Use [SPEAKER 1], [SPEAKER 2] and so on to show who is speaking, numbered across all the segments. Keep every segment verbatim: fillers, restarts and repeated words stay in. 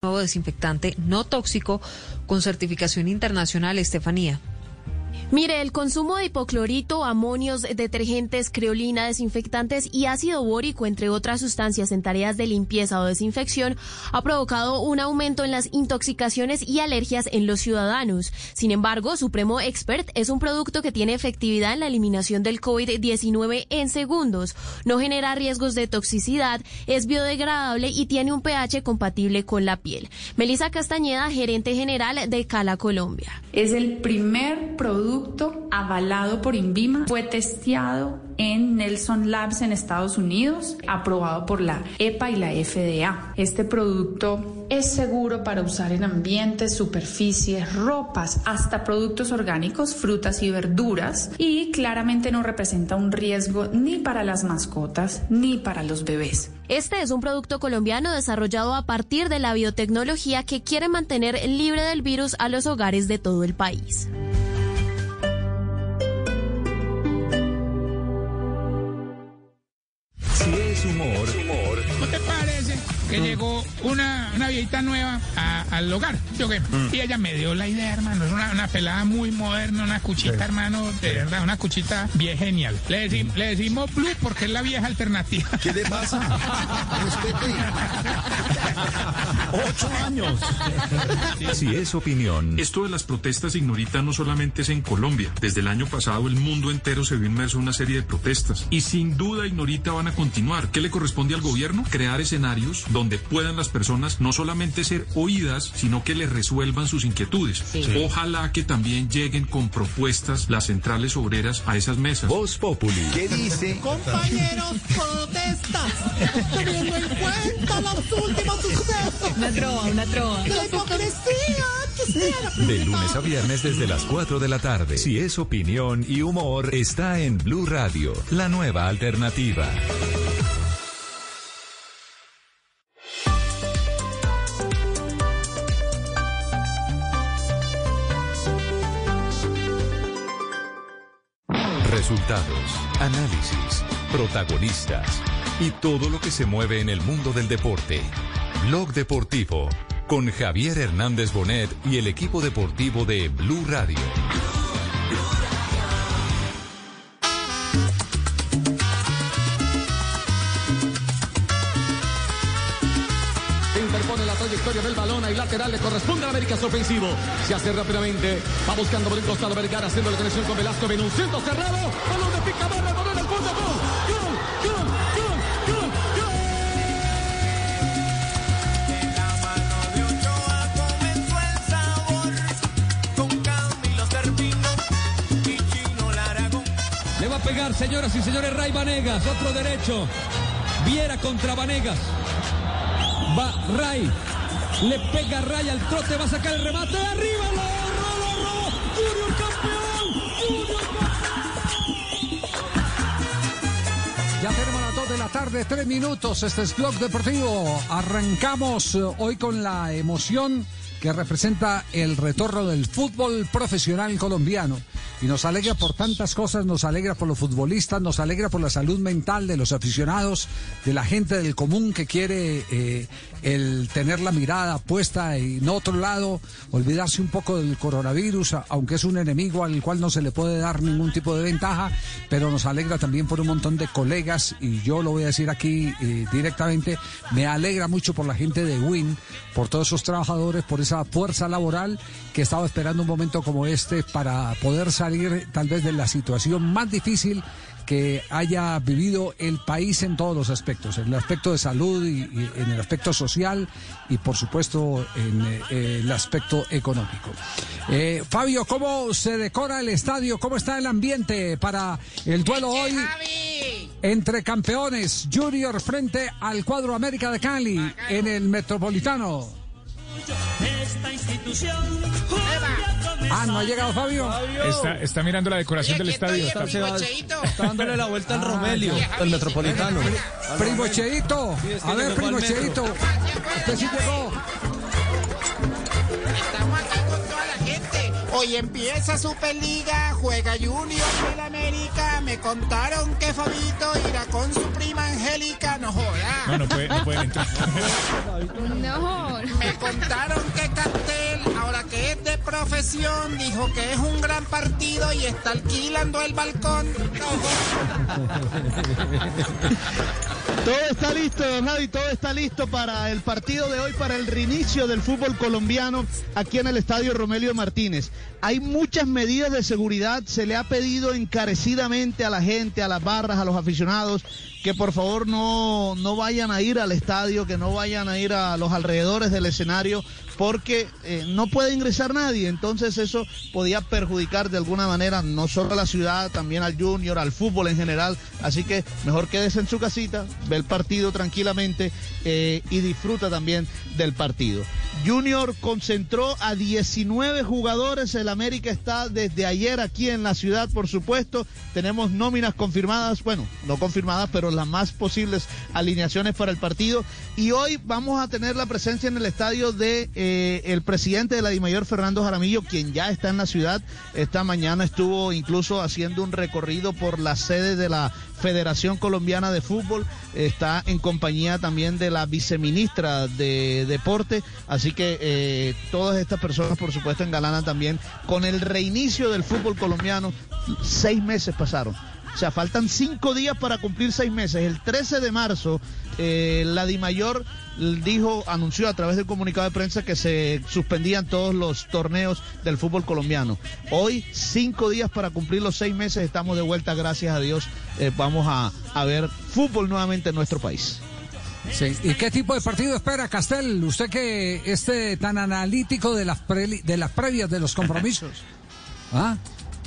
[SPEAKER 1] nuevo desinfectante no tóxico con certificación internacional, Estefanía.
[SPEAKER 2] Mire, el consumo de hipoclorito, amonios, detergentes, creolina, desinfectantes y ácido bórico, entre otras sustancias en tareas de limpieza o desinfección, ha provocado un aumento en las intoxicaciones y alergias en los ciudadanos. Sin embargo, Supremo Expert es un producto que tiene efectividad en la eliminación del COVID diecinueve en segundos, no genera riesgos de toxicidad, es biodegradable y tiene un pH compatible con la piel. Melissa Castañeda, gerente general de Cala Colombia.
[SPEAKER 3] Es el primer producto avalado por INVIMA, fue testeado en Nelson Labs en Estados Unidos, aprobado por la E P A y la F D A. Este producto es seguro para usar en ambientes, superficies, ropas, hasta productos orgánicos, frutas y verduras, y claramente no representa un riesgo ni para las mascotas ni para los bebés.
[SPEAKER 2] Este es un producto colombiano desarrollado a partir de la biotecnología que quiere mantener libre del virus a los hogares de todo el país.
[SPEAKER 4] Si es humor, humor.
[SPEAKER 5] ¿No te parece que mm. llegó una, una viejita nueva a, al hogar? ¿Yo qué? Mm. Y ella me dio la idea, hermano. Es una, una pelada muy moderna, una cuchita, sí. hermano, de sí. verdad, una cuchita bien genial. Le, decim, le decimos Blue porque es la vieja alternativa.
[SPEAKER 4] ¿Qué le pasa? Ocho años. Si es opinión.
[SPEAKER 6] Esto de las protestas, Ignorita, no solamente es en Colombia. Desde el año pasado el mundo entero se vio inmerso en una serie de protestas. Y sin duda, Ignorita, van a continuar. ¿Qué le corresponde al gobierno? Crear escenarios donde puedan las personas no solamente ser oídas, sino que les resuelvan sus inquietudes. Sí. Ojalá que también lleguen con propuestas las centrales obreras a esas mesas.
[SPEAKER 4] Voz Populi. ¿Qué dice?
[SPEAKER 7] Compañeros, protestas. Teniendo en cuenta los últimos sucesos.
[SPEAKER 1] Una trova, una trova.
[SPEAKER 7] La hipocresía.
[SPEAKER 4] De lunes a viernes desde las cuatro de la tarde. Si es opinión y humor, está en Blue Radio, la nueva alternativa. Resultados, análisis, protagonistas y todo lo que se mueve en el mundo del deporte. Blog Deportivo con Javier Hernández Bonet y el equipo deportivo de Blue Radio.
[SPEAKER 8] Interpone la trayectoria del balón, y lateral le corresponde al América, su ofensivo. Se hace rápidamente, va buscando por el costado Vergara, haciendo la conexión con Velasco, ven un centro cerrado, balón de Picabarra, balón al fondo, gol, gol, gol, gol, gol, gol.
[SPEAKER 9] De la mano de Ochoa comenzó el sabor, con Camilo Serpino y Chino Laragón.
[SPEAKER 8] Le va a pegar, señoras y señores, Ray Vanegas, otro derecho. Viera contra Vanegas. Va Ray, le pega Ray al trote, va a sacar el remate, arriba, lo robó, lo robó, Junior campeón, Junior campeón.
[SPEAKER 10] Ya tenemos las dos de la tarde, tres minutos, este es Blog Deportivo, arrancamos hoy con la emoción que representa el retorno del fútbol profesional colombiano. Y nos alegra por tantas cosas, nos alegra por los futbolistas, nos alegra por la salud mental de los aficionados, de la gente del común que quiere eh, el tener la mirada puesta en otro lado, olvidarse un poco del coronavirus, aunque es un enemigo al cual no se le puede dar ningún tipo de ventaja, pero nos alegra también por un montón de colegas, y yo lo voy a decir aquí eh, directamente, me alegra mucho por la gente de Win, por todos esos trabajadores, por esa fuerza laboral que estaba esperando un momento como este para poder salir tal vez de la situación más difícil que haya vivido el país en todos los aspectos, en el aspecto de salud y, y en el aspecto social y por supuesto en eh, el aspecto económico. Eh, Fabio, ¿cómo se decora el estadio? ¿Cómo está el ambiente para el duelo hoy entre campeones Junior frente al cuadro América de Cali en el Metropolitano?
[SPEAKER 9] Esta institución.
[SPEAKER 10] Ah, ¿no ha llegado Fabio?
[SPEAKER 5] Está, está mirando la decoración del estadio.
[SPEAKER 11] Está, va, está dándole la vuelta al ah, Romelio, al Metropolitano.
[SPEAKER 10] Primo Cheito, sí, es que a ver, Primo Cheito, usted sí llegó.
[SPEAKER 9] Estamos aquí con toda la gente.
[SPEAKER 7] Hoy empieza Superliga, juega Junior del América. Me contaron que Fabito irá con su prima Angélica. No joda.
[SPEAKER 5] No, no, puede, no pueden entrar.
[SPEAKER 7] No. Me contaron que Castel, ahora que es de profesión, dijo que es un gran partido y está alquilando el balcón. No joda.
[SPEAKER 12] Todo está listo, don Javi, todo está listo para el partido de hoy, para el reinicio del fútbol colombiano aquí en el Estadio Romelio Martínez. Hay muchas medidas de seguridad, se le ha pedido encarecidamente a la gente, a las barras, a los aficionados, que por favor no, no vayan a ir al estadio, que no vayan a ir a los alrededores del escenario, porque eh, no puede ingresar nadie. Entonces eso podía perjudicar de alguna manera no solo a la ciudad, también al Junior, al fútbol en general. Así que mejor quédese en su casita, ve el partido tranquilamente eh, y disfruta también del partido. Junior concentró a diecinueve jugadores, el América está desde ayer aquí en la ciudad, por supuesto. Tenemos nóminas confirmadas, bueno, no confirmadas, pero las más posibles alineaciones para el partido. Y hoy vamos a tener la presencia en el estadio de eh, el presidente de la DIMAYOR, Fernando Jaramillo, quien ya está en la ciudad. Esta mañana estuvo incluso haciendo un recorrido por la sede de la Federación Colombiana de Fútbol, está en compañía también de la viceministra de Deporte, así que eh, todas estas personas por supuesto engalanan también con el reinicio del fútbol colombiano. Seis meses pasaron, o sea, faltan cinco días para cumplir seis meses. El trece de marzo eh, la DIMAYOR dijo, anunció a través del comunicado de prensa que se suspendían todos los torneos del fútbol colombiano. Hoy, cinco días para cumplir los seis meses, estamos de vuelta, gracias a Dios. Eh, vamos a, a ver fútbol nuevamente en nuestro país.
[SPEAKER 10] Sí. ¿Y qué tipo de partido espera, Castel? Usted que esté tan analítico de las, pre, de las previas de los compromisos. ¿Ah?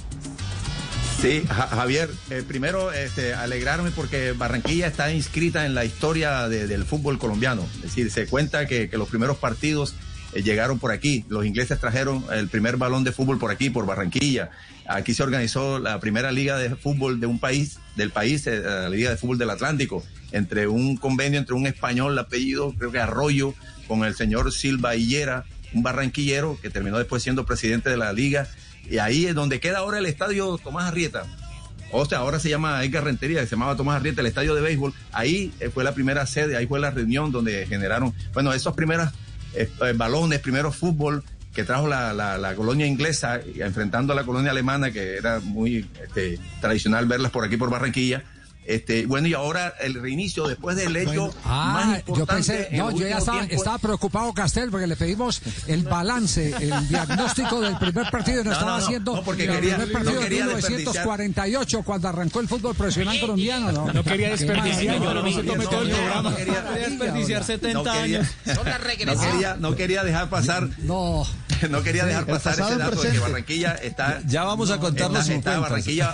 [SPEAKER 13] Sí, Javier, eh, primero este, alegrarme porque Barranquilla está inscrita en la historia de, del fútbol colombiano. Es decir, se cuenta que, que los primeros partidos eh, llegaron por aquí. Los ingleses trajeron el primer balón de fútbol por aquí, por Barranquilla. Aquí se organizó la primera liga de fútbol de un país, del país, eh, la Liga de Fútbol del Atlántico, entre un convenio entre un español, el apellido, creo que Arroyo, con el señor Silva Hillera, un barranquillero que terminó después siendo presidente de la liga. Y ahí es donde queda ahora el estadio Tomás Arrieta. O sea, ahora se llama Edgar Rentería, se llamaba Tomás Arrieta, el estadio de béisbol. Ahí fue la primera sede, ahí fue la reunión donde generaron, bueno, esos primeros eh, balones, primeros fútbol que trajo la, la, la colonia inglesa, enfrentando a la colonia alemana, que era muy este, tradicional verlas por aquí por Barranquilla. Este, bueno, y ahora el reinicio después del hecho bueno, ah, más importante.
[SPEAKER 10] Yo pensé, no, yo ya estaba, estaba preocupado, Castel, porque le pedimos el balance, el diagnóstico del primer partido y nos no, estaba no, haciendo
[SPEAKER 13] no, porque
[SPEAKER 10] el
[SPEAKER 13] quería,
[SPEAKER 10] primer partido
[SPEAKER 13] no
[SPEAKER 10] de mil novecientos cuarenta y ocho, cuando arrancó el fútbol profesional colombiano. No,
[SPEAKER 11] no quería desperdiciar,
[SPEAKER 10] no,
[SPEAKER 11] no, no se tome todo el programa.
[SPEAKER 13] No quería,
[SPEAKER 11] no quería desperdiciar setenta años.
[SPEAKER 13] No quería, no quería dejar pasar.
[SPEAKER 10] No.
[SPEAKER 13] No quería dejar pasar ese dato de que Barranquilla está.
[SPEAKER 11] Ya vamos a contar los
[SPEAKER 13] está Barranquilla.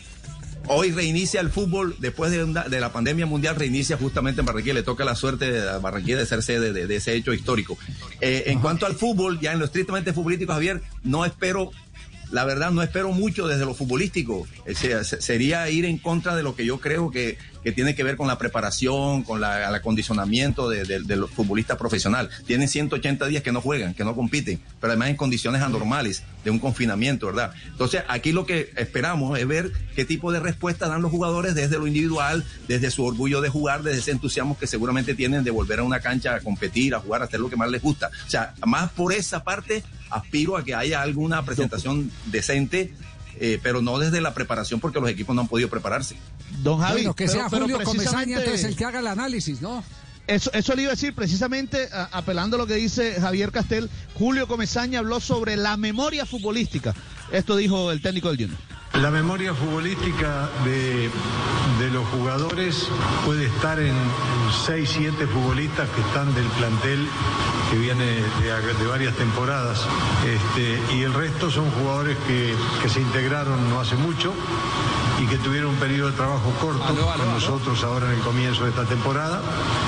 [SPEAKER 13] Hoy reinicia el fútbol, después de, una, de la pandemia mundial, reinicia justamente en Barranquilla. Le toca la suerte de Barranquilla de ser sede de, de ese hecho histórico. Eh, en cuanto al fútbol, ya en lo estrictamente futbolístico, Javier, no espero, la verdad, no espero mucho desde lo futbolístico. Eh, se, sería ir en contra de lo que yo creo que, que tiene que ver con la preparación, con la, el acondicionamiento de, de, de los futbolistas profesionales. Tienen ciento ochenta días que no juegan, que no compiten, pero además en condiciones anormales de un confinamiento, ¿verdad? Entonces, aquí lo que esperamos es ver qué tipo de respuesta dan los jugadores desde lo individual, desde su orgullo de jugar, desde ese entusiasmo que seguramente tienen de volver a una cancha a competir, a jugar, a hacer lo que más les gusta. O sea, más por esa parte aspiro a que haya alguna presentación decente, eh, pero no desde la preparación, porque los equipos no han podido prepararse.
[SPEAKER 10] Don Javi, bueno, que pero, sea pero Julio Comesaña entonces el que haga el análisis, ¿no?
[SPEAKER 12] Eso, eso le iba a decir precisamente, a, apelando a lo que dice Javier Castel. Julio Comesaña habló sobre la memoria futbolística. Esto dijo el técnico del Junior.
[SPEAKER 14] La memoria futbolística de, de los jugadores puede estar en seis, siete futbolistas que están del plantel que viene de, de varias temporadas, este, y el resto son jugadores que, que se integraron no hace mucho y que tuvieron un periodo de trabajo corto aló, aló, con nosotros aló. ahora en el comienzo de esta temporada.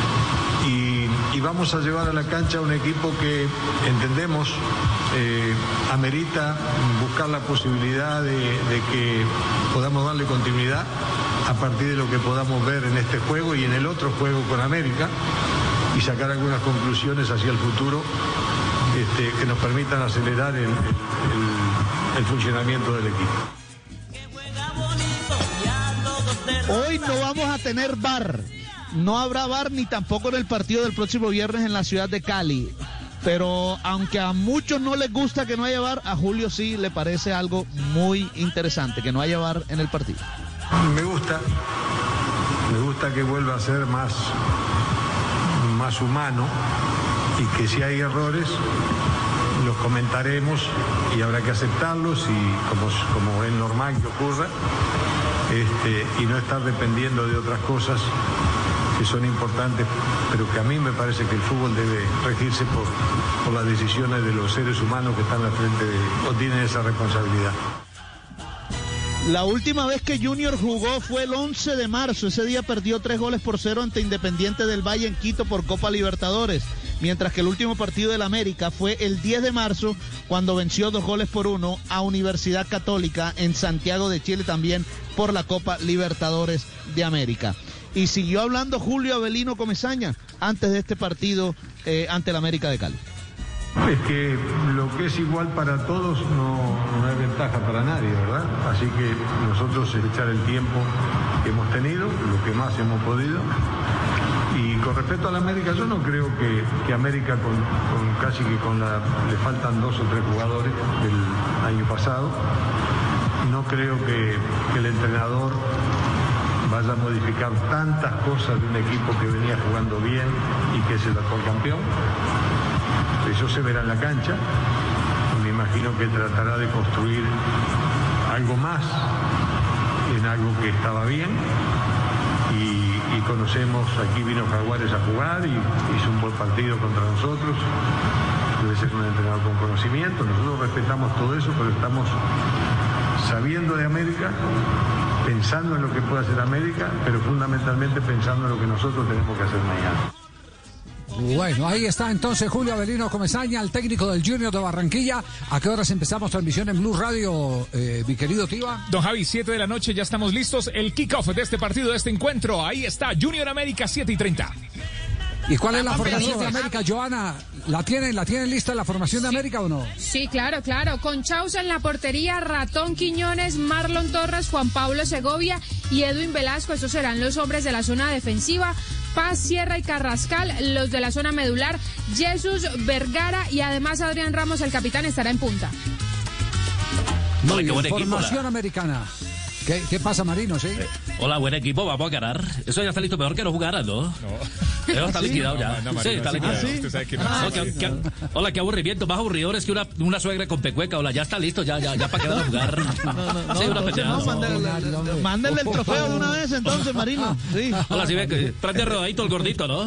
[SPEAKER 14] Y, y vamos a llevar a la cancha un equipo que entendemos eh, amerita buscar la posibilidad de, de que podamos darle continuidad a partir de lo que podamos ver en este juego y en el otro juego con América, y sacar algunas conclusiones hacia el futuro este, que nos permitan acelerar el, el, el, el funcionamiento del equipo.
[SPEAKER 12] Hoy no vamos a tener V A R. No habrá V A R ni tampoco en el partido del próximo viernes en la ciudad de Cali. Pero aunque a muchos no les gusta que no haya V A R, a Julio sí le parece algo muy interesante que no haya V A R en el partido.
[SPEAKER 14] Me gusta, me gusta que vuelva a ser más, más humano y que si hay errores los comentaremos y habrá que aceptarlos y como, como es normal que ocurra, este, y no estar dependiendo de otras cosas que son importantes, pero que a mí me parece que el fútbol debe regirse por, por las decisiones de los seres humanos que están al frente de, o tienen esa responsabilidad.
[SPEAKER 12] La última vez que Junior jugó fue el once de marzo. Ese día perdió tres goles por cero ante Independiente del Valle en Quito por Copa Libertadores. Mientras que el último partido del América fue el diez de marzo, cuando venció dos goles por uno a Universidad Católica en Santiago de Chile, también por la Copa Libertadores de América. Y siguió hablando Julio Avelino Comesaña antes de este partido eh, ante el América de Cali.
[SPEAKER 14] Es que lo que es igual para todos no, no hay ventaja para nadie, ¿verdad? Así que nosotros echar el tiempo que hemos tenido, lo que más hemos podido. Y con respecto a la América, yo no creo que, que América con, con casi que con la le faltan dos o tres jugadores del año pasado. No creo que, que el entrenador vaya a modificar tantas cosas de un equipo que venía jugando bien y que es el actual campeón. Eso se verá en la cancha. Me imagino que tratará de construir algo más en algo que estaba bien. Y, y conocemos, aquí vino Jaguares a jugar y hizo un buen partido contra nosotros. Debe ser un entrenador con conocimiento. Nosotros respetamos todo eso, pero estamos sabiendo de América, pensando en lo que puede hacer América, pero fundamentalmente pensando en lo que nosotros tenemos que hacer mañana.
[SPEAKER 10] Bueno, ahí está entonces Julio Avelino Comesaña, el técnico del Junior de Barranquilla. ¿A qué horas empezamos transmisión en Blue Radio, eh, mi querido Tiva?
[SPEAKER 15] Don Javi, siete de la noche, ya estamos listos. El kickoff de este partido, de este encuentro. Ahí está, Junior América, siete y treinta.
[SPEAKER 10] ¿Y cuál es la formación de América, Joana? ¿La tienen, la tienen lista la formación de América o no?
[SPEAKER 16] Sí, claro, claro. Con Chauza en la portería, Ratón Quiñones, Marlon Torres, Juan Pablo Segovia y Edwin Velasco. Estos serán los hombres de la zona defensiva. Paz, Sierra y Carrascal, los de la zona medular. Jesús Vergara y además Adrián Ramos, el capitán, estará en punta.
[SPEAKER 10] Muy bien, formación americana. ¿Qué, ¿Qué pasa, Marino? ¿Sí?
[SPEAKER 17] Eh, hola, buen equipo, vamos a ganar. Eso ya está listo, mejor que no jugaran, ¿no? No. Eso está ¿Sí? liquidado ya. No, no, Marino, sí, está liquidado. ¿Ah, sí? Usted sabe que no. Ah, no, que, que, hola, qué aburrimiento, más aburridores que una, una suegra con pecueca. Hola, ya está listo, ya, ya, ya para quedar a jugar. No, no, sí, una no, no,
[SPEAKER 12] mándale, mándale el trofeo de una vez entonces, Marino. Sí.
[SPEAKER 17] Hola, sí, ve que prende rodadito el gordito, ¿no?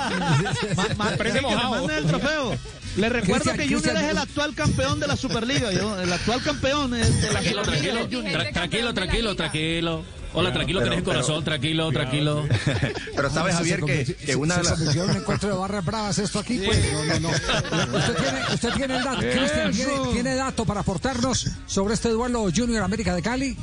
[SPEAKER 12] Prende mojado. Mande el trofeo. Le recuerdo que Junior es el actual campeón de la Superliga. Yo, el actual campeón es de la
[SPEAKER 17] Tranquilo, tranquilo, tra tranquilo, tranquilo, tranquilo. Hola, tranquilo, que eres el corazón, tranquilo, tranquilo.
[SPEAKER 13] Pero sabes, Javier, que, que una de las...
[SPEAKER 10] Se un encuentro de barras bravas esto aquí, pues. No, no, no. Usted tiene, usted tiene el dato, Cristian, ¿tiene, ¿tiene dato para aportarnos sobre este duelo Junior América de Cali?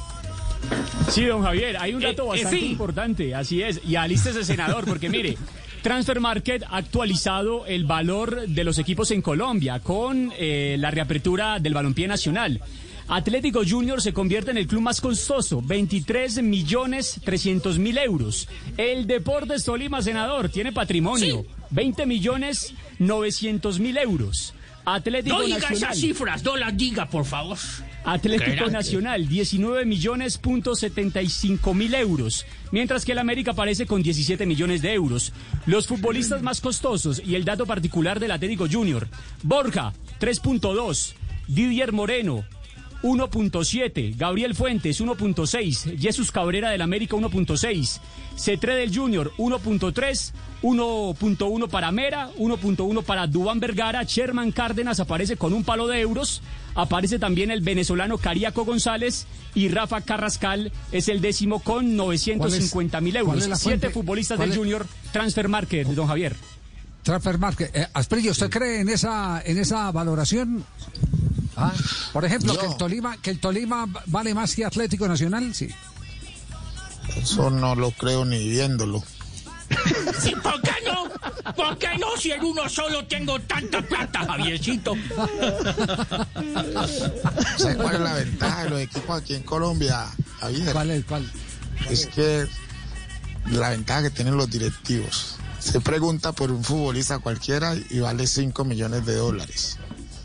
[SPEAKER 18] Sí, don Javier, hay un dato eh, bastante eh, sí. importante, así es, y alístese, senador, porque mire, Transfer Market ha actualizado el valor de los equipos en Colombia con eh, la reapertura del balompié nacional. Atlético Junior se convierte en el club más costoso, veintitrés millones trescientos mil euros. El Deportes Tolima, senador, tiene patrimonio, sí. veinte millones novecientos mil euros. Atlético
[SPEAKER 17] no diga
[SPEAKER 18] Nacional.
[SPEAKER 17] esas cifras, no las diga, por favor.
[SPEAKER 18] Atlético Nacional, diecinueve millones punto setenta y cinco mil euros, mientras que el América aparece con diecisiete millones de euros. Los futbolistas más costosos y el dato particular del Atlético Junior: Borja, tres punto dos, Didier Moreno, uno punto siete, Gabriel Fuentes, uno punto seis, Jesús Cabrera del América, uno punto seis, Cetré del Junior, uno punto tres, uno punto uno para Mera, uno punto uno para Duván Vergara, Sherman Cárdenas aparece con un palo de euros, aparece también el venezolano Cariaco González y Rafa Carrascal es el décimo con novecientos cincuenta mil euros. Siete futbolistas del Junior, Transfer Market, don Javier.
[SPEAKER 10] Transfer Market. Eh, Asprilla, ¿usted cree en esa, en esa valoración? Ah, por ejemplo, Yo. que el Tolima, que el Tolima vale más que Atlético Nacional, sí.
[SPEAKER 19] Eso no lo creo ni viéndolo.
[SPEAKER 17] ¿Sí, por qué no?
[SPEAKER 19] ¿Por qué no si en uno solo tengo tanta plata, Javiercito?
[SPEAKER 20] ¿Sabes cuál es la ventaja de los equipos aquí en Colombia, Javier?
[SPEAKER 10] ¿Cuál es? ¿Cuál?
[SPEAKER 20] Es que la ventaja que tienen los directivos. Se pregunta por un futbolista cualquiera y vale cinco millones de dólares.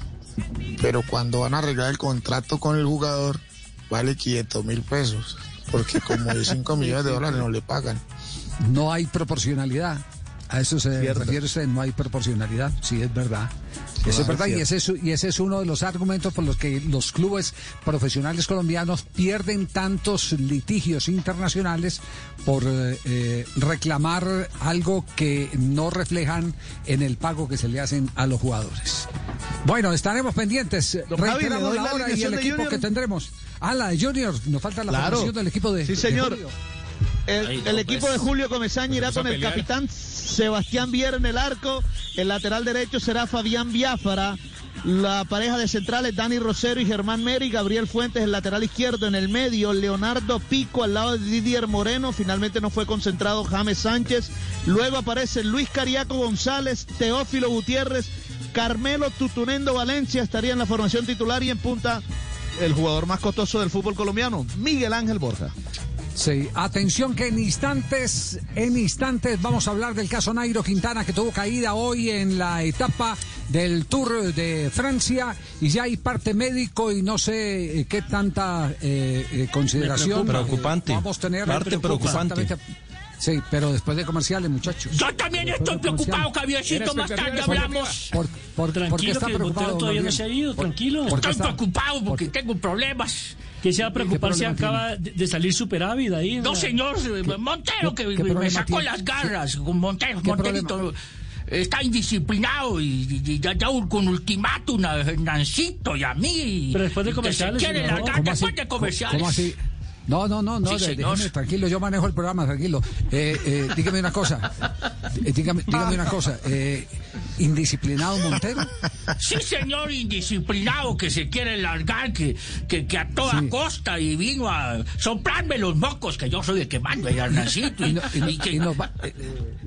[SPEAKER 20] Pero cuando van a arreglar el contrato con el jugador, vale quinientos mil pesos. Porque como de cinco millones de dólares no le pagan.
[SPEAKER 10] No hay proporcionalidad. A eso se
[SPEAKER 20] Cierto.
[SPEAKER 10] refiere usted, no hay proporcionalidad. Sí, es verdad. Eso
[SPEAKER 20] Claro,
[SPEAKER 10] es verdad
[SPEAKER 20] es
[SPEAKER 10] y ese es, y ese es uno de los argumentos por los que los clubes profesionales colombianos pierden tantos litigios internacionales por eh, eh, reclamar algo que no reflejan en el pago que se le hacen a los jugadores. Bueno, estaremos pendientes.
[SPEAKER 12] Don Javi,
[SPEAKER 10] Reiteramos
[SPEAKER 12] ¿le doy
[SPEAKER 10] la
[SPEAKER 12] la
[SPEAKER 10] hora y
[SPEAKER 12] alineación
[SPEAKER 10] el
[SPEAKER 12] de
[SPEAKER 10] equipo
[SPEAKER 12] Junior?
[SPEAKER 10] que tendremos. Ah, la de Junior. Nos falta la
[SPEAKER 12] Claro.
[SPEAKER 10] formación del equipo de
[SPEAKER 12] Sí,
[SPEAKER 10] de
[SPEAKER 12] señor.
[SPEAKER 10] Julio.
[SPEAKER 12] El,
[SPEAKER 10] Ay, no,
[SPEAKER 12] el equipo
[SPEAKER 10] pues.
[SPEAKER 12] de Julio Comesaña irá
[SPEAKER 10] Nos vamos
[SPEAKER 12] con
[SPEAKER 10] a
[SPEAKER 12] el
[SPEAKER 10] pelear.
[SPEAKER 12] capitán Sebastián Viera en el arco. El lateral derecho será Fabián Biafara. La pareja de centrales, Dani Rosero y Germán Meri. Gabriel Fuentes, el lateral izquierdo. En el medio, Leonardo Pico al lado de Didier Moreno. Finalmente no fue concentrado James Sánchez. Luego aparece Luis Cariaco González, Teófilo Gutiérrez, Carmelo Tutunendo Valencia estaría en la formación titular y en punta el jugador más costoso del fútbol colombiano, Miguel Ángel Borja.
[SPEAKER 10] Sí, atención que en instantes, en instantes vamos a hablar del caso Nairo Quintana que tuvo caída hoy en la etapa del Tour de Francia y ya hay parte médico y no sé eh, qué tanta eh, eh, consideración
[SPEAKER 11] Me preocupa.
[SPEAKER 10] eh, vamos a tener.
[SPEAKER 11] Parte preocupante.
[SPEAKER 10] Exactamente. Sí, pero después de comerciales, muchachos.
[SPEAKER 19] Yo también estoy preocupado, Javiercito. Más tarde hablamos.
[SPEAKER 10] Por, por,
[SPEAKER 18] Tranquilo,
[SPEAKER 10] ¿por qué está
[SPEAKER 18] que el
[SPEAKER 10] preocupado,
[SPEAKER 18] Montero todavía no
[SPEAKER 10] Gabriel?
[SPEAKER 18] se ha ido,
[SPEAKER 10] Por-
[SPEAKER 18] tranquilo.
[SPEAKER 10] ¿por qué
[SPEAKER 19] Estoy
[SPEAKER 10] está-
[SPEAKER 19] preocupado porque tengo problemas.
[SPEAKER 18] Que se va a preocupar si
[SPEAKER 10] problema
[SPEAKER 18] acaba de, de salir superávit ahí.
[SPEAKER 19] No,
[SPEAKER 18] ¿no?
[SPEAKER 19] señor, Montero, que
[SPEAKER 10] qué
[SPEAKER 19] me
[SPEAKER 10] problema
[SPEAKER 19] sacó
[SPEAKER 10] tiene?
[SPEAKER 19] las garras. Con Montero,
[SPEAKER 10] ¿Qué
[SPEAKER 19] Monterito está indisciplinado y, y ya, ya con ultimátum a Nancito y a mí.
[SPEAKER 18] Pero después de
[SPEAKER 19] y
[SPEAKER 18] comerciales,
[SPEAKER 19] Que se quiere
[SPEAKER 18] señor.
[SPEAKER 19] largar
[SPEAKER 10] ¿Cómo
[SPEAKER 19] después
[SPEAKER 10] así?
[SPEAKER 19] de comerciales.
[SPEAKER 10] ¿Cómo así? No, no, no, no,
[SPEAKER 19] Sí,
[SPEAKER 10] de-
[SPEAKER 19] señor.
[SPEAKER 10] déjeme tranquilo, yo manejo el programa, tranquilo. Eh, eh, dígame una cosa, eh, dígame, dígame una cosa, eh, ¿indisciplinado Montero?
[SPEAKER 19] Sí, señor, indisciplinado que se quiere largar, que, que, que a toda
[SPEAKER 10] Sí.
[SPEAKER 19] costa y vino a soplarme los mocos, que yo soy el que mando allá, Nancito.
[SPEAKER 10] Y,
[SPEAKER 19] Y,
[SPEAKER 10] no- y no-
[SPEAKER 19] y que
[SPEAKER 10] y nos va, eh,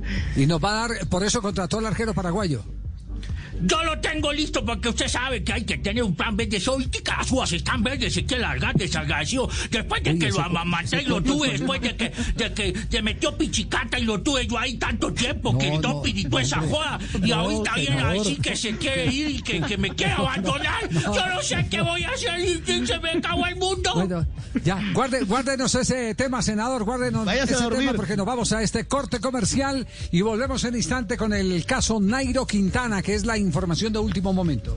[SPEAKER 10] y nos va a dar, por eso contrató al arquero paraguayo.
[SPEAKER 19] yo lo tengo listo porque usted sabe que hay que tener un plan B de ahorita las uvas están verdes, se quiere largar desagradecido. Después de
[SPEAKER 10] Oye,
[SPEAKER 19] que
[SPEAKER 10] ese
[SPEAKER 19] lo
[SPEAKER 10] co-
[SPEAKER 19] amamanté
[SPEAKER 10] ese
[SPEAKER 19] y lo
[SPEAKER 10] coño,
[SPEAKER 19] tuve,
[SPEAKER 10] coño.
[SPEAKER 19] después de que, de que te metió pichicata y lo tuve yo ahí tanto tiempo,
[SPEAKER 10] No,
[SPEAKER 19] que el
[SPEAKER 10] no,
[SPEAKER 19] doping y toda esa
[SPEAKER 10] hombre.
[SPEAKER 19] joda. Y
[SPEAKER 10] No,
[SPEAKER 19] ahorita viene a
[SPEAKER 10] señor.
[SPEAKER 19] decir que se quiere ir y que, que me quiere abandonar. Yo no sé qué voy a hacer y, y se me acabó el mundo.
[SPEAKER 10] Bueno, ya, guarde, guárdenos ese tema, senador, guárdenos
[SPEAKER 12] Váyase a
[SPEAKER 10] ese
[SPEAKER 12] dormir.
[SPEAKER 10] tema porque nos vamos a este corte comercial y volvemos en instante con el caso Nairo Quintana, que es la información de último momento.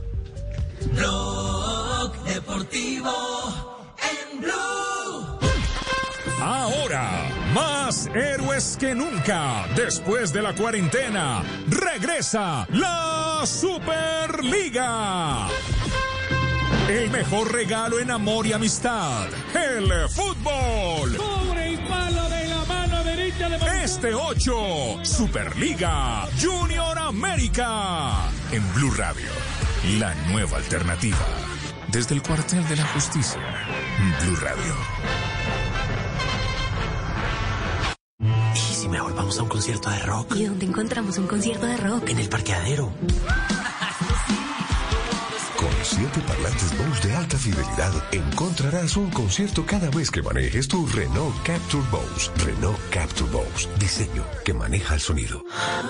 [SPEAKER 9] Blog Deportivo en Blue.
[SPEAKER 15] Ahora, más héroes que nunca. Después de la cuarentena, regresa la Superliga. El mejor regalo en amor y amistad, el fútbol.
[SPEAKER 8] Pobre y palo de la mano derecha de
[SPEAKER 15] Este ocho, Superliga Junior América. En Blue Radio, la nueva alternativa. Desde el cuartel de la justicia, Blue Radio.
[SPEAKER 21] ¿Y si mejor vamos a un concierto de rock?
[SPEAKER 22] ¿Y dónde encontramos un concierto de rock?
[SPEAKER 21] En el parqueadero.
[SPEAKER 23] Con siete parlantes Bose de alta fidelidad, encontrarás un concierto cada vez que manejes tu Renault Captur Bose. Renault Captur Bose. Diseño que maneja el sonido.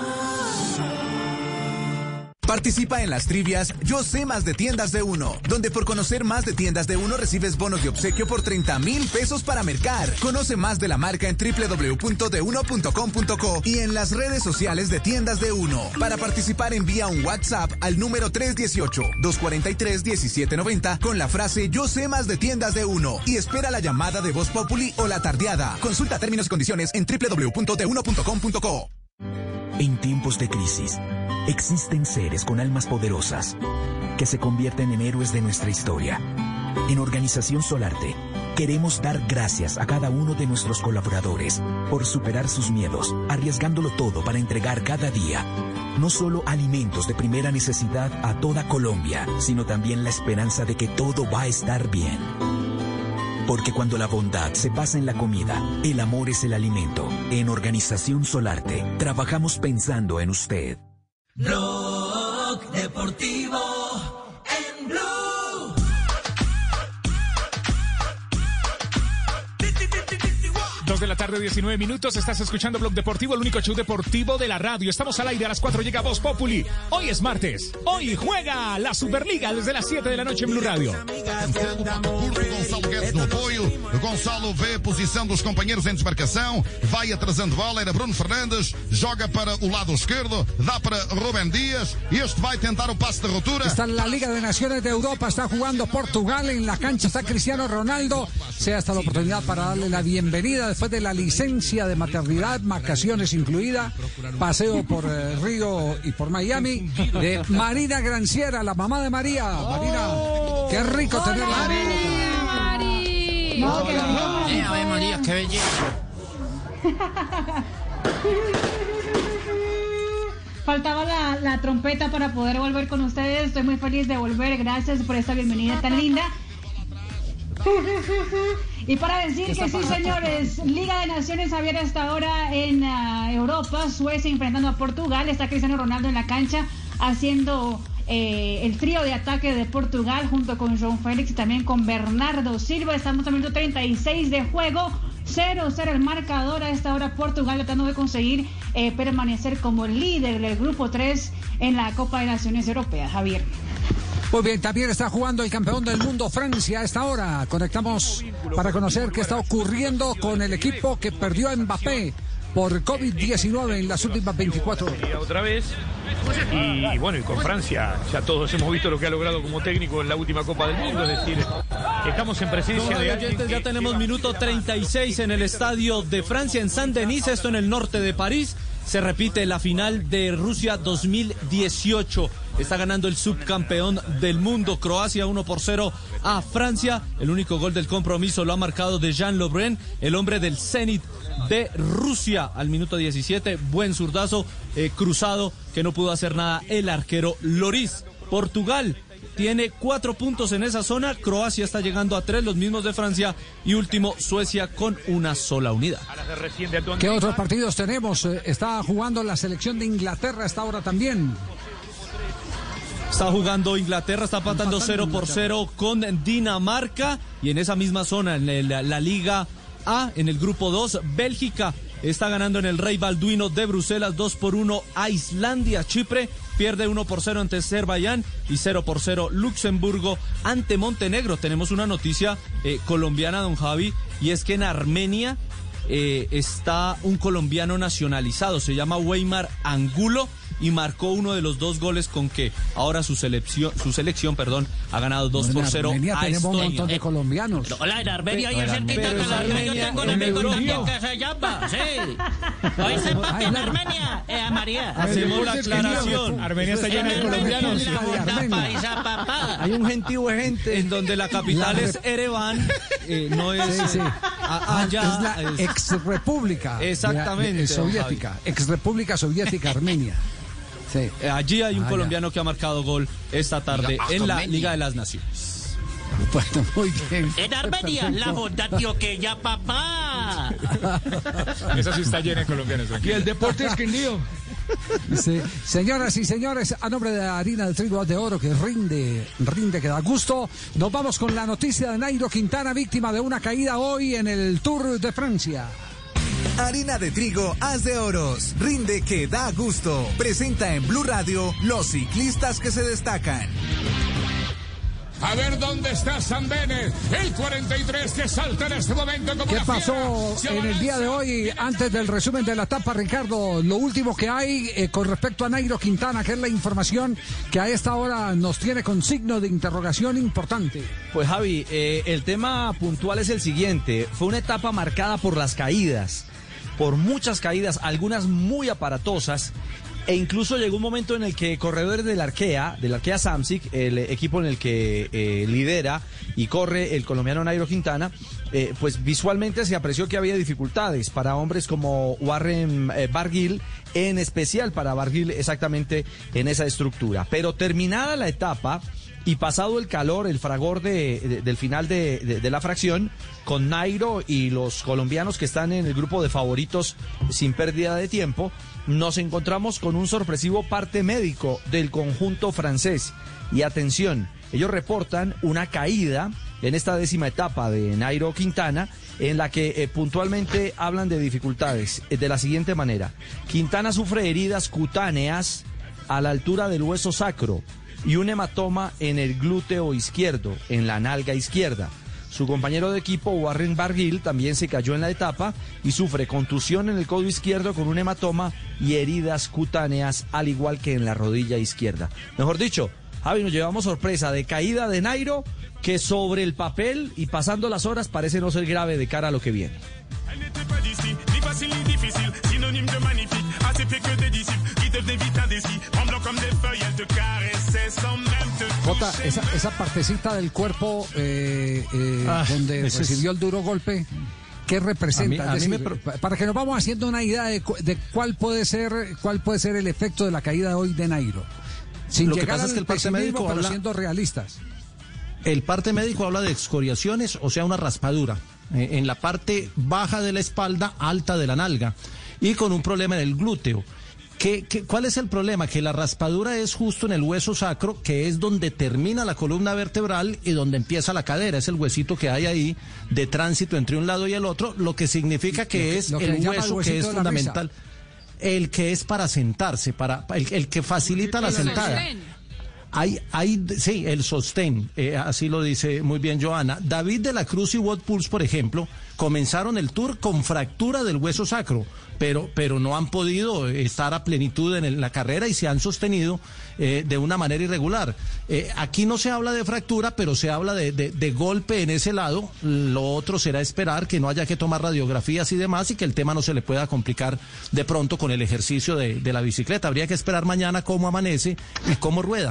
[SPEAKER 24] Participa en las trivias Yo sé más de Tiendas de Uno, donde por conocer más de Tiendas de Uno recibes bonos de obsequio por treinta mil pesos para mercar. Conoce más de la marca en doble u doble u doble u punto de uno punto com punto co y en las redes sociales de Tiendas de Uno. Para participar envía un WhatsApp al número tres uno ocho, dos cuatro tres, uno siete nueve cero con la frase Yo sé más de Tiendas de Uno y espera la llamada de Voz Populi o la tardeada. Consulta términos y condiciones en doble u doble u doble u punto de uno punto com punto co.
[SPEAKER 25] En tiempos de crisis, existen seres con almas poderosas que se convierten en héroes de nuestra historia. En Organización Solarte, queremos dar gracias a cada uno de nuestros colaboradores por superar sus miedos, arriesgándolo todo para entregar cada día no solo alimentos de primera necesidad a toda Colombia, sino también la esperanza de que todo va a estar bien. Porque cuando la bondad se pasa en la comida, el amor es el alimento. En Organización Solarte, trabajamos pensando en usted.
[SPEAKER 9] Blog Deportivo en Blue.
[SPEAKER 1] Dos de la tarde, diecinueve minutos. Estás escuchando Blog Deportivo, el único show deportivo de la radio. Estamos al aire, a las cuatro llega Voz Populi. Hoy es martes. Hoy juega la Superliga desde las siete de la noche en Blue Radio.
[SPEAKER 2] Gonçalo Guedes no apoio. Gonçalo vê posição dos companheiros em desmarcação. Vai atrasando bola. Era Bruno Fernandes. Joga para o lado esquerdo. Dá para Rubén Díaz. Y este vai tentar o pase de rotura.
[SPEAKER 10] Está en la Liga de Naciones de Europa. Está jugando Portugal. En la cancha está Cristiano Ronaldo. Sea esta la oportunidad para darle la bienvenida después de la licencia de maternidad, vacaciones incluida, paseo por eh, Río y por Miami, de Marina Granciera, la mamá de María. Marina, qué rico tenerla.
[SPEAKER 16] María, Mari.
[SPEAKER 7] No, qué rico. Eh, a ver, María, qué belleza.
[SPEAKER 3] Faltaba la, la trompeta para poder volver con ustedes. Estoy muy feliz de volver. Gracias por esta bienvenida tan linda. Y para decir que sí, señores, Liga de Naciones abierta hasta ahora en uh, Europa, Suecia enfrentando a Portugal, está Cristiano Ronaldo en la cancha haciendo eh, el trío de ataque de Portugal junto con João Félix y también con Bernardo Silva. Estamos en el minuto treinta y seis de juego, cero cero el marcador a esta hora. Portugal tratando de conseguir eh, permanecer como líder del grupo tres en la Copa de Naciones Europeas. Javier.
[SPEAKER 10] Muy bien, también está jugando el campeón del mundo Francia a esta hora. Conectamos para conocer qué está ocurriendo con el equipo que perdió a Mbappé por COVID diecinueve en las últimas veinticuatro horas.
[SPEAKER 4] Otra vez. Y bueno, y con Francia ya todos hemos visto lo que ha logrado como técnico en la última Copa del Mundo. Es decir, estamos en presencia de alguien que...
[SPEAKER 11] Ya tenemos minuto treinta y seis en el estadio de Francia, en Saint-Denis, esto en el norte de París. Se repite la final de Rusia dos mil dieciocho. Está ganando el subcampeón del mundo, Croacia, uno por cero a Francia. El único gol del compromiso lo ha marcado Dejan Lovren, el hombre del Zenit de Rusia, al minuto diecisiete. Buen zurdazo eh, cruzado que no pudo hacer nada el arquero Lloris. Portugal tiene cuatro puntos en esa zona. Croacia está llegando a tres, los mismos de Francia. Y último, Suecia con una sola unidad.
[SPEAKER 10] ¿Qué otros partidos tenemos? Está jugando la selección de Inglaterra a esta hora también.
[SPEAKER 11] Está jugando Inglaterra, está empatando cero por cero con Dinamarca. Y en esa misma zona, en el, la Liga A, en el grupo dos, Bélgica está ganando en el Rey Balduino de Bruselas dos por uno a Islandia. Chipre pierde uno por cero ante Azerbaiyán y cero por cero Luxemburgo ante Montenegro. Tenemos una noticia eh, colombiana, don Javi, y es que en Armenia eh, está un colombiano nacionalizado, se llama Weimar Angulo, y marcó uno de los dos goles con que ahora su selección, su selección, perdón, ha ganado dos por cero
[SPEAKER 10] a tenemos
[SPEAKER 11] Estonia.
[SPEAKER 10] un montón de colombianos.
[SPEAKER 19] Hola, en Armenia, ahí cerquita de la Armenia, yo tengo un
[SPEAKER 11] en
[SPEAKER 19] amigo
[SPEAKER 11] Europa.
[SPEAKER 19] también que se llama, sí. Hoy se empate en Armenia, eh, María.
[SPEAKER 11] Hacemos la aclaración.
[SPEAKER 1] Armenia está llena de colombianos.
[SPEAKER 19] Paisa papada.
[SPEAKER 11] Hay un gentío de gente en donde la capital
[SPEAKER 10] La
[SPEAKER 11] es Ereván, eh, no es
[SPEAKER 10] Sí, sí.
[SPEAKER 11] a- allá.
[SPEAKER 10] es la
[SPEAKER 11] es-
[SPEAKER 10] ex república
[SPEAKER 11] Exactamente,
[SPEAKER 10] soviética, ex república soviética Armenia. Sí.
[SPEAKER 11] Eh, Allí hay un
[SPEAKER 10] Ah,
[SPEAKER 11] colombiano que ha marcado gol esta tarde en la Liga de las Naciones.
[SPEAKER 10] Bueno, muy bien.
[SPEAKER 19] En Armenia, la Fundación que ya papá.
[SPEAKER 1] Esa sí está llena de colombianos.
[SPEAKER 11] Y el deporte es Quindío.
[SPEAKER 10] Sí. Señoras y señores, a nombre de Harina del Trigo de Oro, que rinde, rinde, que da gusto, nos vamos con la noticia de Nairo Quintana, víctima de una caída hoy en el Tour de Francia.
[SPEAKER 24] Harina de trigo, haz de oros. Rinde que da gusto. Presenta en Blue Radio los ciclistas que se destacan.
[SPEAKER 5] A ver dónde está San Bennett, el cuarenta y tres que salta en este momento como
[SPEAKER 10] ¿Qué
[SPEAKER 5] una
[SPEAKER 10] pasó
[SPEAKER 5] fiera.
[SPEAKER 10] en el día de hoy, antes del resumen de la etapa, Ricardo? Lo último que hay eh, con respecto a Nairo Quintana, que es la información que a esta hora nos tiene con signo de interrogación importante.
[SPEAKER 11] Pues Javi, eh, el tema puntual es el siguiente. Fue una etapa marcada por las caídas, por muchas caídas, algunas muy aparatosas. E incluso llegó un momento en el que corredores del Arkea, del Arkea Samsic, el equipo en el que eh, lidera y corre el colombiano Nairo Quintana, eh, pues visualmente se apreció que había dificultades para hombres como Warren eh, Barguil, en especial para Barguil exactamente en esa estructura. Pero terminada la etapa,
[SPEAKER 6] y pasado el calor, el fragor de, de, del final de, de, de la fracción, con Nairo y los colombianos que están en el grupo de favoritos sin pérdida de tiempo, nos encontramos con un sorpresivo parte médico del conjunto francés. Y atención, ellos reportan una caída en esta décima etapa de Nairo Quintana, en la que eh, puntualmente hablan de dificultades eh, de la siguiente manera. Quintana sufre heridas cutáneas a la altura del hueso sacro y un hematoma en el glúteo izquierdo, en la nalga izquierda. Su compañero de equipo, Warren Barguil, también se cayó en la etapa y sufre contusión en el codo izquierdo con un hematoma y heridas cutáneas, al igual que en la rodilla izquierda. Mejor dicho, Javi, nos llevamos sorpresa de caída de Nairo, que sobre el papel y pasando las horas parece no ser grave de cara a lo que viene.
[SPEAKER 10] Jota, esa, esa partecita del cuerpo eh, eh, ah, donde recibió es... el duro golpe, ¿qué representa? A mí, a mí decir, me... Para que nos vamos haciendo una idea de, de cuál puede ser cuál puede ser el efecto de la caída de hoy de Nairo. Sin
[SPEAKER 13] lo que
[SPEAKER 10] llegar
[SPEAKER 13] pasa es que el parte médico
[SPEAKER 10] pero
[SPEAKER 13] habla...
[SPEAKER 10] siendo realistas.
[SPEAKER 13] El parte médico habla de excoriaciones, o sea, una raspadura eh, en la parte baja de la espalda, alta de la nalga, y con un problema en el glúteo. ¿Qué, qué, ¿Cuál es el problema? Que la raspadura es justo en el hueso sacro, que es donde termina la columna vertebral y donde empieza la cadera. Es el huesito que hay ahí de tránsito entre un lado y el otro, lo que significa que, que es que el hueso el que es fundamental, el que es para sentarse, para el, el que facilita la sentada. Hay, hay, sí, el sostén, eh, así lo dice muy bien Joana. David de la Cruz y Wout Poels, por ejemplo, comenzaron el Tour con fractura del hueso sacro, pero, pero no han podido estar a plenitud en, el, en la carrera y se han sostenido eh, de una manera irregular. Eh, aquí no se habla de fractura, pero se habla de, de, de golpe en ese lado. Lo otro será esperar que no haya que tomar radiografías y demás y que el tema no se le pueda complicar de pronto con el ejercicio de, de la bicicleta. Habría que esperar mañana cómo amanece y cómo rueda.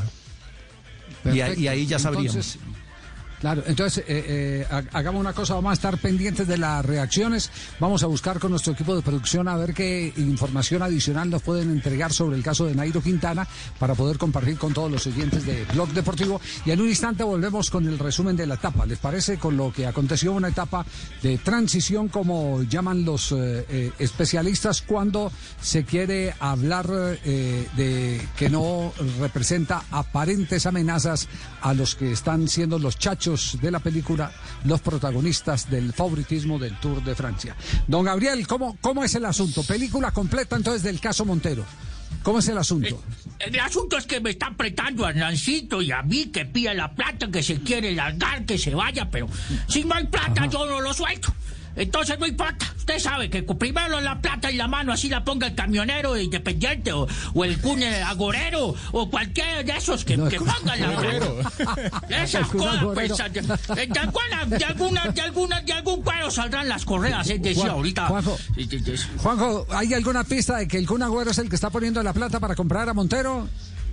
[SPEAKER 13] Y, y ahí ya sabríamos.
[SPEAKER 10] Entonces, claro, entonces eh, eh, hagamos una cosa, vamos a estar pendientes de las reacciones, vamos a buscar con nuestro equipo de producción a ver qué información adicional nos pueden entregar sobre el caso de Nairo Quintana para poder compartir con todos los oyentes de Blog Deportivo, y en un instante volvemos con el resumen de la etapa, ¿les parece? Con lo que aconteció, una etapa de transición, como llaman los eh, eh, especialistas, cuando se quiere hablar eh, de que no representa aparentes amenazas a los que están siendo los chachos de la película, los protagonistas del favoritismo del Tour de Francia. Don Gabriel, ¿cómo, cómo es el asunto? Película completa entonces del caso Montero. ¿Cómo es el asunto?
[SPEAKER 19] El, el asunto es que me está apretando a Nancito y a mí que pida la plata, que se quiere largar, que se vaya, pero si no hay plata, ajá, yo no lo suelto. Entonces no importa, usted sabe que primero la plata en la mano, así la ponga el camionero Independiente o, o el cune agorero o cualquiera de esos que, no, que pongan la plata. Esas cosas, pues, de, de, alguna, de, alguna, de, alguna, de algún cuero saldrán las correas, es decir, Juan, ahorita.
[SPEAKER 10] Juanjo, Juanjo, ¿hay alguna pista de que el Kun Agüero es el que está poniendo la plata para comprar a Montero?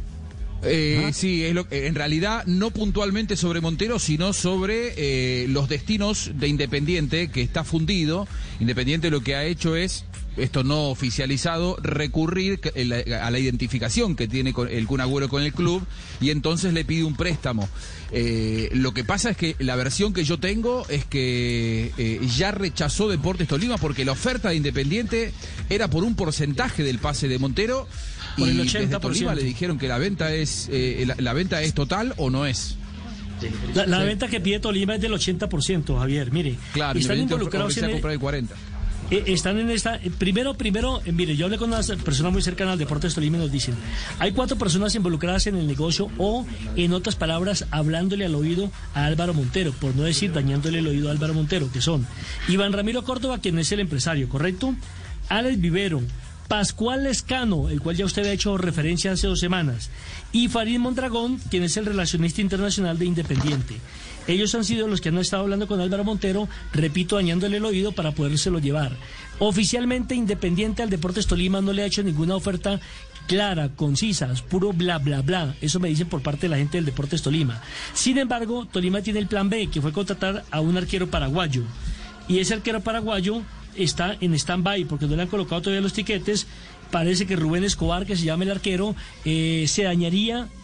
[SPEAKER 14] Eh, sí, es lo, en realidad no puntualmente sobre Montero, sino sobre eh, los destinos de Independiente, que está fundido. Independiente lo que ha hecho es, esto no oficializado, recurrir a la identificación que tiene el Kun Agüero con el club, y entonces le pide un préstamo. Eh, lo que pasa es que la versión que yo tengo es que eh, ya rechazó Deportes Tolima, porque la oferta de Independiente era por un porcentaje del pase de Montero.
[SPEAKER 18] Por el
[SPEAKER 14] y
[SPEAKER 18] ochenta por ciento.
[SPEAKER 14] Desde Tolima le dijeron que la venta es eh, la, la venta es total o no es.
[SPEAKER 18] La, la sí. venta que pide Tolima es del ochenta por ciento, Javier. Mire,
[SPEAKER 14] claro,
[SPEAKER 18] están involucrados en
[SPEAKER 14] el, comprar el cuarenta.
[SPEAKER 18] Eh, están en esta. Eh, primero, primero, eh, mire, yo hablé con unas personas muy cercanas al Deportes Tolima y nos dicen: hay cuatro personas involucradas en el negocio, o en otras palabras, hablándole al oído a Álvaro Montero, por no decir dañándole el oído a Álvaro Montero, que son Iván Ramiro Córdoba, quien es el empresario, ¿correcto? Alex Vivero, Pascual Lescano, el cual ya usted ha hecho referencia hace dos semanas, y Farid Mondragón, quien es el relacionista internacional de Independiente. Ellos han sido los que han estado hablando con Álvaro Montero, repito, dañándole el oído para podérselo llevar. Oficialmente, Independiente al Deportes Tolima no le ha hecho ninguna oferta clara, concisa, es puro bla, bla, bla. Eso me dicen por parte de la gente del Deportes Tolima. Sin embargo, Tolima tiene el plan B, que fue contratar a un arquero paraguayo. Y ese arquero paraguayo está en stand-by porque no le han colocado todavía los tiquetes. Parece que Rubén Escobar, que se llama el arquero, eh, se dañaría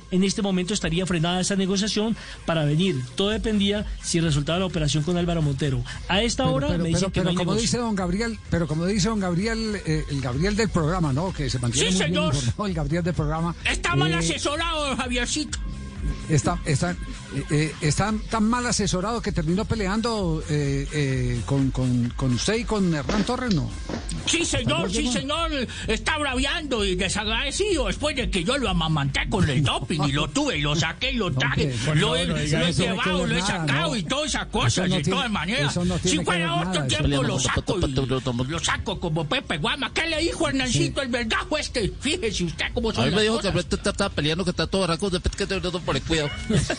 [SPEAKER 8] en este momento estaría frenada esa negociación para venir. Todo dependía si resultaba la operación con Álvaro Montero. A esta
[SPEAKER 10] pero,
[SPEAKER 8] hora
[SPEAKER 10] pero,
[SPEAKER 8] me dicen
[SPEAKER 10] pero,
[SPEAKER 8] que
[SPEAKER 10] pero
[SPEAKER 8] no hay
[SPEAKER 10] como
[SPEAKER 8] negocio.
[SPEAKER 10] dice don Gabriel, pero como dice don Gabriel, eh, el Gabriel del programa, ¿no? Que se mantiene
[SPEAKER 19] Sí,
[SPEAKER 10] muy
[SPEAKER 19] señor.
[SPEAKER 10] bien informado, el Gabriel del programa.
[SPEAKER 19] Está mal
[SPEAKER 10] eh,
[SPEAKER 19] asesorado, Javiercito.
[SPEAKER 10] Está, está, eh, eh, está tan mal asesorado que terminó peleando eh, eh, con, con, con usted y con Hernán Torres, ¿no?
[SPEAKER 19] Sí, señor, sí, señor. Está braviando y desagradecido después de que yo lo amamanté con el doping y lo tuve y lo saqué y lo traje.
[SPEAKER 10] No,
[SPEAKER 19] lo he,
[SPEAKER 10] no, no diga
[SPEAKER 19] lo he
[SPEAKER 10] eso,
[SPEAKER 19] llevado,
[SPEAKER 10] no
[SPEAKER 19] lo he
[SPEAKER 10] nada,
[SPEAKER 19] sacado
[SPEAKER 10] no.
[SPEAKER 19] y todas esas
[SPEAKER 10] Eso
[SPEAKER 19] cosas,
[SPEAKER 10] no
[SPEAKER 19] de
[SPEAKER 10] tiene-
[SPEAKER 19] todas maneras.
[SPEAKER 10] eso no tiene
[SPEAKER 19] Si
[SPEAKER 10] que
[SPEAKER 19] fuera
[SPEAKER 10] ver
[SPEAKER 19] otro
[SPEAKER 10] nada, eso
[SPEAKER 19] tiempo
[SPEAKER 10] no-
[SPEAKER 19] lo saco y lo saco como Pepe Guama. ¿Qué le dijo Hernancito, el vergajo este? Fíjese usted cómo
[SPEAKER 12] A
[SPEAKER 19] son
[SPEAKER 12] mí me
[SPEAKER 19] las
[SPEAKER 12] dijo que
[SPEAKER 19] cosas.
[SPEAKER 12] Alberto estaba peleando, que está todo barranco, después que te por el cuidado.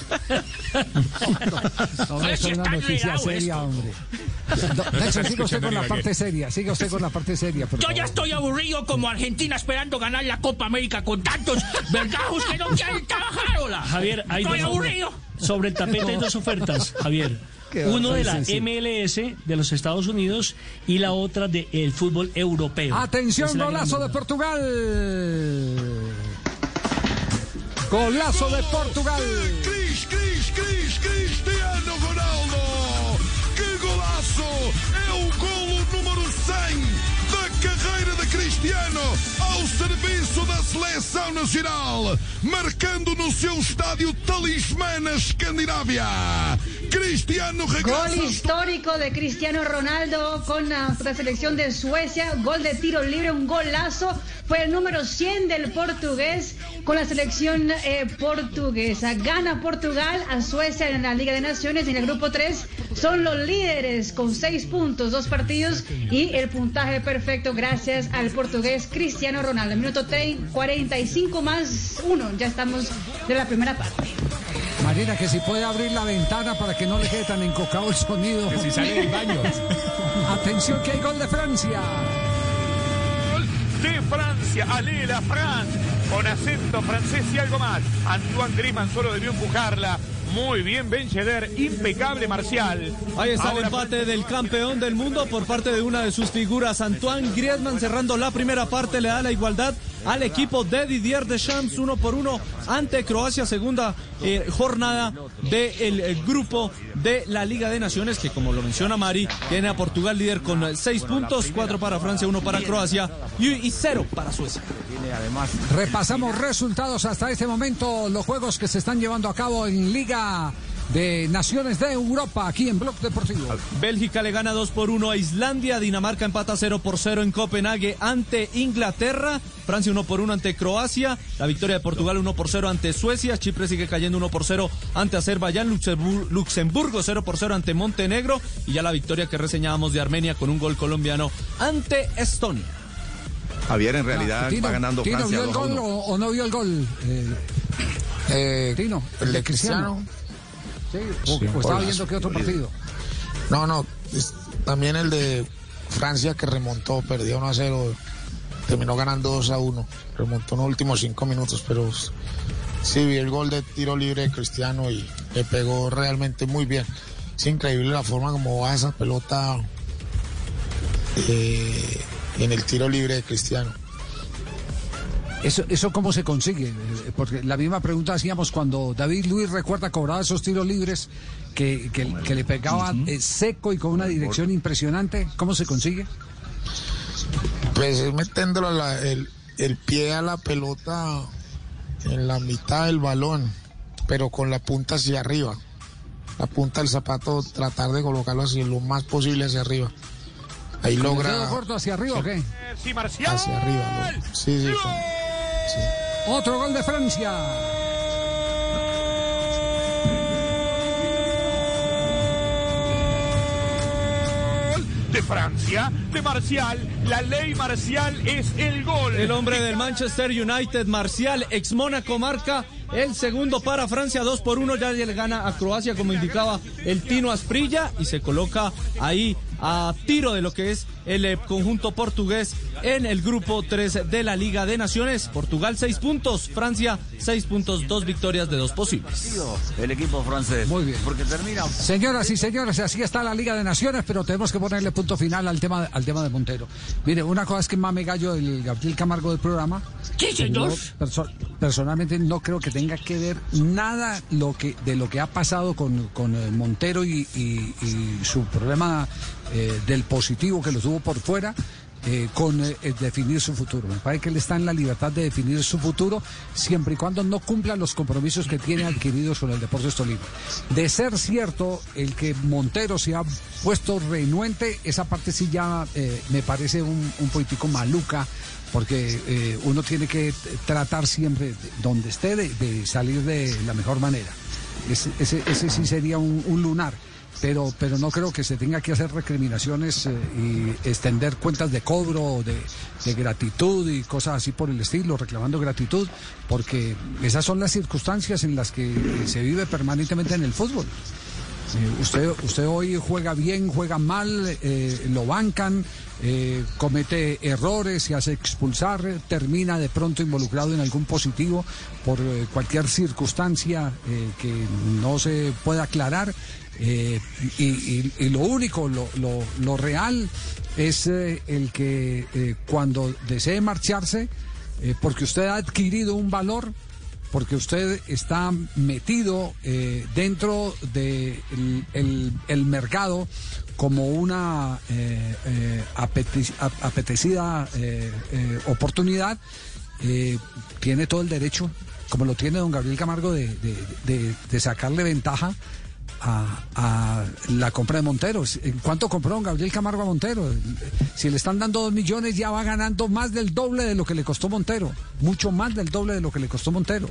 [SPEAKER 10] Hombre, esto es una noticia seria, hombre. No, Nelson, siga usted con la parte seria, siga usted con la parte seria, por
[SPEAKER 19] Yo
[SPEAKER 10] favor.
[SPEAKER 19] ya estoy aburrido como Argentina esperando ganar la Copa América con tantos vergajos que no quieren trabajar, hola.
[SPEAKER 8] Javier, hay
[SPEAKER 19] estoy
[SPEAKER 8] dos
[SPEAKER 19] aburrido.
[SPEAKER 8] sobre el tapete hay dos ofertas, Javier.
[SPEAKER 10] Qué
[SPEAKER 8] Uno de la
[SPEAKER 10] sí, sí.
[SPEAKER 8] M L S de los Estados Unidos y la otra del fútbol europeo.
[SPEAKER 10] Atención,
[SPEAKER 8] Esa es la gran
[SPEAKER 10] golazo de
[SPEAKER 8] novedad.
[SPEAKER 10] Portugal. Golazo de Portugal.
[SPEAKER 2] Cris, Cris, Cris, Cristiano Ronaldo! Que golaço! É o golo número cem da carreira de Cristiano ao serviço da seleção nacional, marcando no seu estádio Talismã, na Escandinávia. Cristiano
[SPEAKER 3] Gol
[SPEAKER 2] regresa.
[SPEAKER 3] histórico de Cristiano Ronaldo con la, la selección de Suecia, gol de tiro libre, un golazo, fue el número cien del portugués con la selección eh, portuguesa. Gana Portugal a Suecia en la Liga de Naciones y en el grupo tres son los líderes con seis puntos, dos partidos y el puntaje perfecto gracias al portugués Cristiano Ronaldo. Minuto cuarenta y cinco más uno, ya estamos de la primera parte.
[SPEAKER 10] Marina, que si puede abrir la ventana para que no le quede tan encocado el sonido.
[SPEAKER 1] Que si sale del baño.
[SPEAKER 10] Atención que hay gol de Francia.
[SPEAKER 15] De Francia, allez la France, con acento francés y algo más. Antoine Griezmann solo debió empujarla. Muy bien, Ben Yedder, impecable Marcial.
[SPEAKER 11] Ahí está
[SPEAKER 15] Ahora
[SPEAKER 11] el empate del campeón del mundo por parte de una de sus figuras, Antoine Griezmann, cerrando la primera parte, le da la igualdad al equipo de Didier Deschamps, uno por uno ante Croacia, segunda eh, jornada del eh, grupo de la Liga de Naciones, que como lo menciona Mari, tiene a Portugal líder con eh, seis puntos, cuatro para Francia, uno para Croacia y, y cero para Suecia.
[SPEAKER 10] Repasamos resultados hasta este momento, los juegos que se están llevando a cabo en Liga de Naciones de Europa, aquí en Blog Deportivo.
[SPEAKER 11] Bélgica le gana dos por uno a Islandia, Dinamarca empata cero por cero en Copenhague ante Inglaterra, Francia uno por uno ante Croacia, la victoria de Portugal uno por cero ante Suecia, Chipre sigue cayendo uno por cero ante Azerbaiyán, Luxemburgo, Luxemburgo cero por cero ante Montenegro y ya la victoria que reseñábamos de Armenia con un gol colombiano ante Estonia.
[SPEAKER 17] Javier, en realidad
[SPEAKER 10] Tino,
[SPEAKER 17] va ganando
[SPEAKER 10] Tino,
[SPEAKER 17] Francia
[SPEAKER 10] ¿vio el
[SPEAKER 17] dos a
[SPEAKER 10] gol
[SPEAKER 17] uno.
[SPEAKER 10] o, o no vio el gol? Eh,
[SPEAKER 20] Eh,
[SPEAKER 10] Tino,
[SPEAKER 20] el de Cristiano.
[SPEAKER 10] Sí, o,
[SPEAKER 20] Sí,
[SPEAKER 10] o estaba
[SPEAKER 20] golazo.
[SPEAKER 10] viendo qué otro partido.
[SPEAKER 20] No, no, es- también el de Francia que remontó, perdió uno a cero, terminó ganando dos a uno, remontó en los últimos cinco minutos, pero sí vi el gol de tiro libre de Cristiano y le pegó realmente muy bien. Es increíble la forma como va esa pelota eh, en el tiro libre de Cristiano.
[SPEAKER 10] Eso, ¿Eso cómo se consigue? Eh, Porque la misma pregunta hacíamos cuando David Luiz, recuerda, cobraba esos tiros libres que, que, que le pegaba eh, seco y con una dirección impresionante. ¿Cómo se consigue?
[SPEAKER 20] Pues es metiéndole la- el, el pie a la pelota en la mitad del balón, pero con la punta hacia arriba. La punta del zapato, tratar de colocarlo así lo más posible hacia arriba. Ahí
[SPEAKER 10] ¿Con el
[SPEAKER 20] logra
[SPEAKER 10] dedo corto hacia arriba o qué?
[SPEAKER 15] Sí, Marcial.
[SPEAKER 20] hacia arriba. lo- sí, sí, con- sí.
[SPEAKER 10] Otro gol de Francia.
[SPEAKER 15] De Francia, de Marcial, la ley marcial es el gol.
[SPEAKER 11] El hombre del Manchester United, Marcial, ex Mónaco, marca el segundo para Francia, dos por uno, ya le gana a Croacia, como indicaba el Tino Asprilla, y se coloca ahí a tiro de lo que es el eh, conjunto portugués en el grupo tres de la Liga de Naciones. Portugal seis puntos, Francia seis puntos, dos victorias de dos posibles.
[SPEAKER 9] El equipo francés.
[SPEAKER 10] Muy bien.
[SPEAKER 9] Porque termina.
[SPEAKER 10] Señoras y señores, así está la Liga de Naciones, pero tenemos que ponerle punto final al tema, al tema de Montero. Mire, una cosa es que mame gallo el Gabriel Camargo del programa.
[SPEAKER 19] Sí, señor.
[SPEAKER 10] Yo, perso personalmente no creo que tenga que ver nada lo que de lo que ha pasado con, con eh, Montero y, y, y su problema eh, del positivo que lo tuvo por fuera. Eh, con eh, definir su futuro. Me parece que él está en la libertad de definir su futuro siempre y cuando no cumpla los compromisos que tiene adquiridos con el Deportes Tolima. De ser cierto el que Montero se ha puesto renuente, esa parte sí ya eh, me parece un, un poquitico maluca, porque eh, uno tiene que tratar siempre donde esté de, de salir de la mejor manera. Ese, ese, ese sí sería un, un lunar. Pero, pero no creo que se tenga que hacer recriminaciones eh, y extender cuentas de cobro, de, de gratitud y cosas así por el estilo, reclamando gratitud, porque esas son las circunstancias en las que eh, se vive permanentemente en el fútbol. Eh, usted, usted hoy juega bien, juega mal, eh, lo bancan, eh, comete errores, se hace expulsar, termina de pronto involucrado en algún positivo por eh, cualquier circunstancia eh, que no se pueda aclarar. Eh, y, y, y lo único, lo, lo, lo real es eh, el que eh, cuando desee marcharse, eh, porque usted ha adquirido un valor, porque usted está metido eh, dentro del de el, el mercado como una eh, eh, apetec apetecida eh, eh, oportunidad, eh, tiene todo el derecho, como lo tiene don Gabriel Camargo, de, de, de, de sacarle ventaja A, a la compra de Montero. ¿Cuánto compró don Gabriel Camargo a Montero? Si le están dando dos millones, ya va ganando más del doble de lo que le costó Montero. Mucho más del doble de lo que le costó Montero.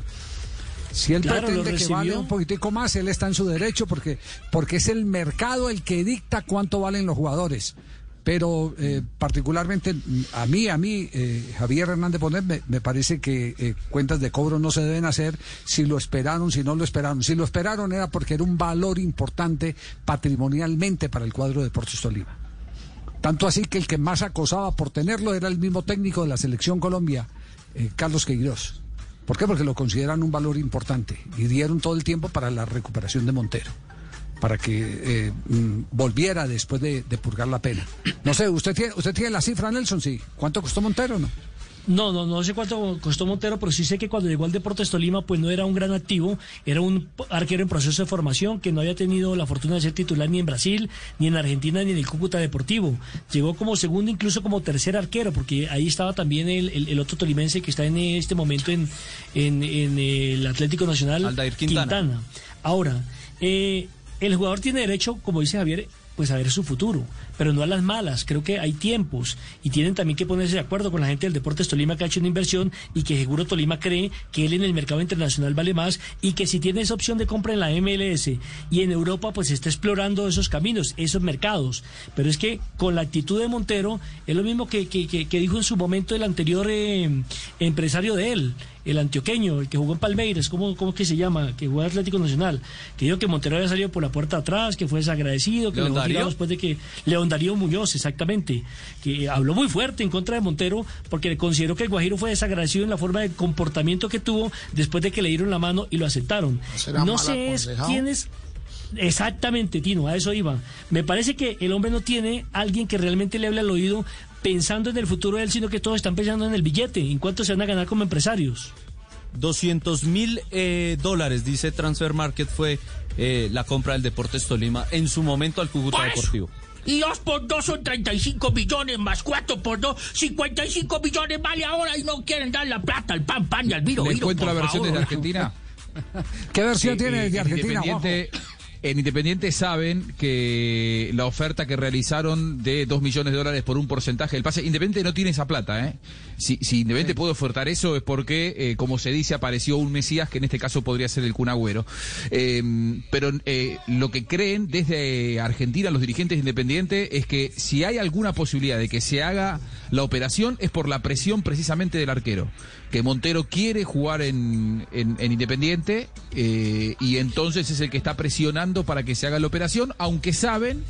[SPEAKER 10] Si él
[SPEAKER 8] claro,
[SPEAKER 10] pretende que vale un poquitico más, él está en su derecho, porque, porque es el mercado el que dicta cuánto valen los jugadores. Pero eh, particularmente a mí, a mí, eh, Javier Hernández Bonet, me, me parece que eh, cuentas de cobro no se deben hacer si lo esperaron, si no lo esperaron. Si lo esperaron era porque era un valor importante patrimonialmente para el cuadro de Deportes Tolima. Tanto así que el que más acosaba por tenerlo era el mismo técnico de la Selección Colombia, eh, Carlos Queiroz. ¿Por qué? Porque lo consideran un valor importante y dieron todo el tiempo para la recuperación de Montero, para que eh, mm, volviera después de, de purgar la pena. No sé, ¿usted tiene, usted tiene la cifra, Nelson? Sí. ¿Cuánto costó Montero o no?
[SPEAKER 8] No, no, no sé cuánto costó Montero, pero sí sé que cuando llegó al Deportes Tolima, pues no era un gran activo, era un arquero en proceso de formación que no había tenido la fortuna de ser titular ni en Brasil, ni en Argentina, ni en el Cúcuta Deportivo. Llegó como segundo, incluso como tercer arquero, porque ahí estaba también el, el, el otro tolimense que está en este momento en, en, en el Atlético Nacional,
[SPEAKER 11] Aldair Quintana.
[SPEAKER 8] Quintana. Ahora, eh, el jugador tiene derecho, como dice Javier, pues a ver su futuro, pero no a las malas. Creo que hay tiempos y tienen también que ponerse de acuerdo con la gente del Deportes Tolima, que ha hecho una inversión y que seguro Tolima cree que él en el mercado internacional vale más, y que si tiene esa opción de compra en la M L S y en Europa, pues está explorando esos caminos, esos mercados. Pero es que con la actitud de Montero es lo mismo que, que, que, que dijo en su momento el anterior eh, empresario de él, el antioqueño, el que jugó en Palmeiras, ¿cómo, cómo que se llama? Que jugó en Atlético Nacional, que dijo que Montero había salido por la puerta atrás, que fue desagradecido, que le dejó tirado después de que León Darío Muñoz, exactamente, que habló muy fuerte en contra de Montero, porque le consideró que el Guajiro fue desagradecido en la forma de comportamiento que tuvo después de que le dieron la mano y lo aceptaron. No sé es quién es. Exactamente, Tino, a eso iba. Me parece que el hombre no tiene alguien que realmente le hable al oído pensando en el futuro de él, sino que todos están pensando en el billete, en cuánto se van a ganar como empresarios.
[SPEAKER 11] doscientos mil eh, dólares, dice Transfer Market, fue eh, la compra del Deportes Tolima en su momento al Cúcuta
[SPEAKER 19] pues,
[SPEAKER 11] Deportivo.
[SPEAKER 19] Y dos por dos son treinta y cinco millones, más cuatro por dos, cincuenta y cinco millones vale ahora, y no quieren dar la plata al pan, pan y al vino.
[SPEAKER 14] ¿Le encuentro la versión desde Argentina?
[SPEAKER 10] ¿Qué versión
[SPEAKER 14] sí,
[SPEAKER 10] tiene
[SPEAKER 14] eh,
[SPEAKER 10] de Argentina?
[SPEAKER 14] Independiente, en Independiente saben que la oferta que realizaron de dos millones de dólares por un porcentaje del pase, Independiente no tiene esa plata, ¿eh? Si, si Independiente sí. puede ofertar eso es porque, eh, como se dice, apareció un Mesías, que en este caso podría ser el Kun Agüero. Eh, pero eh, lo que creen desde Argentina los dirigentes de Independiente es que si hay alguna posibilidad de que se haga la operación es por la presión precisamente del arquero, que Montero quiere jugar en, en, en Independiente eh, y entonces es el que está presionando para que se haga la operación, aunque saben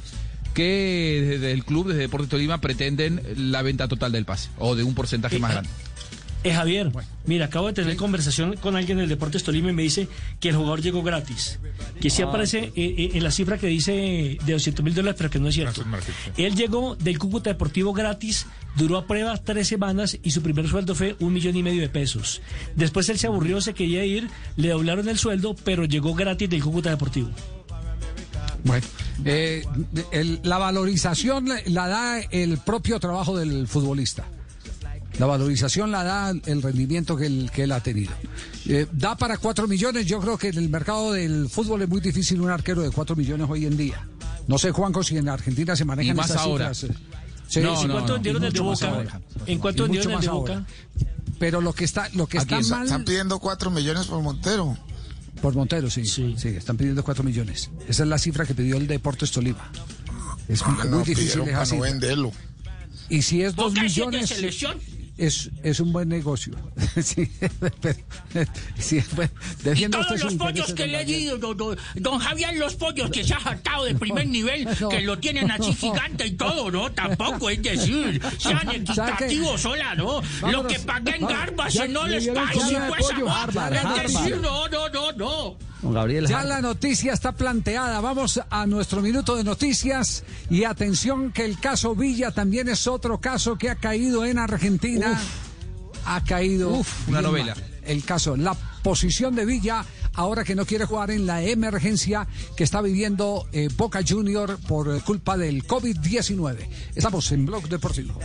[SPEAKER 14] que desde el club, desde Deportes Tolima, pretenden la venta total del pase, o de un porcentaje
[SPEAKER 8] Eh,
[SPEAKER 14] más
[SPEAKER 8] eh,
[SPEAKER 14] grande.
[SPEAKER 8] Eh, Javier, mira, acabo de tener conversación con alguien del Deportes Tolima y me dice que el jugador llegó gratis. Que sí
[SPEAKER 1] Ah.
[SPEAKER 8] aparece eh, eh, en la cifra que dice de doscientos mil dólares, pero que no es cierto. Él llegó del Cúcuta Deportivo gratis, duró a prueba tres semanas y su primer sueldo fue un millón y medio de pesos. Después él se aburrió, se quería ir, le doblaron el sueldo, pero llegó gratis del Cúcuta Deportivo.
[SPEAKER 10] Bueno, eh, el- la valorización la da el propio trabajo del futbolista. La valorización la da el rendimiento que él, que él ha tenido. Eh, da para cuatro millones. Yo creo que en el mercado del fútbol es muy difícil un arquero de cuatro millones hoy en día. No sé, Juanco, si en Argentina se manejan
[SPEAKER 14] Y más
[SPEAKER 10] estas
[SPEAKER 14] ahora.
[SPEAKER 10] cifras. Sí,
[SPEAKER 14] No,
[SPEAKER 10] sí,
[SPEAKER 14] no,
[SPEAKER 8] ¿Cuánto
[SPEAKER 14] no.
[SPEAKER 8] vendieron el de
[SPEAKER 10] mucho más
[SPEAKER 8] Boca?
[SPEAKER 10] ahora.
[SPEAKER 8] ¿En cuánto
[SPEAKER 10] Y mucho
[SPEAKER 8] vendieron el
[SPEAKER 10] más
[SPEAKER 8] de
[SPEAKER 10] ahora.
[SPEAKER 8] Boca?
[SPEAKER 10] Pero lo que está, lo que está
[SPEAKER 20] Aquí
[SPEAKER 10] mal
[SPEAKER 20] están pidiendo cuatro millones por Montero.
[SPEAKER 10] por Montero, sí, sí, están pidiendo cuatro millones. Esa es la cifra que pidió el Deportes Tolima. Es
[SPEAKER 20] Ah,
[SPEAKER 10] muy
[SPEAKER 20] no,
[SPEAKER 10] difícil
[SPEAKER 20] pidieron
[SPEAKER 10] esa
[SPEAKER 20] para no
[SPEAKER 10] cifra.
[SPEAKER 20] venderlo.
[SPEAKER 10] Y si es dos
[SPEAKER 19] ¿Boca es de
[SPEAKER 10] millones,
[SPEAKER 19] selección?
[SPEAKER 10] es, es un buen negocio. Sí, pero, sí, bueno,
[SPEAKER 19] Y
[SPEAKER 10] defienda
[SPEAKER 19] todos
[SPEAKER 10] usted
[SPEAKER 19] los
[SPEAKER 10] sus
[SPEAKER 19] pollos
[SPEAKER 10] intereses,
[SPEAKER 19] que
[SPEAKER 10] don
[SPEAKER 19] le he
[SPEAKER 10] Gabriel.
[SPEAKER 19] dicho, don, don- don Javier, los pollos que se ha saltado de primer nivel,
[SPEAKER 10] no,
[SPEAKER 19] que lo tienen así
[SPEAKER 10] no.
[SPEAKER 19] gigante y todo, ¿no? Tampoco, es decir, sean
[SPEAKER 10] ¿Sabe qué?
[SPEAKER 19] equitativos, sola, ¿no? Lo
[SPEAKER 10] Vámonos,
[SPEAKER 19] que pagué en
[SPEAKER 10] vamos,
[SPEAKER 19] Garbas
[SPEAKER 10] ya
[SPEAKER 19] no
[SPEAKER 10] le
[SPEAKER 19] les
[SPEAKER 10] dieron
[SPEAKER 19] pago, si
[SPEAKER 10] comida de
[SPEAKER 19] pues
[SPEAKER 10] pollo.
[SPEAKER 19] agua.
[SPEAKER 10] Harvard,
[SPEAKER 19] Es decir,
[SPEAKER 10] Harvard.
[SPEAKER 19] no, no, no, no.
[SPEAKER 6] Don Gabriel.
[SPEAKER 10] Ya la noticia está planteada. Vamos a nuestro minuto de noticias. Y atención que el caso Villa también es otro caso que ha caído en Argentina. Ha caído.
[SPEAKER 14] Uf, una
[SPEAKER 10] bien
[SPEAKER 14] novela.
[SPEAKER 10] mal. El caso, la posición de Villa, ahora que no quiere jugar en la emergencia que está viviendo eh, Boca Junior por eh, culpa del COVID diecinueve. Estamos en Blog Deportivo.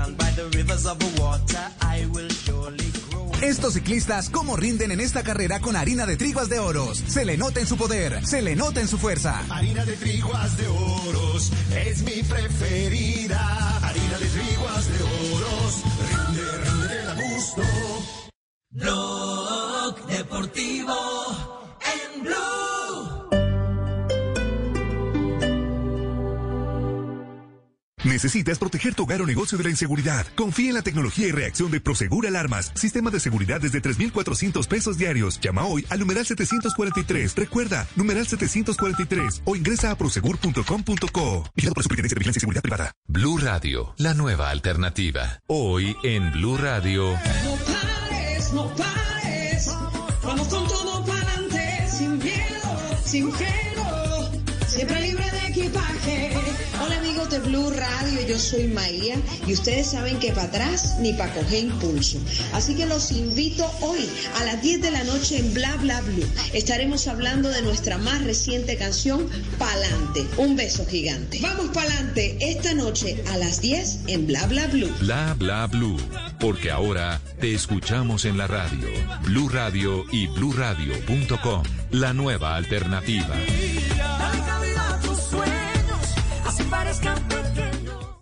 [SPEAKER 24] Estos ciclistas, ¿cómo rinden en esta carrera con harina de triguas de oros? Se le nota en su poder, se le nota en su fuerza.
[SPEAKER 9] Harina de triguas de oros es mi preferida. Harina de triguas de oros rinde, rinde a gusto.
[SPEAKER 21] Blog Deportivo en Blue.
[SPEAKER 22] ¿Necesitas proteger tu hogar o negocio de la inseguridad? Confía en la tecnología y reacción de Prosegur Alarmas. Sistema de seguridad desde tres mil cuatrocientos pesos diarios. Llama hoy al numeral setecientos cuarenta y tres. Recuerda, numeral setecientos cuarenta y tres. O ingresa a prosegur punto com punto co. Vigilado por la Superintendencia de Vigilancia y Seguridad Privada.
[SPEAKER 23] Blue Radio, la nueva alternativa. Hoy en Blue Radio.
[SPEAKER 21] No pares, no pares. Vamos con todo para adelante, sin miedo, sin freno, siempre libre de equipaje.
[SPEAKER 25] Hola amigos de Blue Radio, yo soy Maya y ustedes saben que para atrás ni para coger impulso. Así que los invito hoy a las diez de la noche en Bla Bla Blue. Estaremos hablando de nuestra más reciente canción, Pa'lante. Un beso gigante. Vamos pa'lante esta noche a las diez en Bla Bla Blue.
[SPEAKER 23] Bla bla blue, porque ahora te escuchamos en la radio. Blue Radio y blue radio punto com, la nueva alternativa.
[SPEAKER 21] Dale cabida a tus sueños, así parezcan pequeños.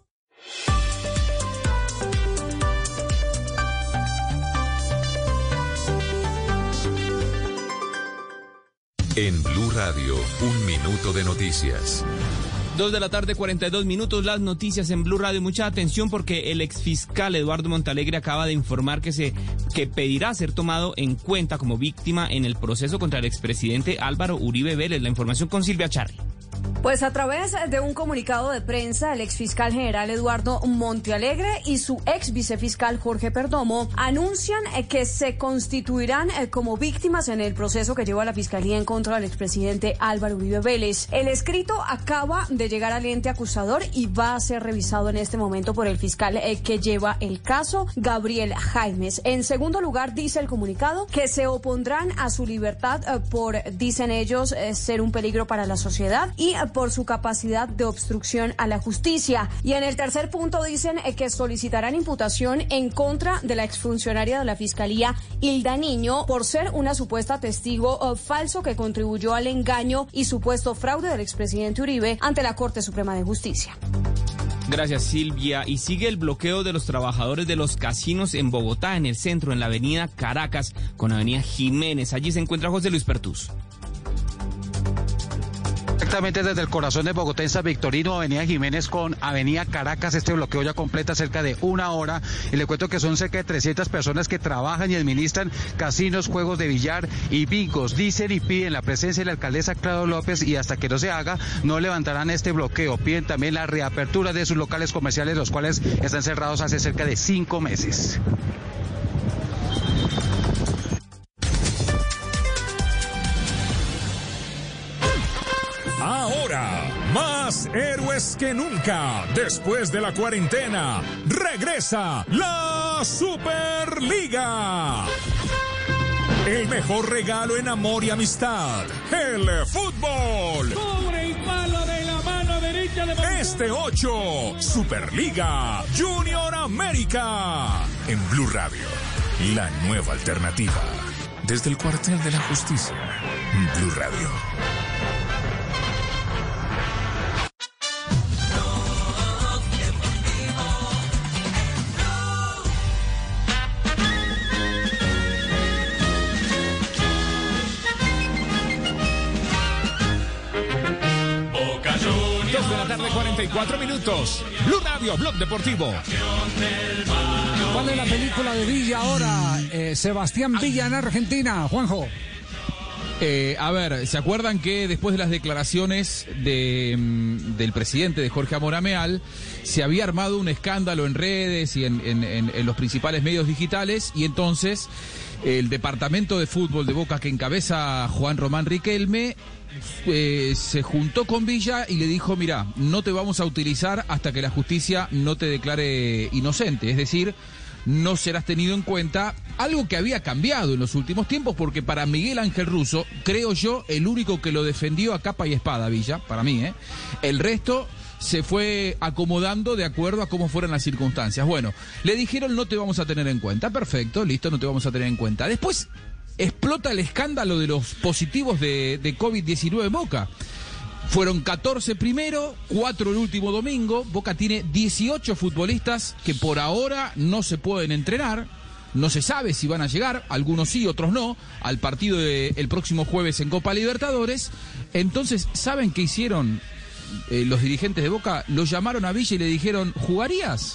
[SPEAKER 23] En Blue Radio, un minuto de noticias.
[SPEAKER 11] Dos de la tarde, cuarenta y dos minutos, las noticias en Blue Radio. Mucha atención porque el exfiscal Eduardo Montalegre acaba de informar que se que pedirá ser tomado en cuenta como víctima en el proceso contra el expresidente Álvaro Uribe Vélez. La información con Silvia Charri.
[SPEAKER 26] Pues a través de un comunicado de prensa, el exfiscal general Eduardo Montealegre y su ex vicefiscal Jorge Perdomo anuncian que se constituirán como víctimas en el proceso que lleva la Fiscalía en contra del expresidente Álvaro Uribe Vélez. El escrito acaba de llegar al ente acusador y va a ser revisado en este momento por el fiscal que lleva el caso, Gabriel Jaimes. En segundo lugar, dice el comunicado que se opondrán a su libertad por, dicen ellos, ser un peligro para la sociedad y por su capacidad de obstrucción a la justicia. Y en el tercer punto dicen que solicitarán imputación en contra de la exfuncionaria de la Fiscalía, Hilda Niño, por ser una supuesta testigo falso que contribuyó al engaño y supuesto fraude del expresidente Uribe ante la Corte Suprema de Justicia.
[SPEAKER 11] Gracias, Silvia. Y sigue el bloqueo de los trabajadores de los casinos en Bogotá, en el centro, en la avenida Caracas, con avenida Jiménez. Allí se encuentra José Luis Pertús.
[SPEAKER 4] Exactamente desde el corazón de Bogotá, en San Victorino, Avenida Jiménez con Avenida Caracas. Este bloqueo ya completa cerca de una hora y le cuento que son cerca de trescientas personas que trabajan y administran casinos, juegos de billar y bingos. Dicen y piden la presencia de la alcaldesa Claudia López y hasta que no se haga no levantarán este bloqueo. Piden también la reapertura de sus locales comerciales, los cuales están cerrados hace cerca de cinco meses.
[SPEAKER 1] Ahora, más héroes que nunca. Después de la cuarentena, regresa la Superliga. El mejor regalo en amor y amistad, el fútbol.
[SPEAKER 21] Cubre y palo de la mano derecha de...
[SPEAKER 1] Este ocho, Superliga Junior América. En Blue Radio, la nueva alternativa. Desde el cuartel de la justicia, Blue Radio. cuarenta y cuatro minutos. Blue Radio, Blog Deportivo.
[SPEAKER 10] ¿Cuál es la película de Villa ahora? Eh, Sebastián Villa en Argentina, Juanjo.
[SPEAKER 14] Eh, a ver, ¿se acuerdan que después de las declaraciones de, mm, del presidente de Jorge Amorameal, se había armado un escándalo en redes y en, en, en, en los principales medios digitales? Y entonces el departamento de fútbol de Boca que encabeza Juan Román Riquelme eh, se juntó con Villa y le dijo, mira, no te vamos a utilizar hasta que la justicia no te declare inocente, es decir, no serás tenido en cuenta, algo que había cambiado en los últimos tiempos, porque para Miguel Ángel Russo, creo yo, el único que lo defendió a capa y espada, Villa, para mí, ¿eh? El resto se fue acomodando de acuerdo a cómo fueran las circunstancias. Bueno, le dijeron no te vamos a tener en cuenta, perfecto, listo, no te vamos a tener en cuenta. Después explota el escándalo de los positivos de, de COVID diecinueve en Boca. Fueron catorce primero, cuatro el último domingo. Boca tiene dieciocho futbolistas que por ahora no se pueden entrenar. No se sabe si van a llegar, algunos sí, otros no, al partido del próximo jueves en Copa Libertadores. Entonces, ¿saben qué hicieron eh, los dirigentes de Boca? Lo llamaron a Villa y le dijeron, ¿jugarías?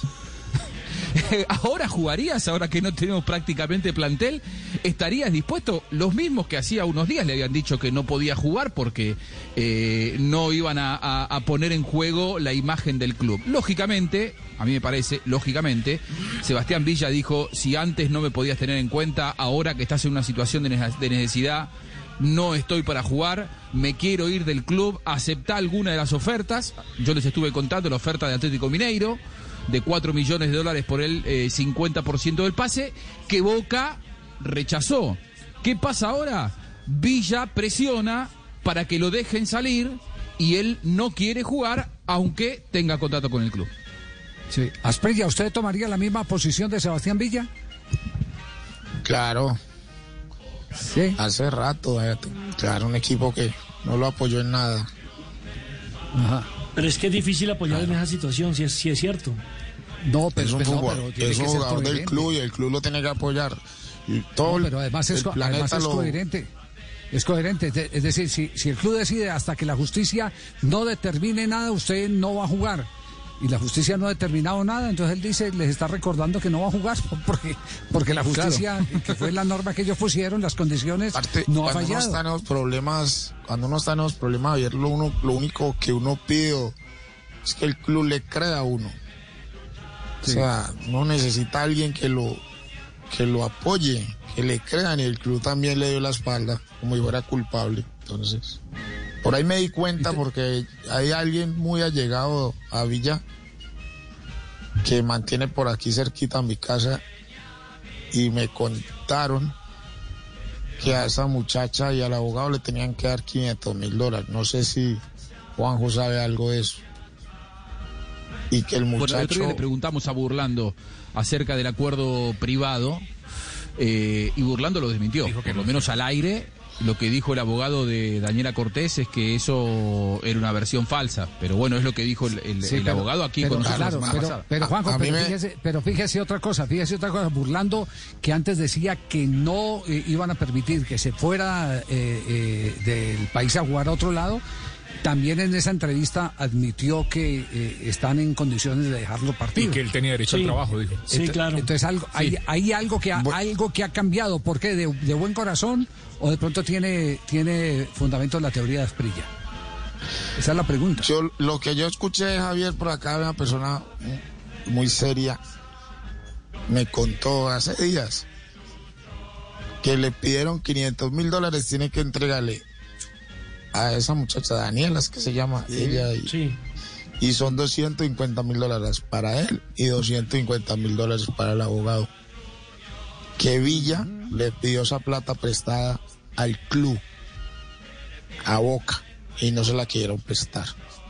[SPEAKER 14] ¿Ahora jugarías? Ahora que no tenemos prácticamente plantel, ¿estarías dispuesto? Los mismos que hacía unos días le habían dicho que no podía jugar porque eh, no iban a, a, a poner en juego la imagen del club. Lógicamente, a mí me parece, lógicamente, Sebastián Villa dijo, si antes no me podías tener en cuenta, ahora que estás en una situación de necesidad, no estoy para jugar, me quiero ir del club, aceptá alguna de las ofertas. Yo les estuve contando la oferta de Atlético Mineiro, de cuatro millones de dólares por el eh, cincuenta por ciento del pase, que Boca rechazó. ¿Qué pasa ahora? Villa presiona para que lo dejen salir y él no quiere jugar aunque tenga contrato con el club.
[SPEAKER 10] Sí. Asprilla, ¿usted tomaría la misma posición de Sebastián Villa?
[SPEAKER 20] Claro.
[SPEAKER 10] Sí.
[SPEAKER 20] Hace rato, eh, claro, un equipo que no lo apoyó en nada.
[SPEAKER 8] Ajá. Pero es que es difícil apoyar claro. en esa situación, si es, si es cierto.
[SPEAKER 10] No, pero
[SPEAKER 20] es un
[SPEAKER 10] pero,
[SPEAKER 20] jugador,
[SPEAKER 10] pero
[SPEAKER 20] es un jugador del club y el club lo tiene que apoyar. Y todo
[SPEAKER 10] no, pero además es,
[SPEAKER 20] el
[SPEAKER 10] además es
[SPEAKER 20] lo...
[SPEAKER 10] coherente. Es coherente, es decir, si, si el club decide hasta que la justicia no determine nada, usted no va a jugar. Y la justicia no ha determinado nada, entonces él dice, les está recordando que no va a jugar, porque porque la justicia, claro. que fue la norma que ellos pusieron, las condiciones, Aparte, no ha fallado.
[SPEAKER 20] Cuando uno está en los problemas, cuando uno está en los problemas, Javier, lo, uno, lo único que uno pide es que el club le crea a uno. Sí. O sea, no necesita a alguien que lo, que lo apoye, que le crean, y el club también le dio la espalda, como si fuera culpable. Entonces, por ahí me di cuenta porque hay alguien muy allegado a Villa que mantiene por aquí cerquita a mi casa y me contaron que a esa muchacha y al abogado le tenían que dar quinientos mil dólares. No sé si Juanjo sabe algo de eso. Y que el muchacho...
[SPEAKER 14] Bueno, el otro día le preguntamos a Burlando acerca del acuerdo privado eh, y Burlando lo desmintió, Dijo que por lo menos al aire. Lo que dijo el abogado de Daniela Cortés es que eso era una versión falsa, pero bueno, es lo que dijo el, el, sí, el pero, abogado aquí
[SPEAKER 10] pero,
[SPEAKER 14] con nosotros.
[SPEAKER 10] Claro, pero, pero Juanjo, a, pero, me... fíjese, pero fíjese otra cosa, fíjese otra cosa, Burlando, que antes decía que no eh, iban a permitir que se fuera eh, eh, del país a jugar a otro lado, también en esa entrevista admitió que eh, están en condiciones de dejarlo partir.
[SPEAKER 1] Y que él tenía derecho sí. al trabajo, dijo.
[SPEAKER 10] Sí, Ent claro. Entonces algo, sí. hay, hay algo que ha, algo que ha cambiado. ¿Por qué? ¿De, de buen corazón o de pronto tiene, tiene fundamento en la teoría de Asprilla? Esa es la pregunta.
[SPEAKER 20] Yo, lo que yo escuché de Javier por acá, una persona muy seria, me contó hace días que le pidieron quinientos mil dólares, tiene que entregarle a esa muchacha Daniela, es que se llama sí, ella, y, sí. y son doscientos cincuenta mil dólares para él y doscientos cincuenta mil dólares para el abogado. Que Villa mm. le pidió esa plata prestada al club, a Boca, y no se la quisieron prestar.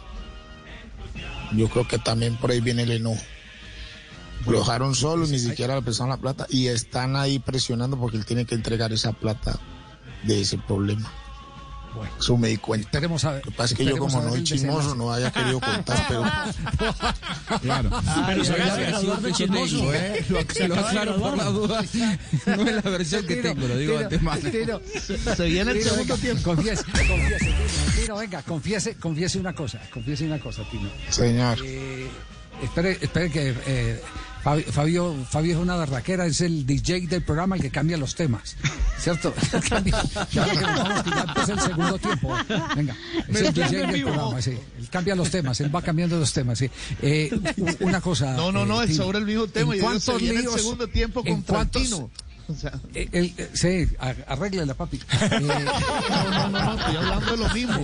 [SPEAKER 20] Yo creo que también por ahí viene el enojo. Lo dejaron solo, ni siquiera le prestaron la plata y están ahí presionando porque él tiene que entregar esa plata de ese problema. Bueno, eso me di cuenta.
[SPEAKER 10] Esperemos a ver.
[SPEAKER 20] Lo que pasa es que yo, como no soy chismoso, no haya querido contar, pero.
[SPEAKER 10] Claro.
[SPEAKER 14] Pero se había graduado de chismoso, ¿eh? Lo, lo aclaro por la duda. No es la versión que tengo, lo digo antemano.
[SPEAKER 6] Se viene el segundo tiempo.
[SPEAKER 10] Confiese, confiese, Tino. Tino, venga, confiese, confiese una cosa. Confiese una cosa, Tino.
[SPEAKER 20] Señor.
[SPEAKER 10] Eh, espere, espere que. Eh, Fabio, Fabio es una barraquera, es el D J del programa, el que cambia los temas, ¿cierto? Cambia, ya que vamos, que ya empieza el segundo tiempo. Venga, es el D J del programa, sí. Él cambia los temas, él va cambiando los temas, sí. Eh, una cosa.
[SPEAKER 6] No, no, no,
[SPEAKER 10] eh,
[SPEAKER 6] es sobre el mismo tema.
[SPEAKER 10] ¿En cuántos líos?
[SPEAKER 6] El segundo tiempo con Fantino.
[SPEAKER 10] O sea. el, el, sí, arréglala, papi. Eh,
[SPEAKER 6] no, no, no, no, estoy hablando de lo mismo.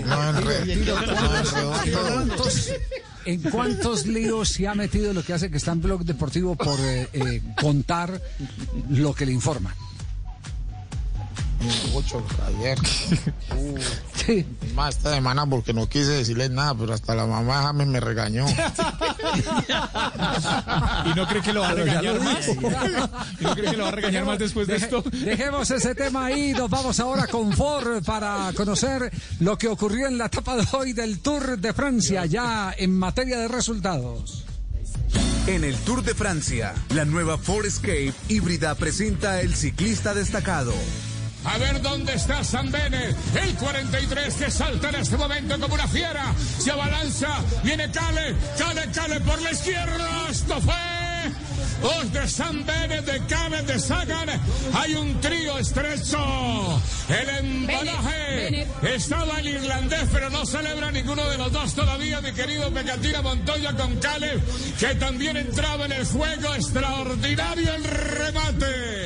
[SPEAKER 10] ¿Cuántos, ¿En cuántos líos se ha metido lo que hace que está en Blog Deportivo por eh, eh, contar lo que le informan?
[SPEAKER 20] Mucho, ayer. Uh, sí. Más esta semana porque no quise decirle nada, pero hasta la mamá de James me regañó.
[SPEAKER 1] ¿Y no cree que lo va a regañar más? ¿Y no cree que lo va a regañar más después de esto?
[SPEAKER 10] Dejemos ese tema ahí, nos vamos ahora con Ford para conocer lo que ocurrió en la etapa de hoy del Tour de Francia, ya en materia de resultados.
[SPEAKER 24] En el Tour de Francia, la nueva Ford Escape híbrida presenta el ciclista destacado.
[SPEAKER 5] A ver dónde está Sam Bennett, el cuarenta y tres que salta en este momento como una fiera. Se abalanza, viene Cale, Cale, Cale por la izquierda. Esto fue Os de Sam Bennett, de Cale, de Sagan. Hay un trío estrecho. El embalaje. Estaba el irlandés, pero no celebra ninguno de los dos todavía, mi querido Pecatina Montoya con Cale, que también entraba en el juego. Extraordinario el remate.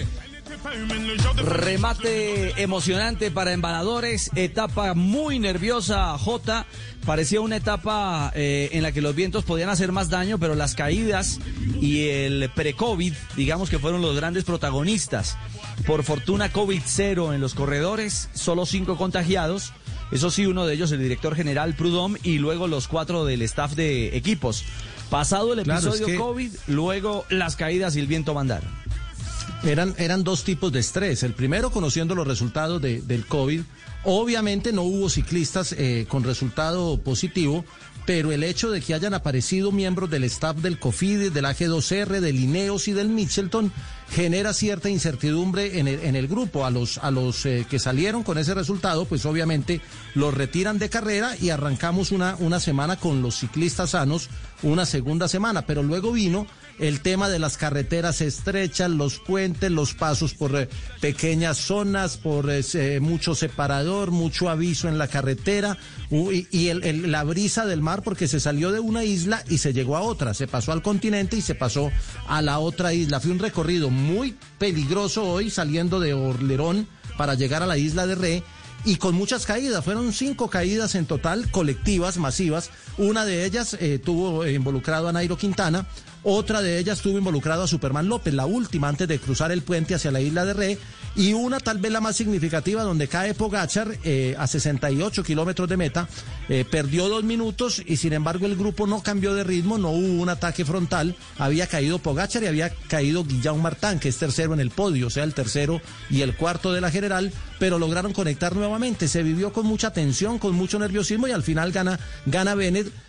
[SPEAKER 6] Remate emocionante para embaladores, etapa muy nerviosa, Jota. Parecía una etapa eh, en la que los vientos podían hacer más daño, pero las caídas y el pre-COVID, digamos que fueron los grandes protagonistas. Por fortuna, COVID cero en los corredores, solo cinco contagiados. Eso sí, uno de ellos, el director general Prudhomme, y luego los cuatro del staff de equipos. Pasado el episodio claro, es que... COVID, luego las caídas y el viento mandaron.
[SPEAKER 11] Eran, eran dos tipos de estrés. El primero, conociendo los resultados de, del COVID. Obviamente no hubo ciclistas eh, con resultado positivo, pero el hecho de que hayan aparecido miembros del staff del Cofidis, del A G dos R, del Ineos y del Mitchelton genera cierta incertidumbre en el, en el grupo. A los, a los eh, que salieron con ese resultado, pues obviamente los retiran de carrera y arrancamos una, una semana con los ciclistas sanos, una segunda semana, pero luego vino el tema de las carreteras estrechas, los puentes, los pasos por eh, pequeñas zonas, por eh, mucho separador, mucho aviso en la carretera uh, y, y el, el, la brisa del mar, porque se salió de una isla y se llegó a otra, se pasó al continente y se pasó a la otra isla. Fue un recorrido muy peligroso hoy saliendo de Orlerón para llegar a la isla de Ré. Y con muchas caídas, fueron cinco caídas en total, colectivas, masivas. Una de ellas eh, tuvo eh, involucrado a Nairo Quintana, otra de ellas tuvo involucrado a Superman López, la última antes de cruzar el puente hacia la isla de Ré, y una tal vez la más significativa donde cae Pogačar eh, a sesenta y ocho kilómetros de meta, eh, perdió dos minutos y sin embargo el grupo no cambió de ritmo, no hubo un ataque frontal, había caído Pogačar y había caído Guillaume Martin, que es tercero en el podio, o sea el tercero y el cuarto de la general, pero lograron conectar nuevamente, se vivió con mucha tensión, con mucho nerviosismo y al final gana, gana Bennett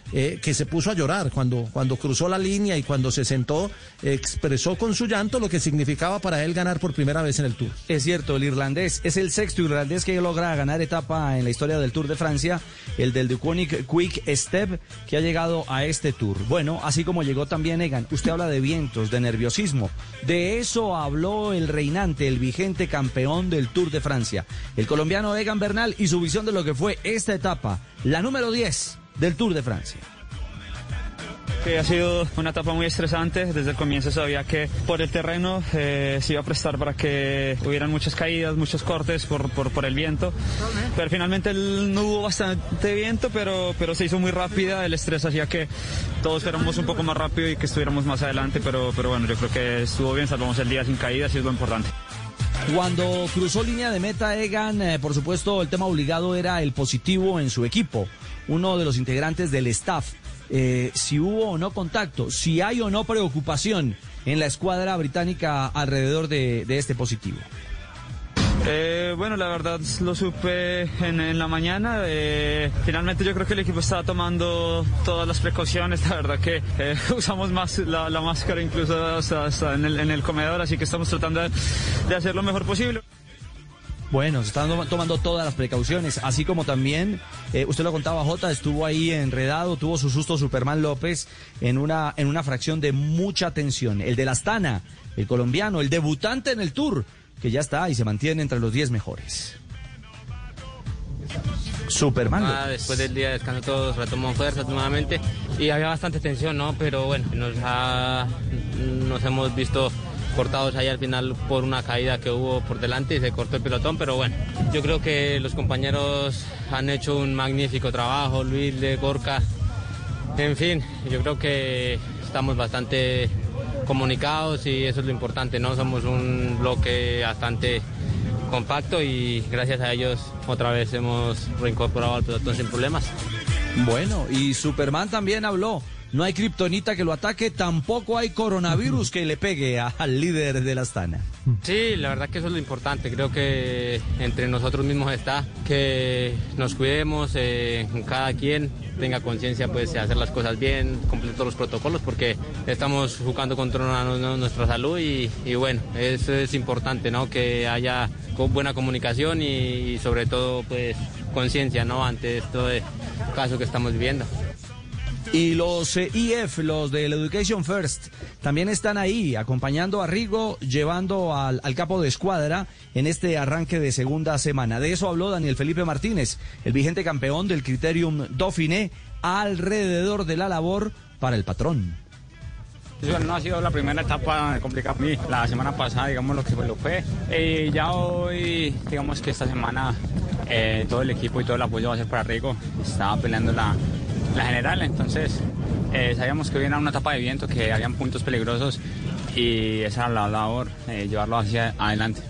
[SPEAKER 6] eh, que se puso a llorar cuando, cuando cruzó la línea y cuando se sentó, expresó con su llanto lo que significaba para él ganar por primera vez en el Tour.
[SPEAKER 2] Es cierto, el irlandés es el sexto irlandés que logra ganar etapa en la historia del Tour de Francia, el del Deceuninck Quick Step, que ha llegado a este Tour. Bueno, así como llegó también Egan. Usted habla de vientos, de nerviosismo. De eso habló el reinante, el vigente campeón del Tour de Francia, el colombiano Egan Bernal, y su visión de lo que fue esta etapa, la número diez del Tour de Francia.
[SPEAKER 7] Que ha sido una etapa muy estresante. Desde el comienzo sabía que por el terreno eh, se iba a prestar para que hubieran muchas caídas, muchos cortes por, por, por el viento, pero finalmente no hubo bastante viento, pero, pero se hizo muy rápida. El estrés hacía que todos fuéramos un poco más rápido y que estuviéramos más adelante, pero, pero bueno, yo creo que estuvo bien, salvamos el día sin caídas y es lo importante.
[SPEAKER 2] Cuando cruzó línea de meta Egan, eh, por supuesto el tema obligado era el positivo en su equipo, uno de los integrantes del staff. Eh, si hubo o no contacto, si hay o no preocupación en la escuadra británica alrededor de, de este positivo.
[SPEAKER 7] Eh, bueno, la verdad lo supe en, en la mañana. Eh, finalmente yo creo que el equipo estaba tomando todas las precauciones. La verdad que eh, usamos más la, la máscara incluso hasta, hasta en, el, en el comedor, así que estamos tratando de, de hacer lo mejor posible.
[SPEAKER 2] Bueno, se están tomando todas las precauciones, así como también, eh, usted lo contaba, Jota, estuvo ahí enredado, tuvo su susto Superman López en una, en una fracción de mucha tensión. El de la Astana, el colombiano, el debutante en el Tour, que ya está y se mantiene entre los diez mejores. Superman López.
[SPEAKER 12] Ah, después del día de descanso todos retomó fuerzas nuevamente y había bastante tensión, ¿no? Pero bueno, nos, ha, nos hemos visto cortados ahí al final por una caída que hubo por delante y se cortó el pelotón, pero bueno, yo creo que los compañeros han hecho un magnífico trabajo, Luis, de Gorka, en fin, yo creo que estamos bastante comunicados y eso es lo importante, ¿no? Somos un bloque bastante compacto y gracias a ellos otra vez hemos reincorporado al pelotón sin problemas.
[SPEAKER 2] Bueno, y Superman también habló. No hay kriptonita que lo ataque, tampoco hay coronavirus que le pegue a, al líder de la Astana.
[SPEAKER 12] Sí, la verdad que eso es lo importante. Creo que entre nosotros mismos está que nos cuidemos, eh, cada quien tenga conciencia pues de hacer las cosas bien, cumplir todos los protocolos, porque estamos jugando contra una, nuestra salud y, y bueno, eso es importante, ¿no? Que haya buena comunicación y, y sobre todo pues conciencia, ¿no? Ante este caso que estamos viviendo.
[SPEAKER 2] Y los eh, E F, los del Education First, también están ahí acompañando a Rigo, llevando al, al capo de escuadra en este arranque de segunda semana. De eso habló Daniel Felipe Martínez, el vigente campeón del Criterium Dauphiné, alrededor de la labor para el patrón.
[SPEAKER 13] Bueno, no ha sido la primera etapa complicada para mí. La semana pasada, digamos, lo que lo fue. Y ya hoy, digamos que esta semana, eh, todo el equipo y todo el apoyo va a ser para Rigo. Estaba peleando la... la general, entonces eh, sabíamos que hubiera una etapa de viento, que habían puntos peligrosos y esa era la labor, eh, llevarlo hacia adelante.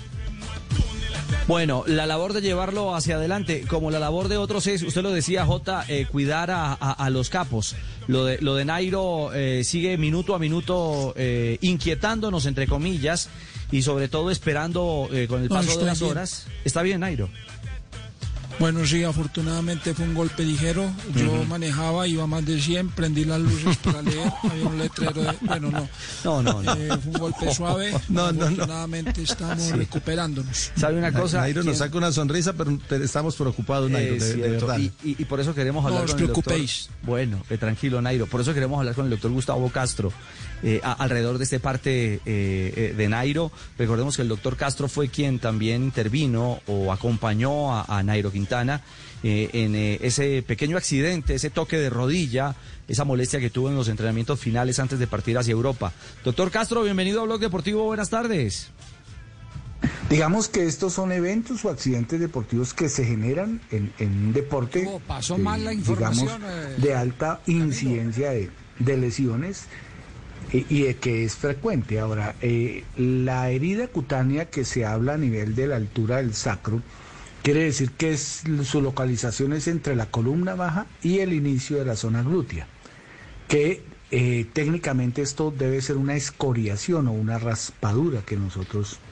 [SPEAKER 2] Bueno, la labor de llevarlo hacia adelante, como la labor de otros es, usted lo decía, Jota, eh, cuidar a, a, a los capos. Lo de, lo de Nairo eh, sigue minuto a minuto eh, inquietándonos, entre comillas, y sobre todo esperando eh, con el paso no, de las bien. horas. ¿Está bien, Nairo?
[SPEAKER 20] Bueno, sí, afortunadamente fue un golpe ligero. Yo uh-huh. manejaba, iba más de cien, prendí las luces para leer. Había un letrero de... Bueno, no.
[SPEAKER 2] No, no, no.
[SPEAKER 20] Eh, fue un golpe suave.
[SPEAKER 2] No, no,
[SPEAKER 20] afortunadamente no. estamos sí. recuperándonos.
[SPEAKER 2] ¿Sabe una cosa?
[SPEAKER 6] Nairo nos saca una sonrisa, pero estamos preocupados, Nairo, eh, de, de verdad.
[SPEAKER 2] Y, y, y por eso queremos hablar
[SPEAKER 20] no
[SPEAKER 2] con
[SPEAKER 20] os preocupéis.
[SPEAKER 2] el doctor. Bueno, eh, tranquilo, Nairo. Por eso queremos hablar con el doctor Gustavo Castro. Eh, a, alrededor de este parte eh, eh, de Nairo. Recordemos que el doctor Castro fue quien también intervino o acompañó a, a Nairo Quintana eh, en eh, ese pequeño accidente, ese toque de rodilla, esa molestia que tuvo en los entrenamientos finales antes de partir hacia Europa. Doctor Castro, bienvenido a Blog Deportivo, buenas tardes.
[SPEAKER 16] Digamos que estos son eventos o accidentes deportivos que se generan en, en un deporte
[SPEAKER 10] oh, pasó eh, mal la información,
[SPEAKER 16] digamos,
[SPEAKER 10] eh,
[SPEAKER 16] de alta incidencia de, de lesiones y, y que es frecuente. Ahora, eh, la herida cutánea que se habla a nivel de la altura del sacro, quiere decir que es, su localización es entre la columna baja y el inicio de la zona glútea, que eh, técnicamente esto debe ser una escoriación o una raspadura que nosotros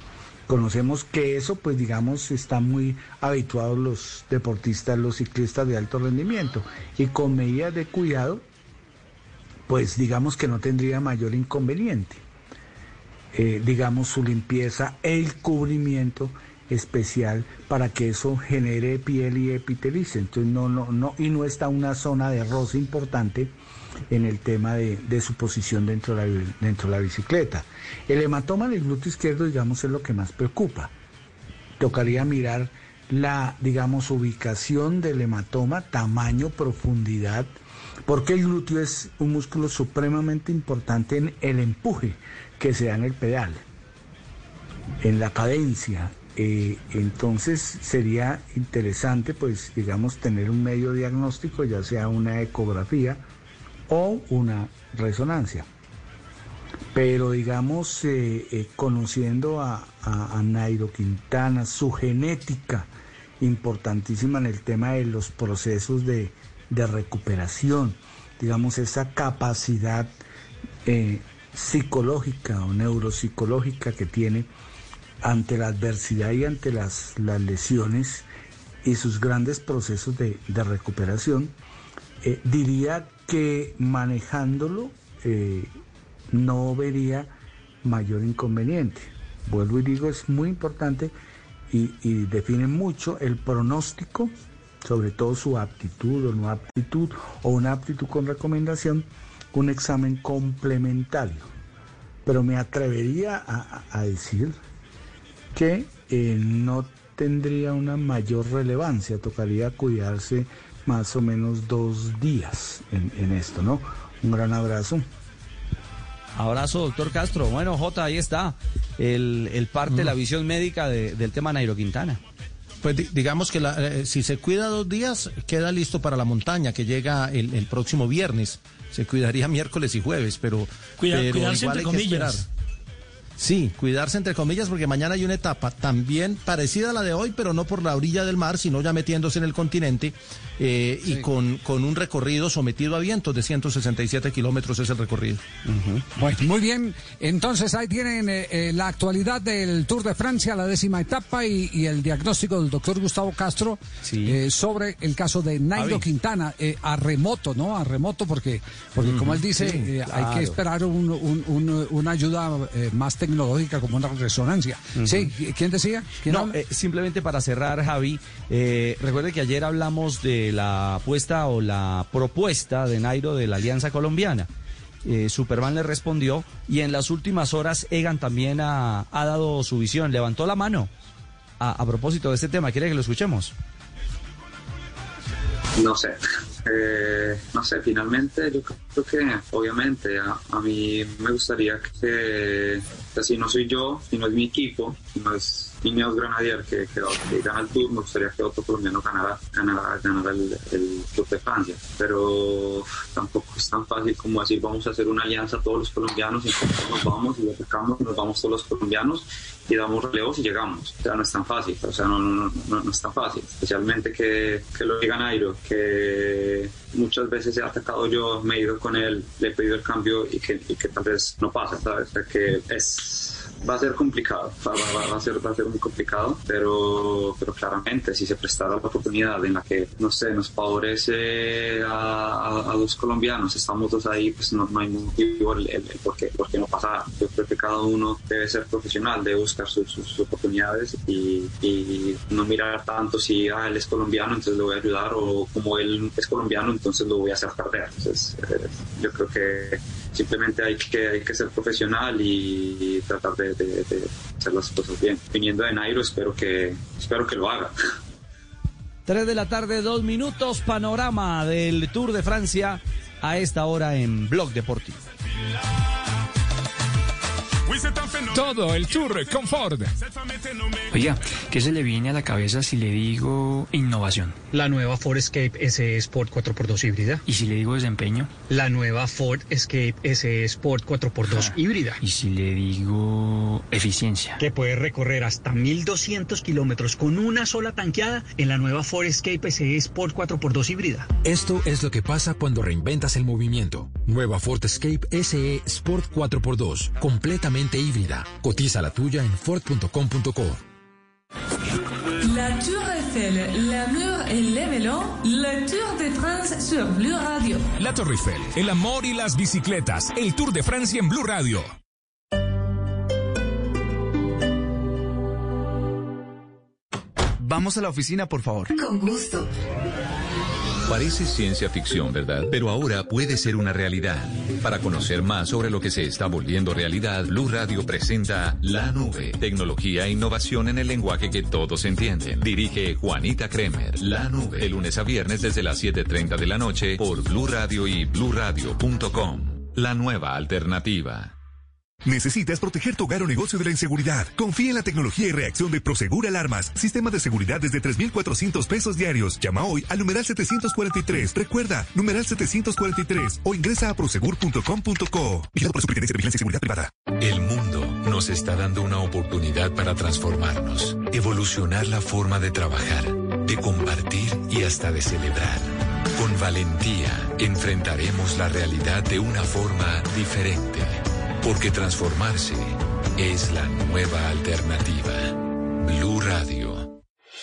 [SPEAKER 16] Conocemos que eso, pues digamos, está muy habituados los deportistas, los ciclistas de alto rendimiento, y con medidas de cuidado, pues digamos que no tendría mayor inconveniente. Eh, digamos, su limpieza, el cubrimiento especial para que eso genere piel y epitelice. Entonces no, no, no, y no está una zona de roce importante en el tema de, de su posición dentro de, la, dentro de la bicicleta. El hematoma en el glúteo izquierdo, digamos, es lo que más preocupa. Tocaría mirar la, digamos, ubicación del hematoma, tamaño, profundidad, porque el glúteo es un músculo supremamente importante en el empuje que se da en el pedal, en la cadencia. Eh, entonces sería interesante, pues, digamos, tener un medio diagnóstico, ya sea una ecografía o una resonancia. Pero digamos, eh, eh, conociendo a, a, a Nairo Quintana, su genética importantísima en el tema de los procesos de, de recuperación, digamos, esa capacidad eh, psicológica o neuropsicológica que tiene ante la adversidad y ante las, las lesiones y sus grandes procesos de, de recuperación, eh, diría que manejándolo eh, no vería mayor inconveniente. Vuelvo y digo, es muy importante y, y define mucho el pronóstico, sobre todo su aptitud o no aptitud, o una aptitud con recomendación, un examen complementario. Pero me atrevería a, a decir que eh, no tendría una mayor relevancia, tocaría cuidarse más o menos dos días en, en esto, ¿no? Un gran abrazo.
[SPEAKER 2] Abrazo, doctor Castro. Bueno, Jota, ahí está el, el parte, mm. la visión médica de, del tema Nairo Quintana.
[SPEAKER 3] Pues di, digamos que la, eh, si se cuida dos días, queda listo para la montaña, que llega el, el próximo viernes. Se cuidaría miércoles y jueves, pero,
[SPEAKER 8] Cuida,
[SPEAKER 3] pero
[SPEAKER 8] cuidarse
[SPEAKER 3] igual
[SPEAKER 8] entre
[SPEAKER 3] hay que
[SPEAKER 8] comillas.
[SPEAKER 3] esperar. Sí, cuidarse entre comillas, porque mañana hay una etapa también parecida a la de hoy, pero no por la orilla del mar, sino ya metiéndose en el continente, eh, sí. y con, con un recorrido sometido a vientos de ciento sesenta y siete kilómetros es el recorrido.
[SPEAKER 10] Uh-huh. Bueno, muy bien. Entonces ahí tienen eh, eh, la actualidad del Tour de Francia, la décima etapa, y, y el diagnóstico del doctor Gustavo Castro, sí. eh, sobre el caso de Nairo Quintana, eh, a remoto, ¿no? A remoto, porque, porque uh-huh. como él dice, sí, eh, claro. hay que esperar un, un, un, una ayuda eh, más tecnológica como una resonancia. Uh-huh. Sí, ¿quién decía? ¿Quién
[SPEAKER 2] no, eh, simplemente para cerrar, Javi, eh, recuerde que ayer hablamos de la apuesta o la propuesta de Nairo de la Alianza Colombiana. Eh, Superman le respondió y en las últimas horas Egan también ha, ha dado su visión, levantó la mano a, a propósito de este tema. ¿Quiere que lo escuchemos?
[SPEAKER 9] No sé, eh, no sé, finalmente yo creo que obviamente a, a mí me gustaría que, que si no soy yo, si no es mi equipo, si no es Ineos Grenadier que, que, que gana el Tour, me gustaría que otro colombiano ganara, ganara, ganara el, el Tour de Francia, pero tampoco es tan fácil como decir vamos a hacer una alianza todos los colombianos y nos vamos y atacamos, nos vamos todos los colombianos y damos relevos y llegamos. O sea, no es tan fácil, o sea, no, no, no, no es tan fácil, especialmente que, que lo diga Nairo, que muchas veces he atacado yo, me he ido con él, le he pedido el cambio y que, y que tal vez no pasa, ¿sabes? O sea, que es... Va a ser complicado, va, va, va, a ser, va a ser muy complicado, pero, pero claramente si se prestara la oportunidad en la que, no sé, nos favorece a, a, a dos colombianos, estamos dos ahí, pues no, no hay motivo el, el, el por, qué, por qué no pasar. Yo creo que cada uno debe ser profesional, debe buscar sus, sus, sus oportunidades y, y no mirar tanto si ah, él es colombiano, entonces lo voy a ayudar, o como él es colombiano, entonces lo voy a hacer perder. Entonces, eh, yo creo que simplemente hay que, hay que ser profesional y tratar de, de, de hacer las cosas bien. Viniendo de Nairo, espero que, espero que lo haga.
[SPEAKER 2] Tres de la tarde, dos minutos, panorama del Tour de Francia a esta hora en Blog Deportivo.
[SPEAKER 1] Todo el Tour con Ford.
[SPEAKER 15] Oiga, ¿qué se le viene a la cabeza si le digo innovación?
[SPEAKER 17] La nueva Ford Escape S E Sport cuatro por dos híbrida.
[SPEAKER 15] ¿Y si le digo desempeño?
[SPEAKER 17] La nueva Ford Escape S E Sport cuatro por dos ah. híbrida.
[SPEAKER 15] ¿Y si le digo eficiencia?
[SPEAKER 17] Que puede recorrer hasta mil doscientos kilómetros con una sola tanqueada en la nueva Ford Escape S E Sport cuatro por dos híbrida.
[SPEAKER 18] Esto es lo que pasa cuando reinventas el movimiento. Nueva Ford Escape S E Sport cuatro por dos, completamente totalmente híbrida. Cotiza la tuya en ford punto com punto co.
[SPEAKER 21] La Tour Eiffel, l'amour et le vélo, la Tour de France sur Blue Radio.
[SPEAKER 1] La Torre Eiffel, el amor y las bicicletas, el Tour de Francia en Blue Radio.
[SPEAKER 4] Vamos a la oficina, por favor.
[SPEAKER 21] Con gusto.
[SPEAKER 19] Parece ciencia ficción, ¿verdad? Pero ahora puede ser una realidad. Para conocer más sobre lo que se está volviendo realidad, Blue Radio presenta La Nube. Tecnología e innovación en el lenguaje que todos entienden. Dirige Juanita Kremer. La Nube. De lunes a viernes desde las siete y media de la noche por Blue Radio y blue radio punto com. La nueva alternativa.
[SPEAKER 22] ¿Necesitas proteger tu hogar o negocio de la inseguridad? Confía en la tecnología y reacción de Prosegur Alarmas. Sistema de seguridad desde tres mil cuatrocientos pesos diarios. Llama hoy al numeral setecientos cuarenta y tres. Recuerda, numeral setecientos cuarenta y tres. O ingresa a prosegur punto com punto co. Vigilado por la Superintendencia de Vigilancia y Seguridad Privada.
[SPEAKER 23] El mundo nos está dando una oportunidad para transformarnos, evolucionar la forma de trabajar, de compartir y hasta de celebrar. Con valentía enfrentaremos la realidad de una forma diferente. Porque transformarse es la nueva alternativa. Blue Radio.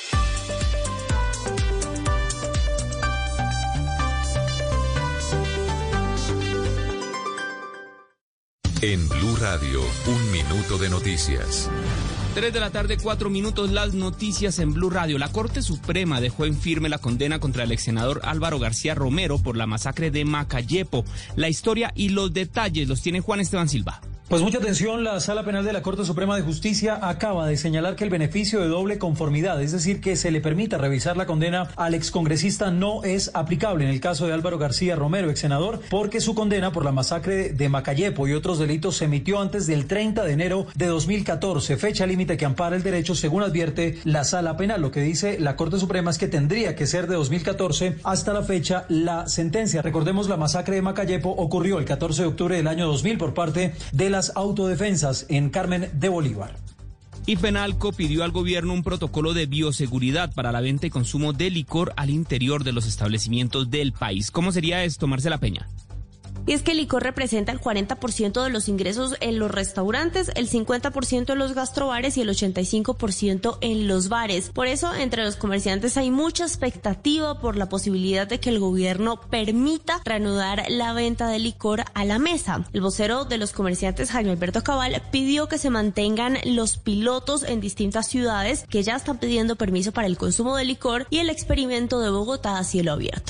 [SPEAKER 23] En Blue Radio, un minuto de noticias.
[SPEAKER 25] tres de la tarde, cuatro minutos, las noticias en Blue Radio. La Corte Suprema dejó en firme la condena contra el ex senador Álvaro García Romero por la masacre de Macayepo. La historia y los detalles los tiene Juan Esteban Silva.
[SPEAKER 26] Pues mucha atención, la Sala Penal de la Corte Suprema de Justicia acaba de señalar que el beneficio de doble conformidad, es decir, que se le permita revisar la condena al excongresista, no es aplicable en el caso de Álvaro García Romero, ex senador, porque su condena por la masacre de Macayepo y otros delitos se emitió antes del treinta de enero de dos mil catorce, fecha límite que ampara el derecho según advierte la Sala Penal. Lo que dice la Corte Suprema es que tendría que ser de dos mil catorce hasta la fecha la sentencia. Recordemos, la masacre de Macayepo ocurrió el catorce de octubre del año dos mil por parte de las autodefensas en Carmen de Bolívar.
[SPEAKER 25] Y Fenalco pidió al gobierno un protocolo de bioseguridad para la venta y consumo de licor al interior de los establecimientos del país. ¿Cómo sería esto, Marcela Peña?
[SPEAKER 27] Y es que el licor representa el cuarenta por ciento de los ingresos en los restaurantes, el cincuenta por ciento en los gastrobares y el ochenta y cinco por ciento en los bares. Por eso, entre los comerciantes hay mucha expectativa por la posibilidad de que el gobierno permita reanudar la venta de licor a la mesa. El vocero de los comerciantes, Jaime Alberto Cabal, pidió que se mantengan los pilotos en distintas ciudades que ya están pidiendo permiso para el consumo de licor y el experimento de Bogotá a cielo abierto.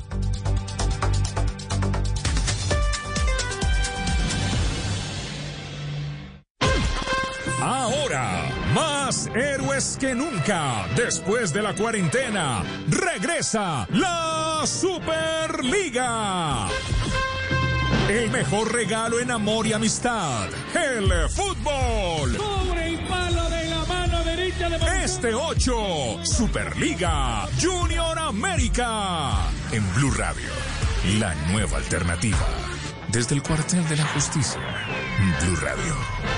[SPEAKER 1] Ahora, más héroes que nunca. Después de la cuarentena, regresa la Superliga. El mejor regalo en amor y amistad, el fútbol.
[SPEAKER 21] Sobre y palo de la mano derecha de
[SPEAKER 1] Este ocho, Superliga Junior América. En Blue Radio, la nueva alternativa. Desde el cuartel de la justicia, Blue Radio.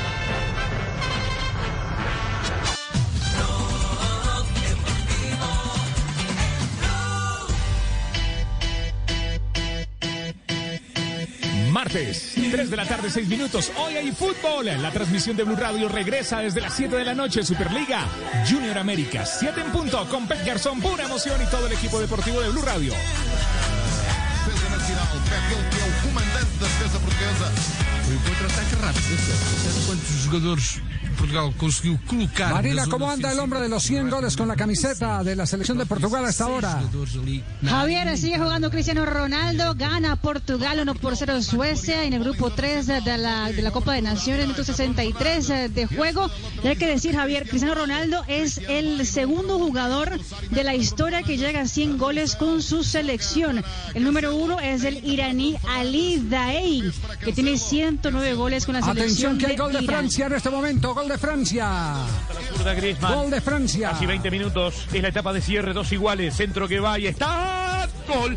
[SPEAKER 1] Martes, tres de la tarde, seis minutos. Hoy hay fútbol. La transmisión de Blue Radio regresa desde las siete de la noche. Superliga Junior América, siete en punto, con Pep Garzón, pura emoción y todo el equipo deportivo de Blue Radio.
[SPEAKER 28] O comandante da defesa portuguesa. Foi um contra-ataque rápido. Quantos jogadores Portugal consiguió colocar.
[SPEAKER 10] Marina, ¿cómo anda el hombre de los cien goles con la camiseta de la selección de Portugal hasta ahora?
[SPEAKER 29] Javier, sigue jugando Cristiano Ronaldo, gana Portugal uno por cero Suecia en el grupo tres de la, de la Copa de Naciones, minuto sesenta y tres de juego. Y hay que decir, Javier, Cristiano Ronaldo es el segundo jugador de la historia que llega a cien goles con su selección. El número uno es el iraní Ali Daei, que tiene ciento nueve goles con la selección.
[SPEAKER 10] Atención, que hay
[SPEAKER 29] de
[SPEAKER 10] gol de
[SPEAKER 29] Irán.
[SPEAKER 10] Francia en este momento. Gol de Francia. Gol de Francia.
[SPEAKER 30] Casi veinte minutos. Es la etapa de cierre. Dos iguales. Centro que va y está. ¡Gol!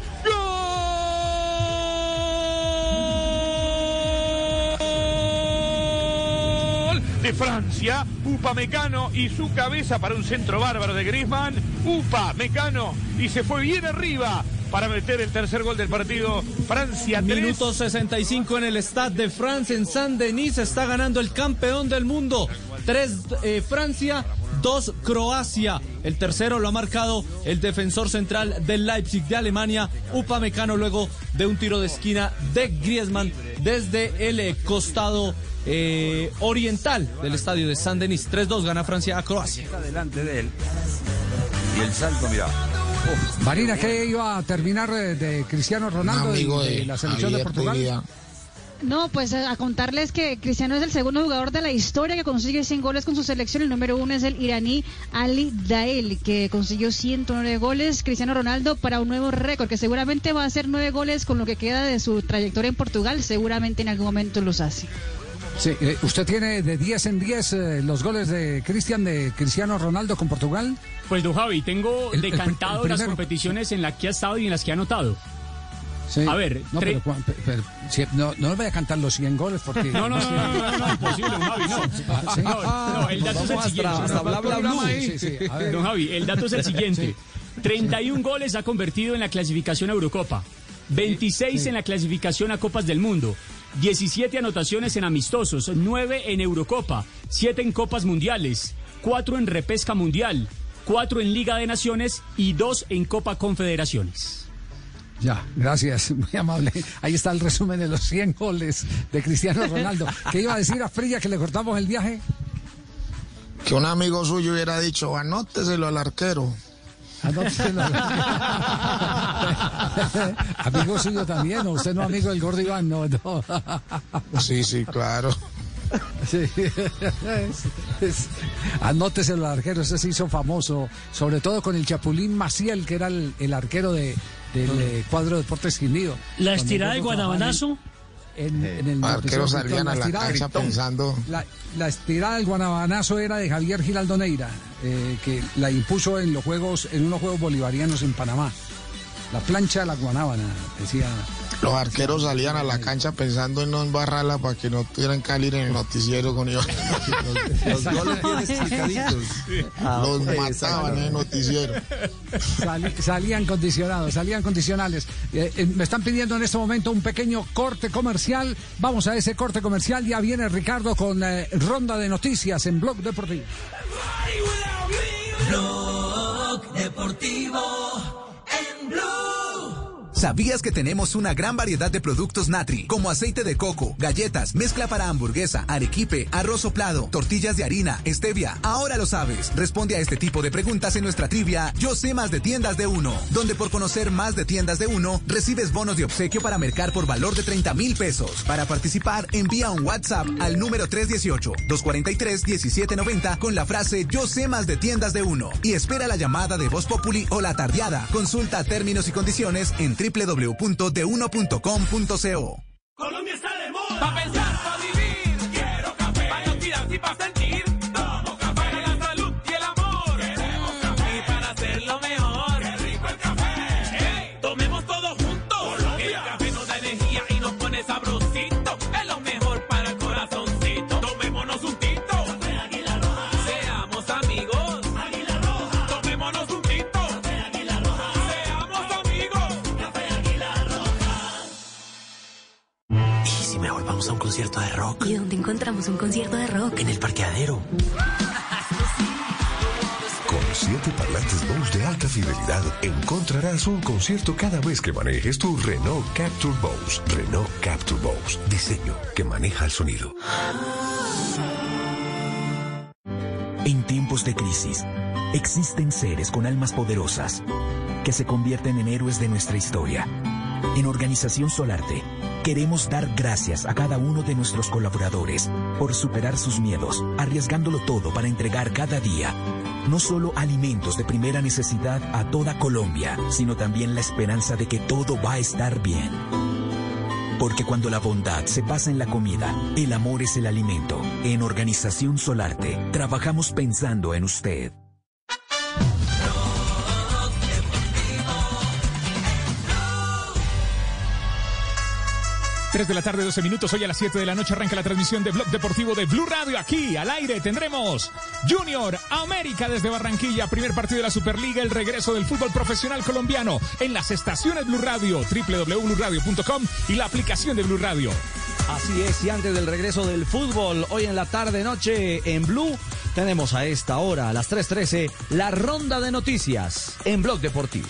[SPEAKER 30] ¡Gol! De Francia. Upamecano y su cabeza para un centro bárbaro de Griezmann. Upamecano. Y se fue bien arriba. para meter el tercer gol del partido. Francia tres.
[SPEAKER 4] Minuto sesenta y cinco en el Stade de France, en Saint-Denis. Está ganando el campeón del mundo. tres eh, Francia, dos Croacia. El tercero lo ha marcado el defensor central del Leipzig de Alemania, Upamecano, luego de un tiro de esquina de Griezmann desde el eh, costado eh, oriental del estadio de Saint-Denis. tres dos gana Francia a Croacia.
[SPEAKER 5] Delante de él. Y el salto, mira.
[SPEAKER 10] Uf. Marina, ¿qué iba a terminar de, de Cristiano Ronaldo y de, de la selección de Portugal?
[SPEAKER 29] No, pues a contarles que Cristiano es el segundo jugador de la historia que consigue cien goles con su selección. El número uno es el iraní Ali Dael, que consiguió ciento nueve goles. Cristiano Ronaldo para un nuevo récord, que seguramente va a hacer nueve goles con lo que queda de su trayectoria en Portugal. Seguramente en algún momento los hace.
[SPEAKER 10] Sí, eh, ¿usted tiene de diez en diez eh, los goles de Cristian, de Cristiano Ronaldo con Portugal?
[SPEAKER 25] Pues, don Javi, tengo
[SPEAKER 10] El-
[SPEAKER 25] decantado
[SPEAKER 10] el- el
[SPEAKER 25] las
[SPEAKER 10] primero.
[SPEAKER 25] competiciones en las que ha estado y en las que ha anotado.
[SPEAKER 10] Sí.
[SPEAKER 25] A ver,
[SPEAKER 10] no,
[SPEAKER 25] tre-
[SPEAKER 10] pero, cua- pe- pero, si- no, no voy a cantar los cien goles porque...
[SPEAKER 25] No, no, no, no, no, no, imposible, don Javi, no.
[SPEAKER 10] Ah, ¿sí?
[SPEAKER 25] No, no, el dato es el
[SPEAKER 10] Vamos
[SPEAKER 25] siguiente.
[SPEAKER 10] hasta- hasta bla, bla, bla. Sí, sí, a ver.
[SPEAKER 25] Don Javi, el dato es el siguiente. treinta y un goles ha convertido en la clasificación a Eurocopa, veintiséis
[SPEAKER 10] Sí.
[SPEAKER 25] en la clasificación a Copas del Mundo, diecisiete anotaciones en amistosos, nueve en Eurocopa, siete en Copas Mundiales, cuatro en Repesca Mundial, cuatro en Liga de Naciones y dos en Copa Confederaciones.
[SPEAKER 10] Ya, gracias, muy amable. Ahí está el resumen de los cien goles de Cristiano Ronaldo. ¿Qué iba a decir a Frilla que le cortamos el viaje?
[SPEAKER 6] Que un amigo suyo hubiera dicho, anóteselo al arquero.
[SPEAKER 10] Anóteselo. Amigo suyo también, ¿o usted no amigo del gordo Iván? No, no.
[SPEAKER 6] Sí, sí, claro.
[SPEAKER 10] Sí. Es- es- Anóteselo al arquero, ese se hizo famoso, sobre todo con el Chapulín Maciel, que era el, el arquero de, del eh, cuadro de Deportes Quindío.
[SPEAKER 8] La
[SPEAKER 10] Cuando
[SPEAKER 8] estirada de
[SPEAKER 10] el gordo trabajaba
[SPEAKER 8] Guanabanazo.
[SPEAKER 10] En, en el
[SPEAKER 6] Arqueros
[SPEAKER 10] noticiero
[SPEAKER 6] salían a la
[SPEAKER 10] estirada-
[SPEAKER 6] cancha pensando.
[SPEAKER 10] La, la estirada del Guanabanazo era de Javier Giraldoneira, eh, que la impuso en los juegos, en unos juegos bolivarianos en Panamá. La plancha de la Guanábana, decía.
[SPEAKER 6] Los arqueros salían a la cancha pensando en no embarrarla para que no tuvieran que salir en el noticiero con ellos.
[SPEAKER 5] Los goles bien explicaditos.
[SPEAKER 6] Los
[SPEAKER 5] Ah,
[SPEAKER 6] mataban en el noticiero.
[SPEAKER 10] Sali- salían condicionados, salían condicionales. Eh, eh, me están pidiendo en este momento un pequeño corte comercial. Vamos a ese corte comercial. Ya viene Ricardo con eh, ronda de noticias en Blog Deportivo.
[SPEAKER 7] Blog Deportivo en Blue.
[SPEAKER 11] ¿Sabías que tenemos una gran variedad de productos Natri, como aceite de coco, galletas, mezcla para hamburguesa, arequipe, arroz soplado, tortillas de harina, stevia? Ahora lo sabes. Responde a este tipo de preguntas en nuestra trivia Yo sé más de tiendas de uno, donde por conocer más de tiendas de uno, recibes bonos de obsequio para mercar por valor de treinta mil pesos. Para participar, envía un WhatsApp al número tres uno ocho, dos cuatro tres, uno siete nueve cero con la frase Yo sé más de tiendas de uno y espera la llamada de Voz Populi o la tardeada. Consulta términos y condiciones en doble u doble u doble u punto de uno punto com punto co.
[SPEAKER 7] Colombia está de moda. Pa' pensar, pa' vivir. Quiero café. Pa' no tirar y pa' sentir. Tomo café. Para la salud y el amor. Queremos café. Y para hacerlo mejor. Qué rico el café. Hey, tomemos todos juntos. Colombia. El café nos da energía y nos pone sabrosito. Es lo mejor para el corazoncito. Tomémonos un tito. Café Águila Roja. Seamos amigos. Águila Roja. Tomémonos un tito. Café Águila Roja. Seamos amigos. Café Águila Roja.
[SPEAKER 12] ¿Y si mejor vamos a un concierto de rock?
[SPEAKER 13] ¿Y dónde encontramos un concierto de rock?
[SPEAKER 12] En el parqueadero.
[SPEAKER 22] Con siete parlantes Bose de alta fidelidad, encontrarás un concierto cada vez que manejes tu Renault Captur Bose. Renault Captur Bose. Diseño que maneja el sonido.
[SPEAKER 14] En tiempos de crisis, existen seres con almas poderosas que se convierten en héroes de nuestra historia. En Organización Solarte, queremos dar gracias a cada uno de nuestros colaboradores por superar sus miedos, arriesgándolo todo para entregar cada día no solo alimentos de primera necesidad a toda Colombia, sino también la esperanza de que todo va a estar bien. Porque cuando la bondad se pasa en la comida, el amor es el alimento. En Organización Solarte, trabajamos pensando en usted.
[SPEAKER 1] tres de la tarde, doce minutos. Hoy a las siete de la noche arranca la transmisión de Blog Deportivo de Blue Radio. Aquí, al aire, tendremos Junior América desde Barranquilla. Primer partido de la Superliga, el regreso del fútbol profesional colombiano en las estaciones Blue Radio, doble u doble u doble u punto blue radio punto com y la aplicación de Blue Radio.
[SPEAKER 2] Así es, y antes del regreso del fútbol, hoy en la tarde-noche en Blue, tenemos a esta hora, a las tres trece, la ronda de noticias en Blog Deportivo.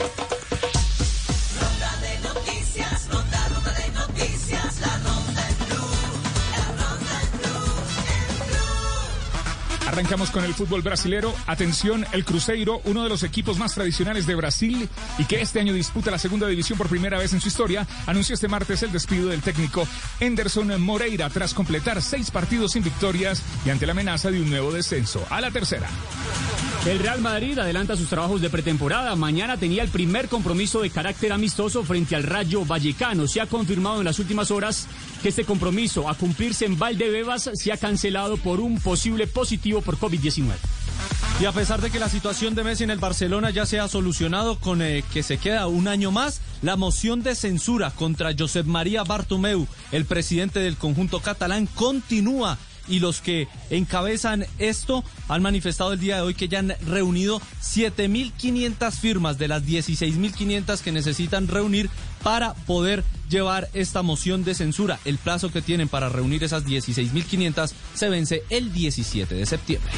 [SPEAKER 1] Arrancamos con el fútbol brasilero. Atención, el Cruzeiro, uno de los equipos más tradicionales de Brasil y que este año disputa la segunda división por primera vez en su historia, anunció este martes el despido del técnico Anderson Moreira tras completar seis partidos sin victorias y ante la amenaza de un nuevo descenso a la tercera.
[SPEAKER 3] El Real Madrid adelanta sus trabajos de pretemporada. Mañana tenía el primer compromiso de carácter amistoso frente al Rayo Vallecano. Se ha confirmado en las últimas horas que este compromiso a cumplirse en Valdebebas se ha cancelado por un posible positivo por COVID diecinueve.
[SPEAKER 4] Y a pesar de que la situación de Messi en el Barcelona ya se ha solucionado con eh, que se queda un año más, la moción de censura contra Josep María Bartomeu, el presidente del conjunto catalán, continúa. Y los que encabezan esto han manifestado el día de hoy que ya han reunido siete mil quinientas firmas de las dieciséis mil quinientas que necesitan reunir para poder llevar esta moción de censura. El plazo que tienen para reunir esas dieciséis mil quinientas se vence el diecisiete de septiembre.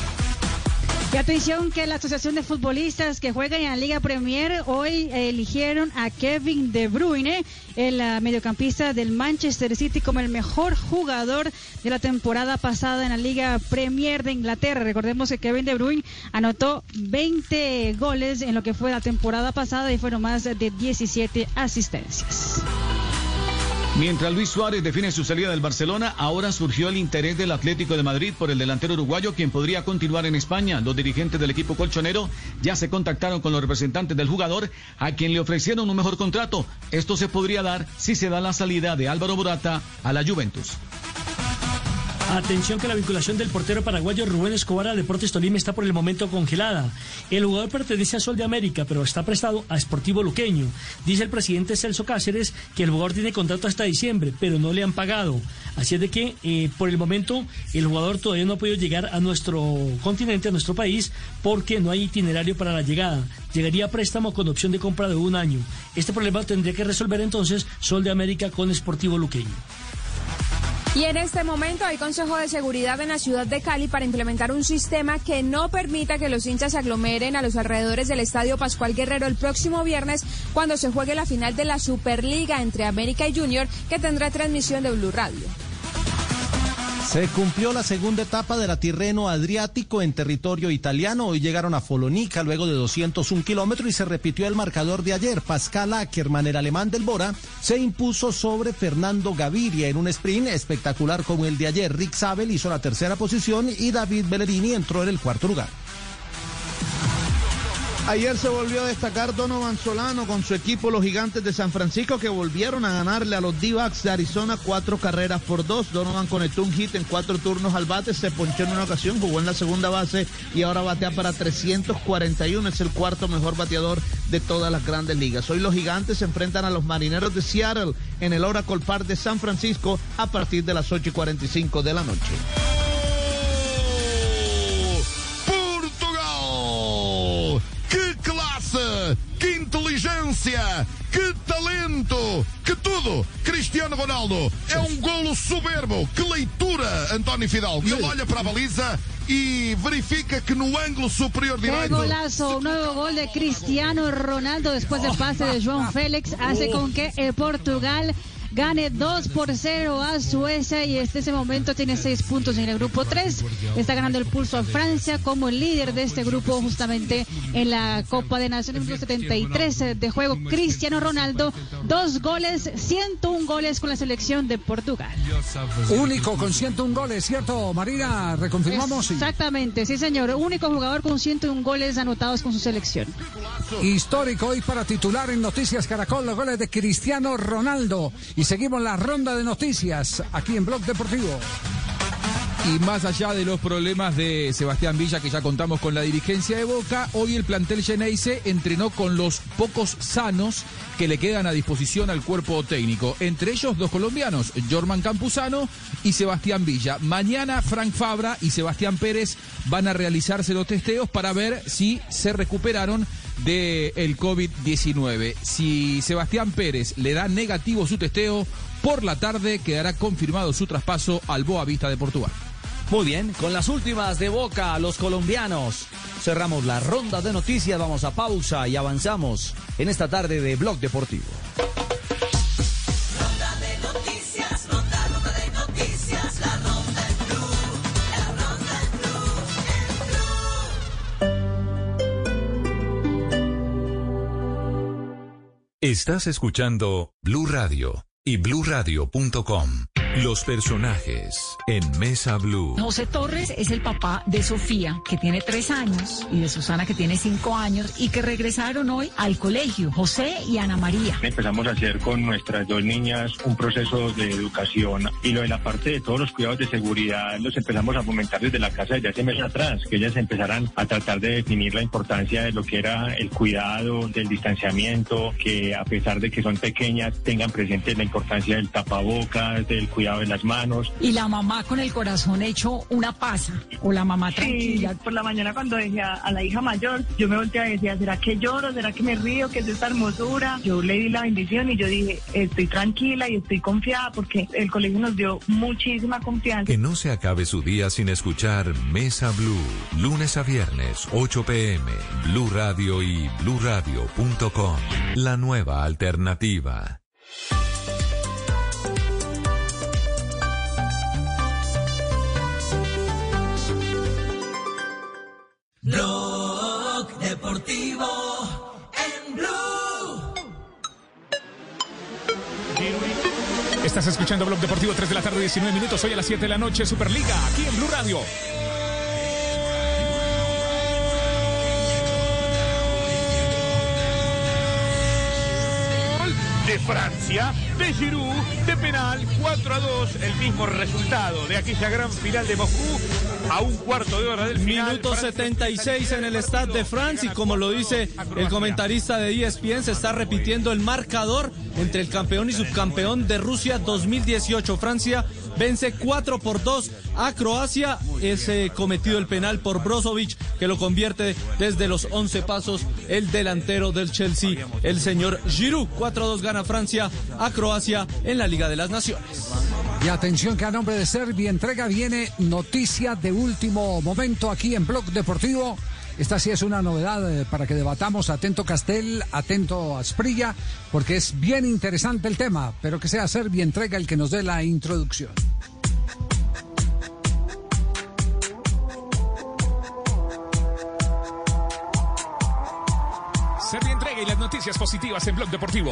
[SPEAKER 29] Y atención que la Asociación de Futbolistas que juegan en la Liga Premier hoy eligieron a Kevin De Bruyne, el uh, mediocampista del Manchester City, como el mejor jugador de la temporada pasada en la Liga Premier de Inglaterra. Recordemos que Kevin De Bruyne anotó veinte goles en lo que fue la temporada pasada y fueron más de diecisiete asistencias.
[SPEAKER 9] Mientras Luis Suárez define su salida del Barcelona, ahora surgió el interés del Atlético de Madrid por el delantero uruguayo, quien podría continuar en España. Los dirigentes del equipo colchonero ya se contactaron con los representantes del jugador, a quien le ofrecieron un mejor contrato. Esto se podría dar si se da la salida de Álvaro Morata a la Juventus.
[SPEAKER 8] Atención que la vinculación del portero paraguayo Rubén Escobar al Deportes Tolima está por el momento congelada. El jugador pertenece a Sol de América, pero está prestado a Sportivo Luqueño. Dice el presidente Celso Cáceres que el jugador tiene contrato hasta diciembre, pero no le han pagado. Así es de que, eh, por el momento, el jugador todavía no ha podido llegar a nuestro continente, a nuestro país, porque no hay itinerario para la llegada. Llegaría a préstamo con opción de compra de un año. Este problema tendría que resolver entonces Sol de América con Sportivo Luqueño.
[SPEAKER 15] Y en este momento hay Consejo de Seguridad en la ciudad de Cali para implementar un sistema que no permita que los hinchas se aglomeren a los alrededores del Estadio Pascual Guerrero el próximo viernes cuando se juegue la final de la Superliga entre América y Junior, que tendrá transmisión de Blue Radio.
[SPEAKER 16] Se cumplió la segunda etapa de la Tirreno Adriático en territorio italiano. Hoy llegaron a Follonica luego de doscientos un kilómetros y se repitió el marcador de ayer. Pascal Ackermann, el alemán del Bora, se impuso sobre Fernando Gaviria en un sprint espectacular como el de ayer. Rick Sabel hizo la tercera posición y David Bellerini entró en el cuarto lugar.
[SPEAKER 17] Ayer se volvió a destacar Donovan Solano con su equipo, los Gigantes de San Francisco, que volvieron a ganarle a los D-backs de Arizona cuatro carreras por dos. Donovan conectó un hit en cuatro turnos al bate, se ponchó en una ocasión, jugó en la segunda base y ahora batea para trescientos cuarenta y uno. Es el cuarto mejor bateador de todas las grandes ligas. Hoy los Gigantes se enfrentan a los Marineros de Seattle en el Oracle Park de San Francisco a partir de las ocho y cuarenta y cinco de la noche.
[SPEAKER 28] ¡Qué clase! ¡Qué inteligencia! ¡Qué talento! ¡Que tudo! Cristiano Ronaldo é um golo soberbo. ¡Que leitura, António Fidalgo! Ele olha para a baliza y verifica que no ángulo superior derecho.
[SPEAKER 29] ¡Qué golazo! Un nuevo gol de Cristiano Ronaldo después del pase de João Félix hace con que el Portugal gane dos por cero a Suecia y en ese momento tiene seis puntos en el grupo tres. Está ganando el pulso a Francia como el líder de este grupo justamente en la Copa de Naciones. Minuto setenta y tres de juego. Cristiano Ronaldo, dos goles, ciento un goles con la selección de Portugal.
[SPEAKER 10] Único con ciento un goles, ¿cierto, Marina? ¿Reconfirmamos?
[SPEAKER 29] Exactamente, sí señor. Único jugador con ciento un goles anotados con su selección.
[SPEAKER 10] Histórico hoy para titular en Noticias Caracol, los goles de Cristiano Ronaldo. Y seguimos la ronda de noticias aquí en Blog Deportivo.
[SPEAKER 18] Y más allá de los problemas de Sebastián Villa, que ya contamos con la dirigencia de Boca, hoy el plantel Xeneize entrenó con los pocos sanos que le quedan a disposición al cuerpo técnico. Entre ellos dos colombianos, Jorman Campuzano y Sebastián Villa. Mañana Frank Fabra y Sebastián Pérez van a realizarse los testeos para ver si se recuperaron del COVID diecinueve. Si Sebastián Pérez le da negativo su testeo, por la tarde quedará confirmado su traspaso al Boavista de Portugal.
[SPEAKER 2] Muy bien, con las últimas de Boca, los colombianos. Cerramos la ronda de noticias, vamos a pausa y avanzamos en esta tarde de Blog Deportivo.
[SPEAKER 7] Ronda de noticias, ronda, ronda de noticias, la ronda en Blue, la ronda en Blue.
[SPEAKER 19] Estás escuchando Blue Radio y blue radio punto com. Los personajes en Mesa Blue.
[SPEAKER 20] José Torres es el papá de Sofía, que tiene tres años, y de Susana, que tiene cinco años, y que regresaron hoy al colegio, José y Ana María.
[SPEAKER 21] Empezamos a hacer con nuestras dos niñas un proceso de educación, y lo de la parte de todos los cuidados de seguridad los empezamos a fomentar desde la casa desde hace meses atrás, que ellas empezaran a tratar de definir la importancia de lo que era el cuidado, del distanciamiento, que a pesar de que son pequeñas tengan presente la importancia del tapabocas, del cuidado de las manos.
[SPEAKER 20] Y la mamá con el corazón hecho una pasa, o la mamá tranquila.
[SPEAKER 23] Sí, por la mañana cuando dejé a, a la hija mayor, yo me volteé y decía, ¿será que lloro? ¿Será que me río? ¿Qué es esta hermosura? Yo le di la bendición y yo dije, estoy tranquila y estoy confiada porque el colegio nos dio muchísima confianza.
[SPEAKER 19] Que no se acabe su día sin escuchar Mesa Blue, lunes a viernes, ocho p m, Blue Radio y blue radio punto com, la nueva alternativa.
[SPEAKER 7] Blog Deportivo en Blue.
[SPEAKER 1] Estás escuchando Blog Deportivo, tres de la tarde, diecinueve minutos. Hoy a las siete de la noche, Superliga, aquí en Blue Radio.
[SPEAKER 24] De Francia, de Giroud, de penal, cuatro a dos, el mismo resultado de aquella gran final de Moscú, a un cuarto de hora del final.
[SPEAKER 4] Minuto setenta y seis en el Stade de France, y como lo dice el comentarista de E S P N, se está repitiendo el marcador entre el campeón y subcampeón de Rusia dos mil dieciocho. Francia vence cuatro por dos a Croacia, ese cometido el penal por Brozovic, que lo convierte desde los once pasos el delantero del Chelsea, el señor Giroud. cuatro a dos gana Francia a Croacia en la Liga de las Naciones.
[SPEAKER 10] Y atención que a nombre de Servientrega viene noticia de último momento aquí en Blog Deportivo. Esta sí es una novedad eh, para que debatamos. Atento Castel, atento Asprilla, porque es bien interesante el tema, pero que sea Servientrega el que nos dé la introducción.
[SPEAKER 1] Servientrega y las noticias positivas en Blog Deportivo.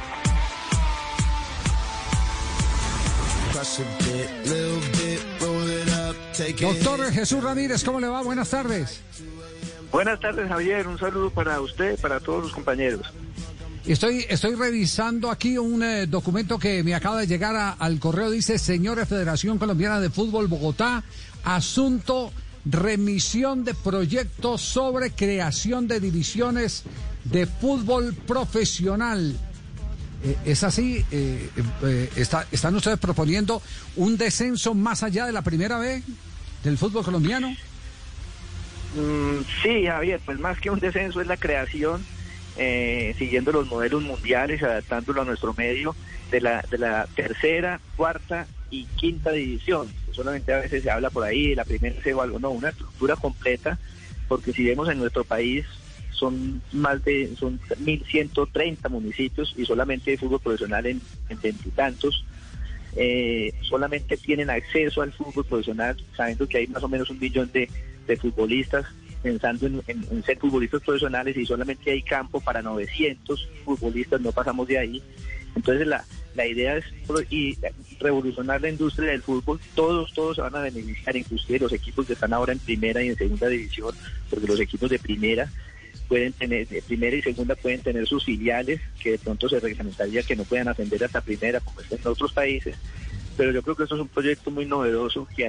[SPEAKER 10] Doctor Jesús Ramírez, ¿cómo le va? Buenas tardes.
[SPEAKER 25] Buenas tardes, Javier. Un saludo para usted, para todos los compañeros.
[SPEAKER 10] Estoy, estoy revisando aquí un eh, documento que me acaba de llegar a, al correo. Dice, señora Federación Colombiana de Fútbol Bogotá, asunto remisión de proyectos sobre creación de divisiones de fútbol profesional. Eh, ¿Es así? Eh, eh, está, ¿Están ustedes proponiendo un descenso más allá de la primera B del fútbol colombiano?
[SPEAKER 25] Mm, sí, Javier, pues más que un descenso es la creación, eh, siguiendo los modelos mundiales, adaptándolo a nuestro medio, de la, de la tercera, cuarta y quinta división. Solamente a veces se habla por ahí de la primera C o algo, no, una estructura completa, porque si vemos en nuestro país son más de son mil ciento treinta municipios y solamente hay fútbol profesional en veintitantos. Eh, solamente tienen acceso al fútbol profesional sabiendo que hay más o menos un millón de, de futbolistas pensando en, en, en ser futbolistas profesionales, y solamente hay campo para novecientos futbolistas, no pasamos de ahí. Entonces la, la idea es pro, y revolucionar la industria del fútbol. Todos, todos se van a beneficiar, inclusive los equipos que están ahora en primera y en segunda división, porque los equipos de primera pueden tener, de primera y segunda pueden tener sus filiales, que de pronto se reglamentaría que no puedan ascender hasta primera como está en otros países. Pero yo creo que esto es un proyecto muy novedoso que,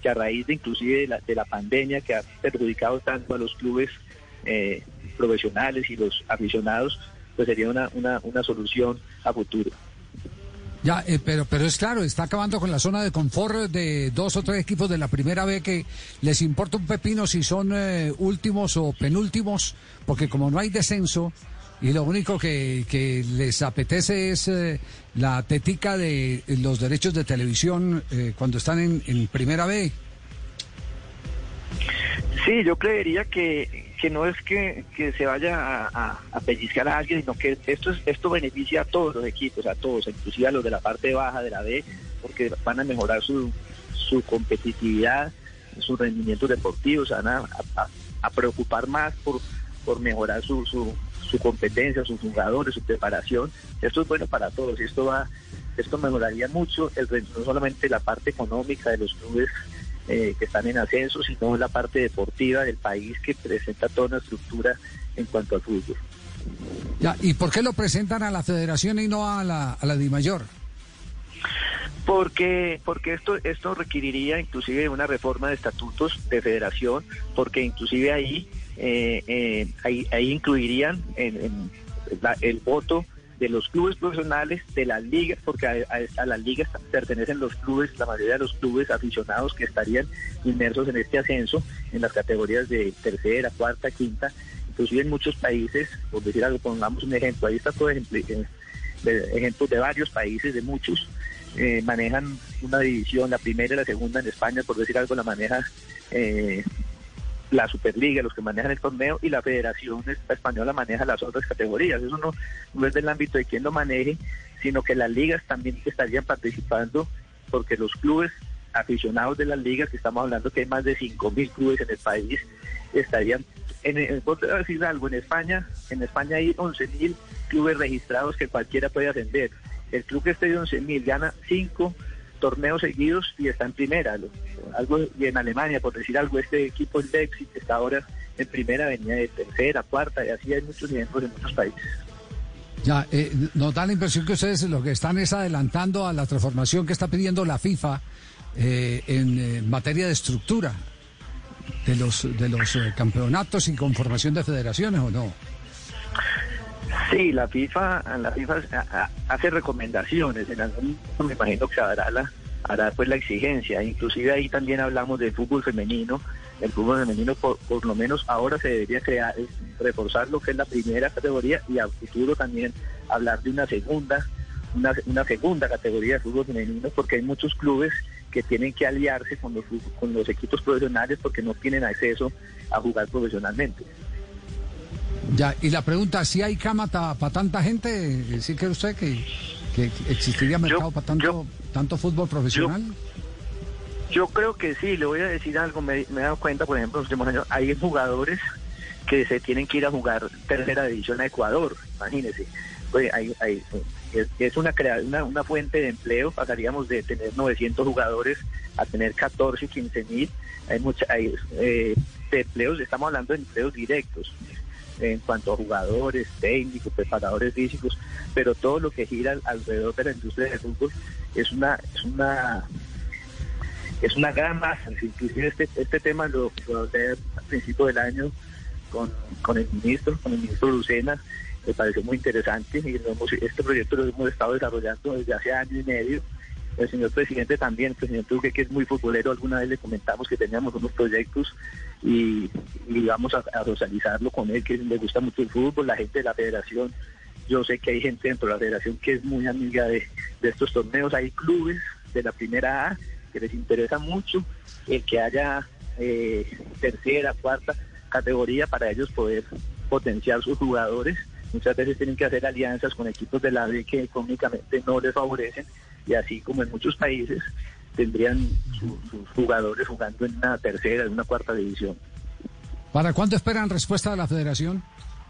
[SPEAKER 25] que a raíz de inclusive de la, de la pandemia que ha perjudicado tanto a los clubes eh, profesionales y los aficionados, pues sería una, una, una solución a futuro.
[SPEAKER 10] Ya, eh, pero pero es claro, está acabando con la zona de confort de dos o tres equipos de la primera B que les importa un pepino si son eh, últimos o penúltimos, porque como no hay descenso y lo único que, que les apetece es eh, la tetica de los derechos de televisión eh, cuando están en, en primera B.
[SPEAKER 25] Sí, yo creería que, que no es que, que se vaya a, a, a pellizcar a alguien, sino que esto es, esto beneficia a todos los equipos, a todos, inclusive a los de la parte baja de la B, porque van a mejorar su, su competitividad, sus rendimientos deportivos, van a, a, a preocupar más por, por mejorar su, su, su competencia, sus jugadores, su preparación. Esto es bueno para todos, y esto va, esto mejoraría mucho el, no solamente la parte económica de los clubes Eh, que están en ascenso, sino la parte deportiva del país, que presenta toda una estructura en cuanto al fútbol.
[SPEAKER 10] Ya, ¿y por qué lo presentan a la federación y no a la, a la DIMAYOR?
[SPEAKER 25] Porque porque esto esto requeriría inclusive una reforma de estatutos de federación, porque inclusive ahí eh, eh, ahí, ahí incluirían en, en la, el voto de los clubes profesionales, de las ligas, porque a, a, a las ligas pertenecen los clubes, la mayoría de los clubes aficionados que estarían inmersos en este ascenso, en las categorías de tercera, cuarta, quinta, inclusive en muchos países, por decir algo, pongamos un ejemplo, ahí está todo ejemplo, de, ejemplos de varios países, de muchos, eh, manejan una división, la primera y la segunda en España, por decir algo, la maneja eh, la Superliga, los que manejan el torneo, y la Federación Española maneja las otras categorías. Eso no, no es del ámbito de quien lo maneje, sino que las ligas también estarían participando, porque los clubes aficionados de las ligas, que estamos hablando que hay más de cinco mil clubes en el país, estarían, en, en, por decir algo, en España, en España hay once mil clubes registrados que cualquiera puede ascender. El club que esté de once mil gana cinco torneos seguidos y está en primera. Algo, y en Alemania, por decir algo, este equipo, el Leipzig, que está ahora en primera, venía de tercera, cuarta, y así hay muchos ejemplos en muchos países.
[SPEAKER 10] Ya, eh, nos da la impresión que ustedes lo que están es adelantando a la transformación que está pidiendo la FIFA eh, en eh, materia de estructura de los de los eh, campeonatos y conformación de federaciones, ¿o no?
[SPEAKER 25] Sí, la FIFA, la FIFA hace recomendaciones, en algún momento me imagino que hará la, hará pues la exigencia, inclusive ahí también hablamos del fútbol femenino. El fútbol femenino por, por lo menos ahora se debería crear, reforzar lo que es la primera categoría, y a futuro también hablar de una segunda, una, una segunda categoría de fútbol femenino, porque hay muchos clubes que tienen que aliarse con los, con los equipos profesionales porque no tienen acceso a jugar profesionalmente.
[SPEAKER 10] Ya, y la pregunta, ¿si hay cama para tanta gente? ¿Sí cree usted que, que existiría mercado para tanto, yo, tanto fútbol profesional?
[SPEAKER 25] Yo, yo creo que sí, le voy a decir algo, me, me he dado cuenta, por ejemplo, en los últimos años, hay jugadores que se tienen que ir a jugar tercera división a Ecuador, imagínese. Pues hay, hay, es, es una, una, una fuente de empleo, pasaríamos de tener novecientos jugadores a tener catorce, quince mil, hay, mucha, hay eh, de empleos, estamos hablando de empleos directos, en cuanto a jugadores, técnicos, preparadores físicos, pero todo lo que gira alrededor de la industria del fútbol es una es una es una gran masa. Inclusive este este tema lo, lo hablé al principio del año con, con el ministro, con el ministro Lucena, me pareció muy interesante, y lo hemos, este proyecto lo hemos estado desarrollando desde hace año y medio. El señor presidente también, el presidente Duque, que es muy futbolero, alguna vez le comentamos que teníamos unos proyectos y, y vamos a, a socializarlo con él, que le gusta mucho el fútbol, la gente de la federación. Yo sé que hay gente dentro de la federación que es muy amiga de, de estos torneos. Hay clubes de la primera A que les interesa mucho el que haya eh, tercera, cuarta categoría para ellos poder potenciar sus jugadores. Muchas veces tienen que hacer alianzas con equipos de la B que económicamente no les favorecen, y así como en muchos países tendrían su, sus jugadores jugando en una tercera, en una cuarta división.
[SPEAKER 10] ¿Para cuándo esperan respuesta de la federación?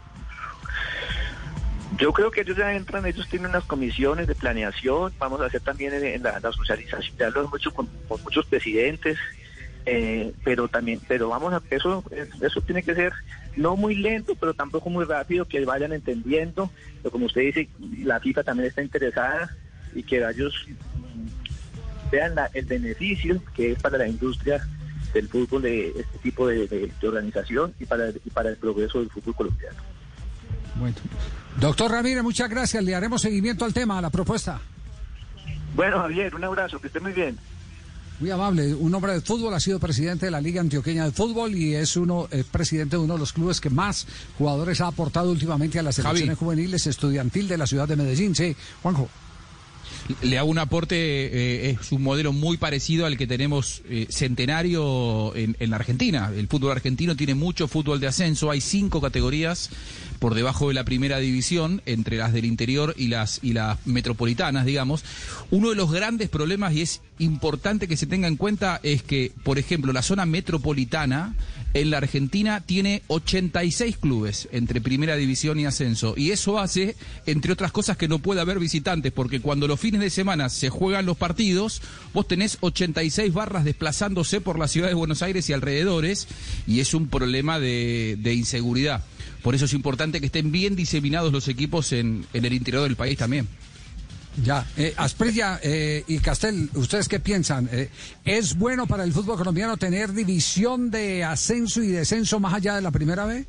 [SPEAKER 25] Yo creo que ellos ya entran, ellos tienen unas comisiones de planeación, vamos a hacer también en la, la socialización, ya lo hemos hecho con, con muchos presidentes, eh, pero también, pero vamos a, eso, eso tiene que ser no muy lento, pero tampoco muy rápido, que vayan entendiendo, pero como usted dice, la FIFA también está interesada, y que ellos vean la, el beneficio que es para la industria del fútbol de este tipo de, de, de organización y para, y para el progreso del fútbol colombiano.
[SPEAKER 10] Bueno. Doctor Ramírez, muchas gracias. Le haremos seguimiento al tema, a la propuesta.
[SPEAKER 25] Bueno, Javier, un abrazo, que esté muy bien.
[SPEAKER 10] Muy amable, un hombre de fútbol, ha sido presidente de la Liga Antioqueña de Fútbol y es uno es presidente de uno de los clubes que más jugadores ha aportado últimamente a las selecciones
[SPEAKER 18] Javi.
[SPEAKER 10] juveniles, estudiantil de la ciudad de Medellín. Sí, Juanjo.
[SPEAKER 18] Le hago un aporte, eh, es un modelo muy parecido al que tenemos eh, centenario en, en la Argentina. El fútbol argentino tiene mucho fútbol de ascenso, hay cinco categorías por debajo de la primera división, entre las del interior y las, y las metropolitanas, digamos. Uno de los grandes problemas, y es importante que se tenga en cuenta, es que, por ejemplo, la zona metropolitana en la Argentina tiene ochenta y seis clubes entre primera división y ascenso, y eso hace, entre otras cosas, que no pueda haber visitantes, porque cuando los fines de semana se juegan los partidos, vos tenés ochenta y seis barras desplazándose por la ciudad de Buenos Aires y alrededores, y es un problema de, de inseguridad. Por eso es importante que estén bien diseminados los equipos en, en el interior del país también.
[SPEAKER 10] Ya, eh, Asprilla eh, y Castel, ¿ustedes qué piensan? Eh, ¿Es bueno para el fútbol colombiano tener división de ascenso y descenso más allá de la primera vez?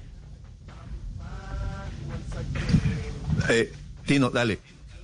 [SPEAKER 5] Eh, Tino, dale.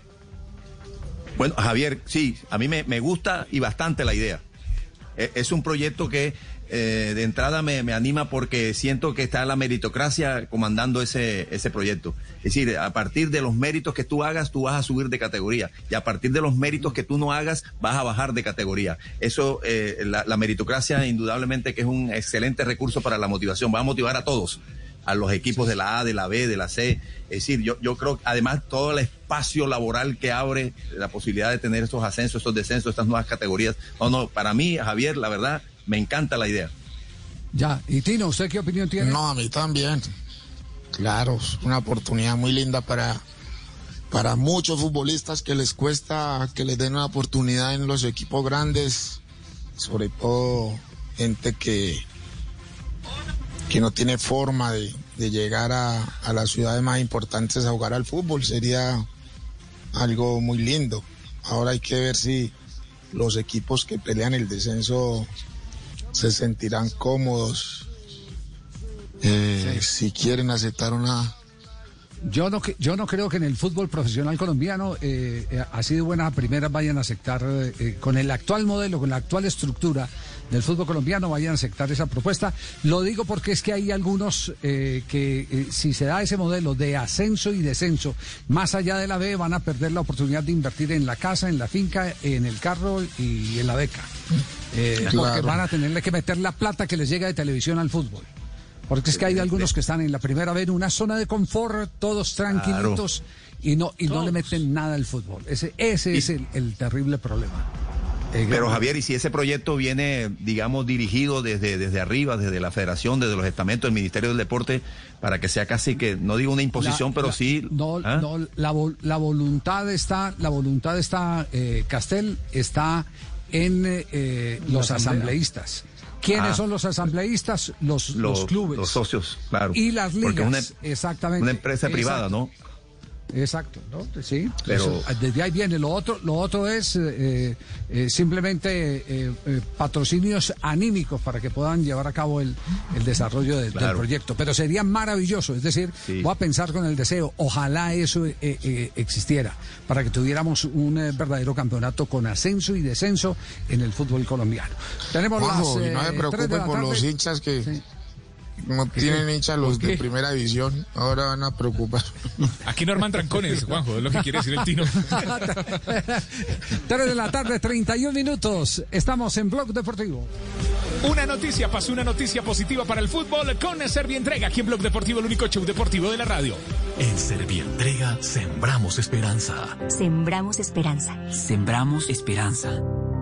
[SPEAKER 5] Bueno, Javier, sí, a mí me, me gusta y bastante la idea. Eh, es un proyecto que eh, de entrada me, me anima porque siento que está la meritocracia comandando ese, ese proyecto. Es decir, a partir de los méritos que tú hagas, tú vas a subir de categoría. Y a partir de los méritos que tú no hagas, vas a bajar de categoría. Eso, eh, la, la meritocracia, indudablemente que es un excelente recurso para la motivación. Va a motivar a todos, a los equipos de la A, de la B, de la C. Es decir, yo, yo creo que además todo el espacio laboral que abre, la posibilidad de tener estos ascensos, estos descensos, estas nuevas categorías. No, no, para mí, Javier, la verdad, me encanta la idea.
[SPEAKER 10] Ya, y Tino, ¿usted qué opinión tiene?
[SPEAKER 6] No, a mí también. Claro, es una oportunidad muy linda para, para muchos futbolistas que les cuesta que les den una oportunidad en los equipos grandes, sobre todo gente que, que no tiene forma de, de llegar a, a las ciudades más importantes a jugar al fútbol. Sería algo muy lindo. Ahora hay que ver si los equipos que pelean el descenso se sentirán cómodos, eh, sí. si quieren aceptar una...
[SPEAKER 10] Yo no, yo no creo que en el fútbol profesional colombiano, eh, eh, así de buenas a primeras, vayan a aceptar, eh, con el actual modelo, con la actual estructura del fútbol colombiano, vayan a aceptar esa propuesta. Lo digo porque es que hay algunos eh, que eh, si se da ese modelo de ascenso y descenso, más allá de la B, van a perder la oportunidad de invertir en la casa, en la finca, en el carro y en la beca. Eh, claro. Porque van a tenerle que meter la plata que les llega de televisión al fútbol. Porque es que hay algunos que están en la primera vez en una zona de confort, todos tranquilitos, claro. y no y no le meten nada al fútbol. Ese ese y, es el, el terrible problema. Eh,
[SPEAKER 5] pero Javier, y si ese proyecto viene, digamos, dirigido desde, desde arriba, desde la federación, desde los estamentos del Ministerio del Deporte, para que sea casi que, no digo una imposición, la, pero la, sí...
[SPEAKER 10] No, ¿ah? no la, la voluntad está, la voluntad está, eh, Castel, está en eh, los asambleístas. ¿Quiénes ah, son los asambleístas? Los, los, los clubes.
[SPEAKER 5] Los socios, claro.
[SPEAKER 10] Y las ligas,
[SPEAKER 5] Porque una,
[SPEAKER 10] exactamente.
[SPEAKER 5] Una empresa
[SPEAKER 10] exacto.
[SPEAKER 5] privada, ¿no?
[SPEAKER 10] Exacto, ¿no? Sí,
[SPEAKER 5] pero
[SPEAKER 10] eso, desde ahí viene. Lo otro, lo otro es eh, eh, simplemente eh, eh, patrocinios anímicos para que puedan llevar a cabo el, el desarrollo de, claro. del proyecto. Pero sería maravilloso, es decir, sí. voy a pensar con el deseo, ojalá eso eh, eh, existiera, para que tuviéramos un eh, verdadero campeonato con ascenso y descenso en el fútbol colombiano. Tenemos
[SPEAKER 6] Ojo,
[SPEAKER 10] las, eh,
[SPEAKER 6] no me preocupe por tarde. Los hinchas que... Sí. No tienen hinchas los de primera división, ahora van a preocupar.
[SPEAKER 1] Aquí no arman trancones, Juanjo, es lo que quiere decir el Tino.
[SPEAKER 10] tres de la tarde, treinta y un minutos. Estamos en Blog Deportivo.
[SPEAKER 1] Una noticia, pasó una noticia positiva para el fútbol con Servientrega, aquí en Blog Deportivo, el único show deportivo de la radio.
[SPEAKER 11] En Servientrega sembramos esperanza.
[SPEAKER 12] Sembramos esperanza.
[SPEAKER 11] Sembramos esperanza.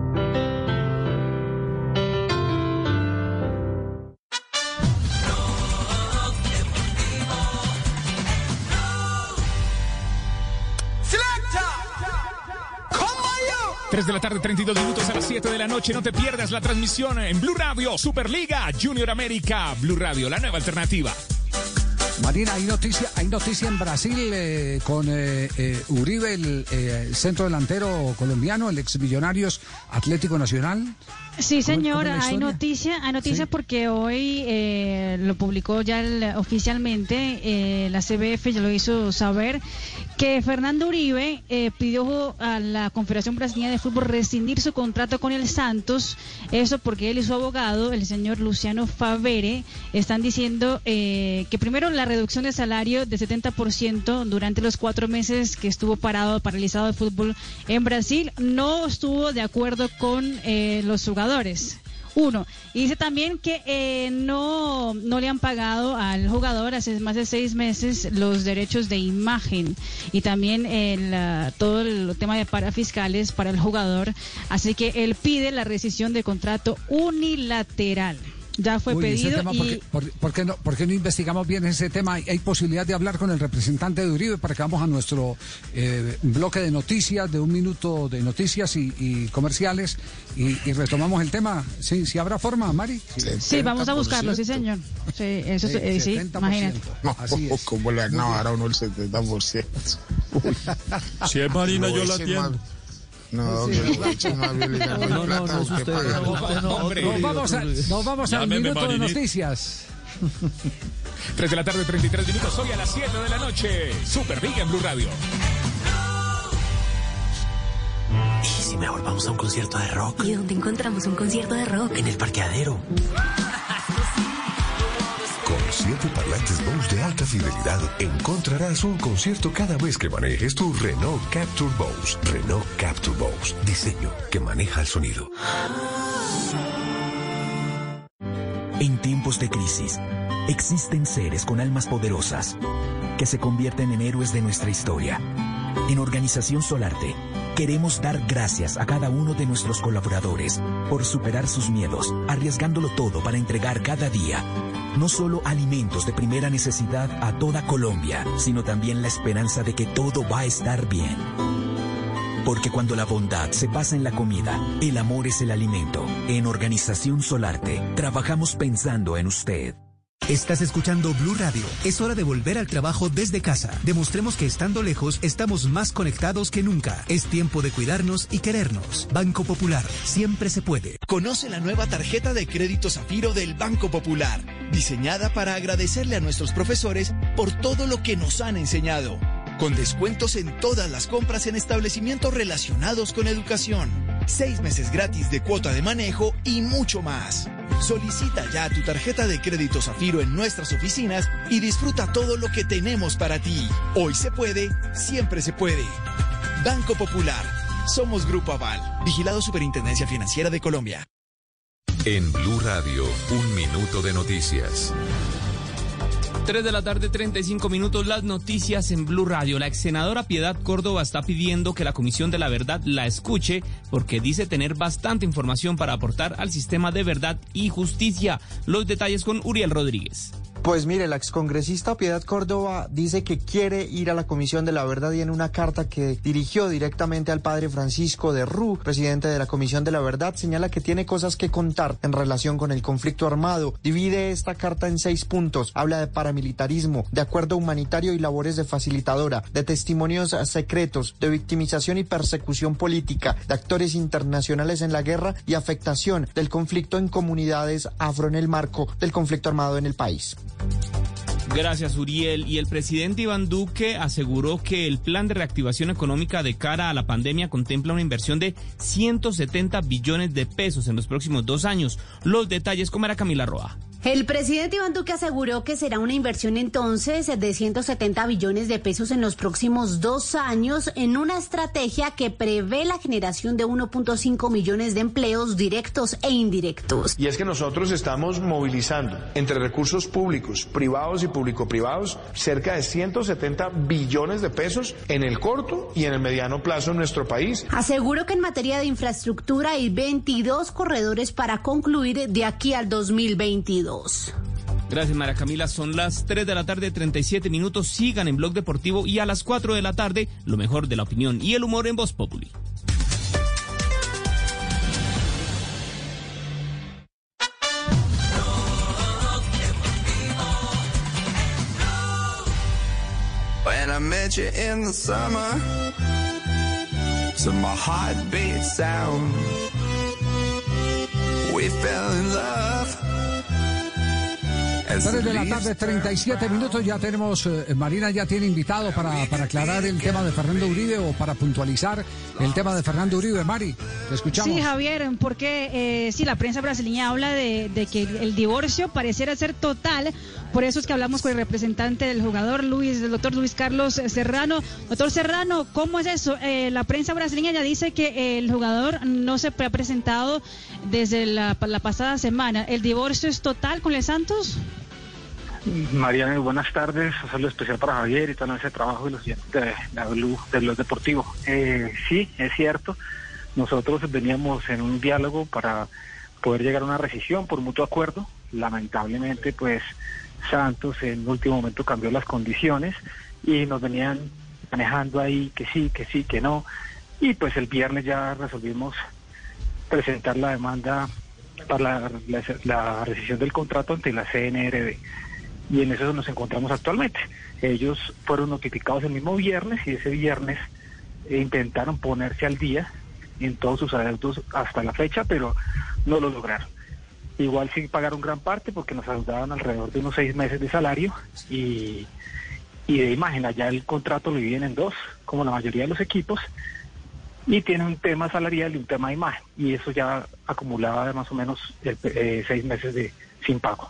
[SPEAKER 1] tres de la tarde, treinta y dos minutos a las siete de la noche. No te pierdas la transmisión en Blue Radio, Superliga, Junior América, Blue Radio, la nueva alternativa.
[SPEAKER 10] Marina, hay noticia, hay noticia en Brasil eh, con eh, eh, Uribe, el eh, centro delantero colombiano, el ex Millonarios Atlético Nacional.
[SPEAKER 29] Sí, señor,
[SPEAKER 10] ¿Cómo- cómo es la
[SPEAKER 29] hay
[SPEAKER 10] historia?
[SPEAKER 29] noticia, hay noticia
[SPEAKER 10] Sí.
[SPEAKER 29] porque hoy eh, lo publicó ya el- oficialmente, eh, la C B F ya lo hizo saber, que Fernando Uribe eh, pidió a la Confederación Brasileña de Fútbol rescindir su contrato con el Santos, eso porque él y su abogado, el señor Luciano Favere, están diciendo eh, que primero la reducción de salario de setenta por ciento durante los cuatro meses que estuvo parado, paralizado el fútbol en Brasil, no estuvo de acuerdo con eh, los jugadores. Uno, y dice también que eh, no, no le han pagado al jugador hace más de seis meses los derechos de imagen y también el, uh, todo el tema de parafiscales para el jugador, así que él pide la rescisión de contrato unilateral. Ya fue
[SPEAKER 10] Uy, ese
[SPEAKER 29] pedido
[SPEAKER 10] tema,
[SPEAKER 29] y...
[SPEAKER 10] ¿por, qué, por- por qué no, por qué no investigamos bien ese tema? ¿Hay, hay posibilidad de hablar con el representante de Uribe para que vamos a nuestro eh, bloque de noticias, de un minuto de noticias y, y comerciales y, y retomamos el tema? Sí, sí habrá forma, Mari.
[SPEAKER 29] Sí, vamos a buscarlo, sí, señor. Sí, eso es- eh, sí, imagínate.
[SPEAKER 6] No,
[SPEAKER 10] Así es.
[SPEAKER 6] ¿cómo le van a dar a uno el setenta por ciento?
[SPEAKER 3] Si es Marina, yo la atiendo.
[SPEAKER 6] No, que lo echen más bien, le ganan
[SPEAKER 3] No, no,
[SPEAKER 6] plata,
[SPEAKER 3] no es
[SPEAKER 6] usted
[SPEAKER 3] usted.
[SPEAKER 6] paga.
[SPEAKER 3] Usted no,
[SPEAKER 10] Hombre,
[SPEAKER 3] otro
[SPEAKER 10] nos vamos, a-
[SPEAKER 3] líder,
[SPEAKER 10] nos vamos al
[SPEAKER 3] Llámeme
[SPEAKER 10] minuto de
[SPEAKER 3] Marinito.
[SPEAKER 10] noticias.
[SPEAKER 1] tres de la tarde, treinta y tres minutos. Hoy a las siete de la noche. Super Big en Blue Radio.
[SPEAKER 8] ¿Y si mejor vamos a un concierto de rock?
[SPEAKER 9] ¿Y dónde encontramos un concierto de rock?
[SPEAKER 8] En el parqueadero.
[SPEAKER 12] Con siete parlantes Bose de alta fidelidad encontrarás un concierto cada vez que manejes tu Renault Captur Bose. Renault Captur Bose. Diseño que maneja el sonido.
[SPEAKER 11] En tiempos de crisis, existen seres con almas poderosas que se convierten en héroes de nuestra historia. En Organización Solarte, queremos dar gracias a cada uno de nuestros colaboradores por superar sus miedos, arriesgándolo todo para entregar cada día no solo alimentos de primera necesidad a toda Colombia, sino también la esperanza de que todo va a estar bien. Porque cuando la bondad se pasa en la comida, el amor es el alimento. En Organización Solarte, trabajamos pensando en usted.
[SPEAKER 13] Estás escuchando Blue Radio. Es hora de volver al trabajo desde casa. Demostremos que estando lejos estamos más conectados que nunca. Es tiempo de cuidarnos y querernos. Banco Popular, siempre se puede.
[SPEAKER 14] Conoce la nueva tarjeta de crédito Zafiro del Banco Popular, diseñada para agradecerle a nuestros profesores por todo lo que nos han enseñado, con descuentos en todas las compras en establecimientos relacionados con educación, seis meses gratis de cuota de manejo y mucho más. Solicita ya tu tarjeta de crédito Zafiro en nuestras oficinas y disfruta todo lo que tenemos para ti. Hoy se puede, siempre se puede. Banco Popular. Somos Grupo Aval. Vigilado Superintendencia Financiera de Colombia.
[SPEAKER 19] En Blue Radio, un minuto de noticias.
[SPEAKER 22] tres de la tarde, treinta y cinco minutos, las noticias en Blue Radio. La ex senadora Piedad Córdoba está pidiendo que la Comisión de la Verdad la escuche porque dice tener bastante información para aportar al sistema de verdad y justicia. Los detalles con Uriel Rodríguez.
[SPEAKER 26] Pues mire, la excongresista Piedad Córdoba dice que quiere ir a la Comisión de la Verdad y en una carta que dirigió directamente al padre Francisco de Rú, presidente de la Comisión de la Verdad, señala que tiene cosas que contar en relación con el conflicto armado. Divide esta carta en seis puntos. Habla de paramilitarismo, de acuerdo humanitario y labores de facilitadora, de testimonios secretos, de victimización y persecución política, de actores internacionales en la guerra y afectación del conflicto en comunidades afro en el marco del conflicto armado en el país.
[SPEAKER 22] Gracias, Uriel. Y el presidente Iván Duque aseguró que el plan de reactivación económica de cara a la pandemia contempla una inversión de ciento setenta billones de pesos en los próximos dos años. Los detalles con María Camila Roa.
[SPEAKER 27] El presidente Iván Duque aseguró que será una inversión entonces de ciento setenta billones de pesos en los próximos dos años en una estrategia que prevé la generación de uno punto cinco millones de empleos directos e indirectos.
[SPEAKER 30] Y es que nosotros estamos movilizando entre recursos públicos, privados y público-privados cerca de ciento setenta billones de pesos en el corto y en el mediano plazo en nuestro país.
[SPEAKER 27] Aseguró que en materia de infraestructura hay veintidós corredores para concluir de aquí al dos mil veintidós.
[SPEAKER 22] Gracias, María Camila. Son las tres de la tarde, treinta y siete minutos. Sigan en Blog Deportivo y a las cuatro de la tarde, lo mejor de la opinión y el humor en Voz Populi.
[SPEAKER 2] met you in the summer, to my heartbeat sound. We fell in love.
[SPEAKER 10] tres de la tarde, treinta y siete minutos, ya tenemos, eh, Marina ya tiene invitado para, para aclarar el tema de Fernando Uribe o para puntualizar el tema de Fernando Uribe. Mari, te escuchamos.
[SPEAKER 29] Sí, Javier, porque eh, sí, la prensa brasileña habla de, de que el divorcio pareciera ser total, por eso es que hablamos con el representante del jugador, Luis, el doctor Luis Carlos Serrano. Doctor Serrano, ¿cómo es eso? Eh, la prensa brasileña ya dice que el jugador no se ha presentado desde la, la pasada semana. ¿El divorcio es total con el Santos?
[SPEAKER 7] Mariana, buenas tardes. Un saludo especial para Javier y todo ese trabajo de los de la Blue, de los deportivos. Eh, sí, es cierto. Nosotros veníamos en un diálogo para poder llegar a una rescisión por mutuo acuerdo. Lamentablemente, pues Santos en último momento cambió las condiciones y nos venían manejando ahí que sí, que sí, que no. Y pues el viernes ya resolvimos presentar la demanda para la, la, la rescisión del contrato ante la C N R B. Y en eso nos encontramos actualmente. Ellos fueron notificados el mismo viernes y ese viernes eh, intentaron ponerse al día en todos sus adeudos hasta la fecha, pero no lo lograron. Igual sí pagaron gran parte porque nos adeudaban alrededor de unos seis meses de salario y, y de imagen, allá el contrato lo dividen en dos, como la mayoría de los equipos, y tiene un tema salarial y un tema de imagen, y eso ya acumulaba de más o menos el, eh, seis meses de sin pago.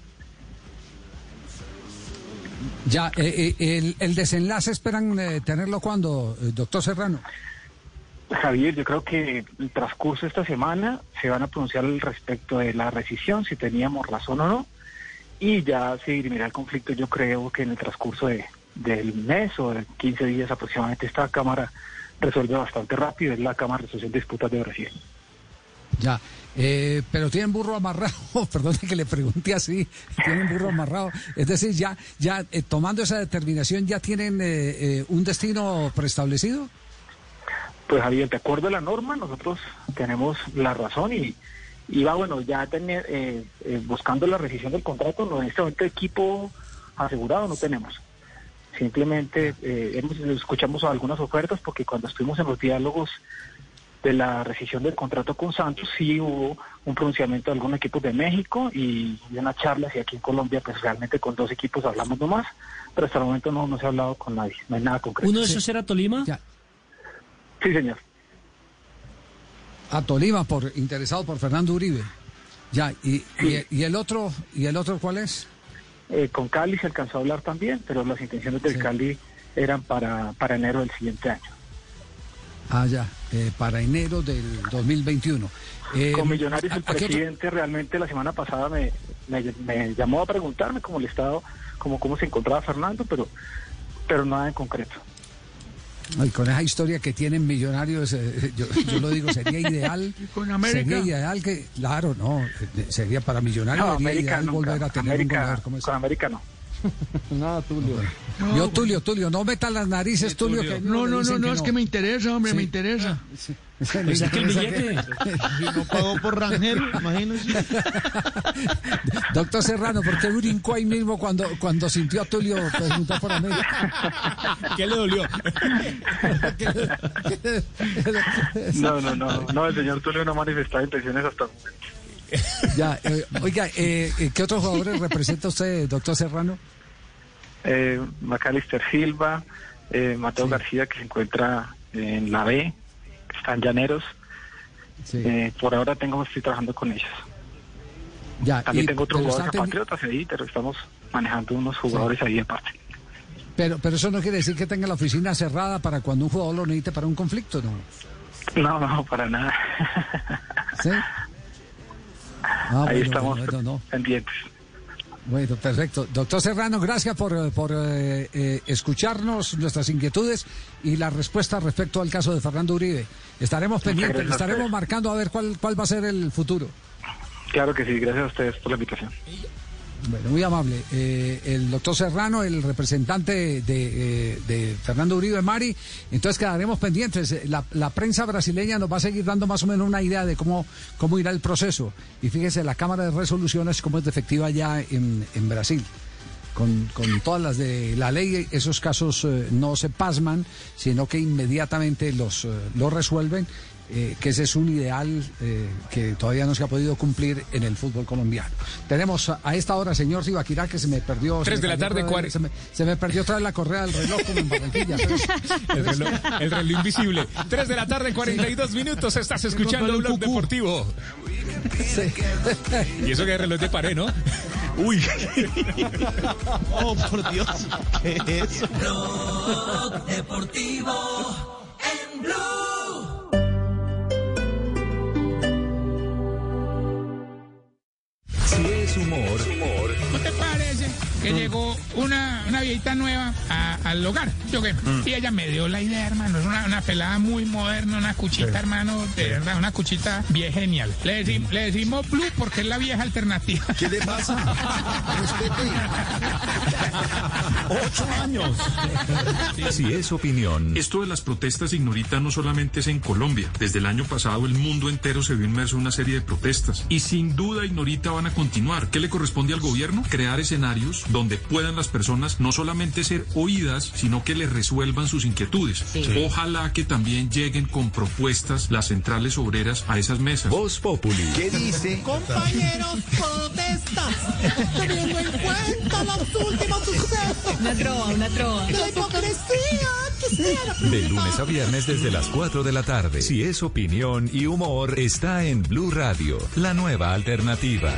[SPEAKER 10] Ya, eh, eh, el, el desenlace esperan eh, tenerlo cuando, eh, doctor Serrano.
[SPEAKER 7] Javier, yo creo que el transcurso de esta semana se van a pronunciar al respecto de la rescisión, si teníamos razón o no, y ya se dirimirá el conflicto. Yo creo que en el transcurso de, del mes o de quince días aproximadamente esta Cámara resuelve bastante rápido, es la Cámara de Resolución de Disputas de Brasil.
[SPEAKER 10] Ya, eh, pero tienen burro amarrado, perdón que le pregunte así, tienen burro amarrado, es decir, ya, ya eh, tomando esa determinación, ¿ya tienen eh, eh, un destino preestablecido?
[SPEAKER 7] Pues Javier, de acuerdo a la norma, nosotros tenemos la razón y, y va, bueno, ya tener, eh, eh, buscando la rescisión del contrato, no, en este momento equipo asegurado no tenemos. Simplemente eh, hemos, escuchamos algunas ofertas porque cuando estuvimos en los diálogos de la rescisión del contrato con Santos, sí hubo un pronunciamiento de algunos equipos de México y unas charlas, y aquí en Colombia pues realmente con dos equipos hablamos nomás, pero hasta el momento no, no se ha hablado con nadie, no hay nada concreto.
[SPEAKER 15] ¿Uno de esos era Tolima?
[SPEAKER 10] Ya.
[SPEAKER 7] Sí, señor.
[SPEAKER 10] A Tolima, por interesado por Fernando Uribe. Ya, y, sí. y, y el otro, ¿y el otro cuál es?
[SPEAKER 7] Eh, con Cali se alcanzó a hablar también, pero las intenciones del sí. Cali eran para, para enero del siguiente año.
[SPEAKER 10] Ah, ya, eh, para enero del dos mil veintiuno. Eh,
[SPEAKER 7] Con Millonarios, el presidente realmente la semana pasada me, me, me llamó a preguntarme cómo el estado, cómo, cómo se encontraba Fernando, pero, pero nada en concreto.
[SPEAKER 10] Ay, con esa historia que tienen Millonarios, eh, yo, yo lo digo, sería ideal.
[SPEAKER 15] Con América.
[SPEAKER 10] Sería ideal que, claro, no, sería para Millonarios,
[SPEAKER 7] no,
[SPEAKER 10] sería
[SPEAKER 7] América
[SPEAKER 10] ideal
[SPEAKER 7] nunca.
[SPEAKER 10] volver a tener
[SPEAKER 7] América,
[SPEAKER 10] un goleador como ese.
[SPEAKER 7] Con América no.
[SPEAKER 10] Nada, Tulio. No, yo, Tulio, Tulio, no metas las narices, sí, Tulio.
[SPEAKER 15] Tulio.
[SPEAKER 10] Que
[SPEAKER 15] no, no, no, no, es
[SPEAKER 10] no.
[SPEAKER 15] que me interesa, hombre, sí. me interesa. Sí.
[SPEAKER 10] Pues saque el billete.
[SPEAKER 15] Si no pagó por Rangel, imagínese.
[SPEAKER 10] Doctor Serrano, ¿por qué brincó ahí mismo cuando, cuando sintió a Tulio preguntar por América?
[SPEAKER 1] ¿Qué le dolió?
[SPEAKER 7] No, no, no, no, el señor Tulio no ha manifestado intenciones hasta el momento.
[SPEAKER 10] Ya, eh, oiga, eh, ¿qué otros jugadores representa usted, doctor Serrano?
[SPEAKER 7] Eh, Macalister Silva, eh, Mateo sí. García, que se encuentra en la B, que está en Llaneros. Sí. Eh, por ahora tengo, estoy trabajando con ellos.
[SPEAKER 10] Ya,
[SPEAKER 7] También
[SPEAKER 10] y,
[SPEAKER 7] tengo otros jugadores
[SPEAKER 10] ten...
[SPEAKER 7] patriotas ahí, pero estamos manejando unos jugadores sí. ahí aparte.
[SPEAKER 10] Pero, pero eso no quiere decir que tenga la oficina cerrada para cuando un jugador lo necesite para un conflicto, ¿no?
[SPEAKER 7] No, no, para nada.
[SPEAKER 10] ¿Sí? Ah,
[SPEAKER 7] ahí
[SPEAKER 10] bueno,
[SPEAKER 7] estamos
[SPEAKER 10] bueno, no.
[SPEAKER 7] pendientes.
[SPEAKER 10] Bueno, perfecto. Doctor Serrano, gracias por, por eh, eh, escucharnos nuestras inquietudes y la respuesta respecto al caso de Fernando Uribe. Estaremos pendientes, estaremos marcando a ver cuál, cuál va a ser el futuro.
[SPEAKER 7] Claro que sí, gracias a ustedes por la invitación.
[SPEAKER 10] Bueno, muy amable. Eh, el doctor Serrano, el representante de, eh, de Fernando Uribe, Mari. Entonces quedaremos pendientes. La, la prensa brasileña nos va a seguir dando más o menos una idea de cómo, cómo irá el proceso. Y fíjese, la Cámara de Resoluciones, cómo es de efectiva ya en, en Brasil. con, con todas las de la ley, esos casos eh, no se pasman, sino que inmediatamente los, eh, los resuelven. Eh, que ese es un ideal eh, que todavía no se ha podido cumplir en el fútbol colombiano. Tenemos a, a esta hora, señor Zibaquirá, que se me perdió...
[SPEAKER 1] Tres de la tarde,
[SPEAKER 10] cuarenta. Se me, se me perdió otra vez la correa del reloj como en Barranquilla.
[SPEAKER 1] El reloj, el reloj invisible. Tres de la tarde, cuarenta y dos minutos. Estás escuchando Blog Deportivo.
[SPEAKER 10] Sí.
[SPEAKER 1] Y eso que es reloj de pared, ¿no?
[SPEAKER 15] Uy. Oh, por Dios. ¿Qué es eso?
[SPEAKER 4] Blog Deportivo en Blue.
[SPEAKER 19] Si es humor, humor.
[SPEAKER 16] ¿No te parece que mm. llegó una, una viejita nueva a, al hogar? ¿Yo qué? Mm. Y ella me dio la idea, hermano. Es una, una pelada muy moderna, una cuchita, sí. hermano, de sí. verdad, una cuchita bien genial. Le, decim, le decimos Blue porque es la vieja alternativa.
[SPEAKER 5] ¿Qué le pasa? Respete.
[SPEAKER 3] Ocho años.
[SPEAKER 19] Si es opinión.
[SPEAKER 3] Esto de las protestas, Ignorita, no solamente es en Colombia. Desde el año pasado el mundo entero se vio inmerso en una serie de protestas. Y sin duda, Ignorita, van a continuar. ¿Qué le corresponde al gobierno? Crear escenarios donde puedan las personas no solamente ser oídas, sino que les resuelvan sus inquietudes. Sí. Ojalá que también lleguen con propuestas las centrales obreras a esas mesas.
[SPEAKER 19] Voz Populi.
[SPEAKER 5] ¿Qué dice?
[SPEAKER 4] Compañeros, protestas. Teniendo en cuenta los últimos sucesos.
[SPEAKER 29] Una trova, una trova.
[SPEAKER 4] La hipocresía que sea.
[SPEAKER 19] De lunes a viernes desde las cuatro de la tarde. Si es opinión y humor, está en Blue Radio, la nueva alternativa.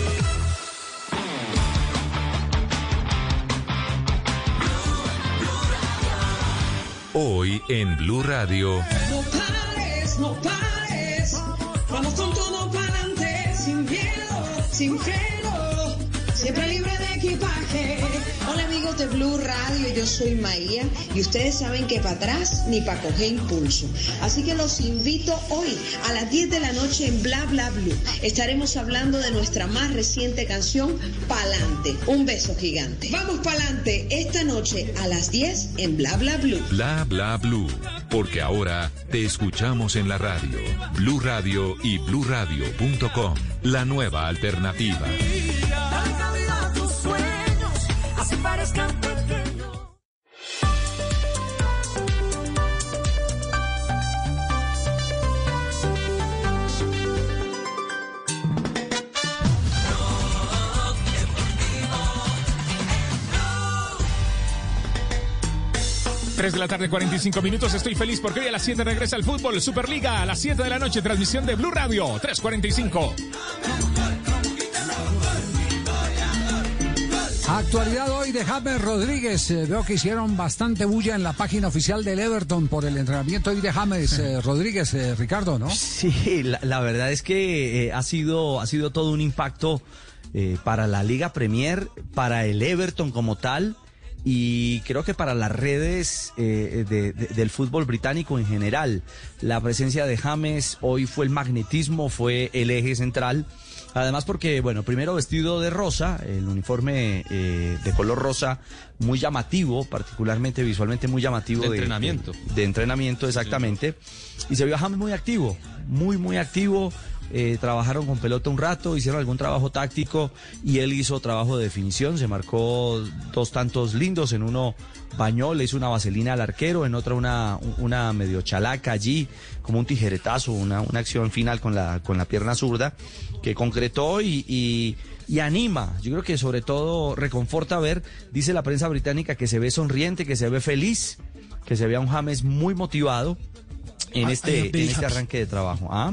[SPEAKER 19] Hoy en Blue Radio.
[SPEAKER 4] No pares, no pares. Vamos con todo para adelante, sin miedo, sin freno. Siempre libre de equipaje.
[SPEAKER 17] Hola amigos de Blue Radio, yo soy Maía y ustedes saben que para atrás ni para coger impulso. Así que los invito hoy a las diez de la noche en Bla Bla Blue. Estaremos hablando de nuestra más reciente canción, Pa'lante. Un beso gigante. Vamos pa'lante esta noche a las diez en Bla Bla Blue.
[SPEAKER 19] Bla Bla Blue, porque ahora te escuchamos en la radio. Blue Radio y blue radio punto com, la nueva alternativa.
[SPEAKER 4] Así parezcan pequeños.
[SPEAKER 1] Tres de la tarde, cuarenta y cinco minutos. Estoy feliz porque hoy a las siete regresa el fútbol. Superliga a las siete de la noche. Transmisión de Blue Radio. tres cuarenta y cinco.
[SPEAKER 10] Actualidad hoy de James Rodríguez. Eh, veo que hicieron bastante bulla en la página oficial del Everton por el entrenamiento hoy de James eh, Rodríguez, eh, Ricardo, ¿no?
[SPEAKER 18] Sí, la, la verdad es que eh, ha sido ha sido todo un impacto eh, para la Liga Premier, para el Everton como tal, y creo que para las redes eh, de, de, del fútbol británico en general. La presencia de James hoy fue el magnetismo, fue el eje central. Además porque, bueno, primero vestido de rosa, el uniforme eh, de color rosa, muy llamativo, particularmente visualmente muy llamativo.
[SPEAKER 22] De,
[SPEAKER 18] de
[SPEAKER 22] entrenamiento.
[SPEAKER 18] De, de entrenamiento, exactamente. Sí. Y se vio a James muy activo, muy, muy activo. Eh, trabajaron con pelota un rato, hicieron algún trabajo táctico y él hizo trabajo de definición. Se marcó dos tantos lindos, en uno bañó, le hizo una vaselina al arquero, en otra una, una medio chalaca allí, como un tijeretazo, una, una acción final con la, con la pierna zurda que concretó y, y, y anima. Yo creo que sobre todo reconforta ver, dice la prensa británica, que se ve sonriente, que se ve feliz, que se ve a un James muy motivado en este, en este arranque de trabajo. ¿Ah?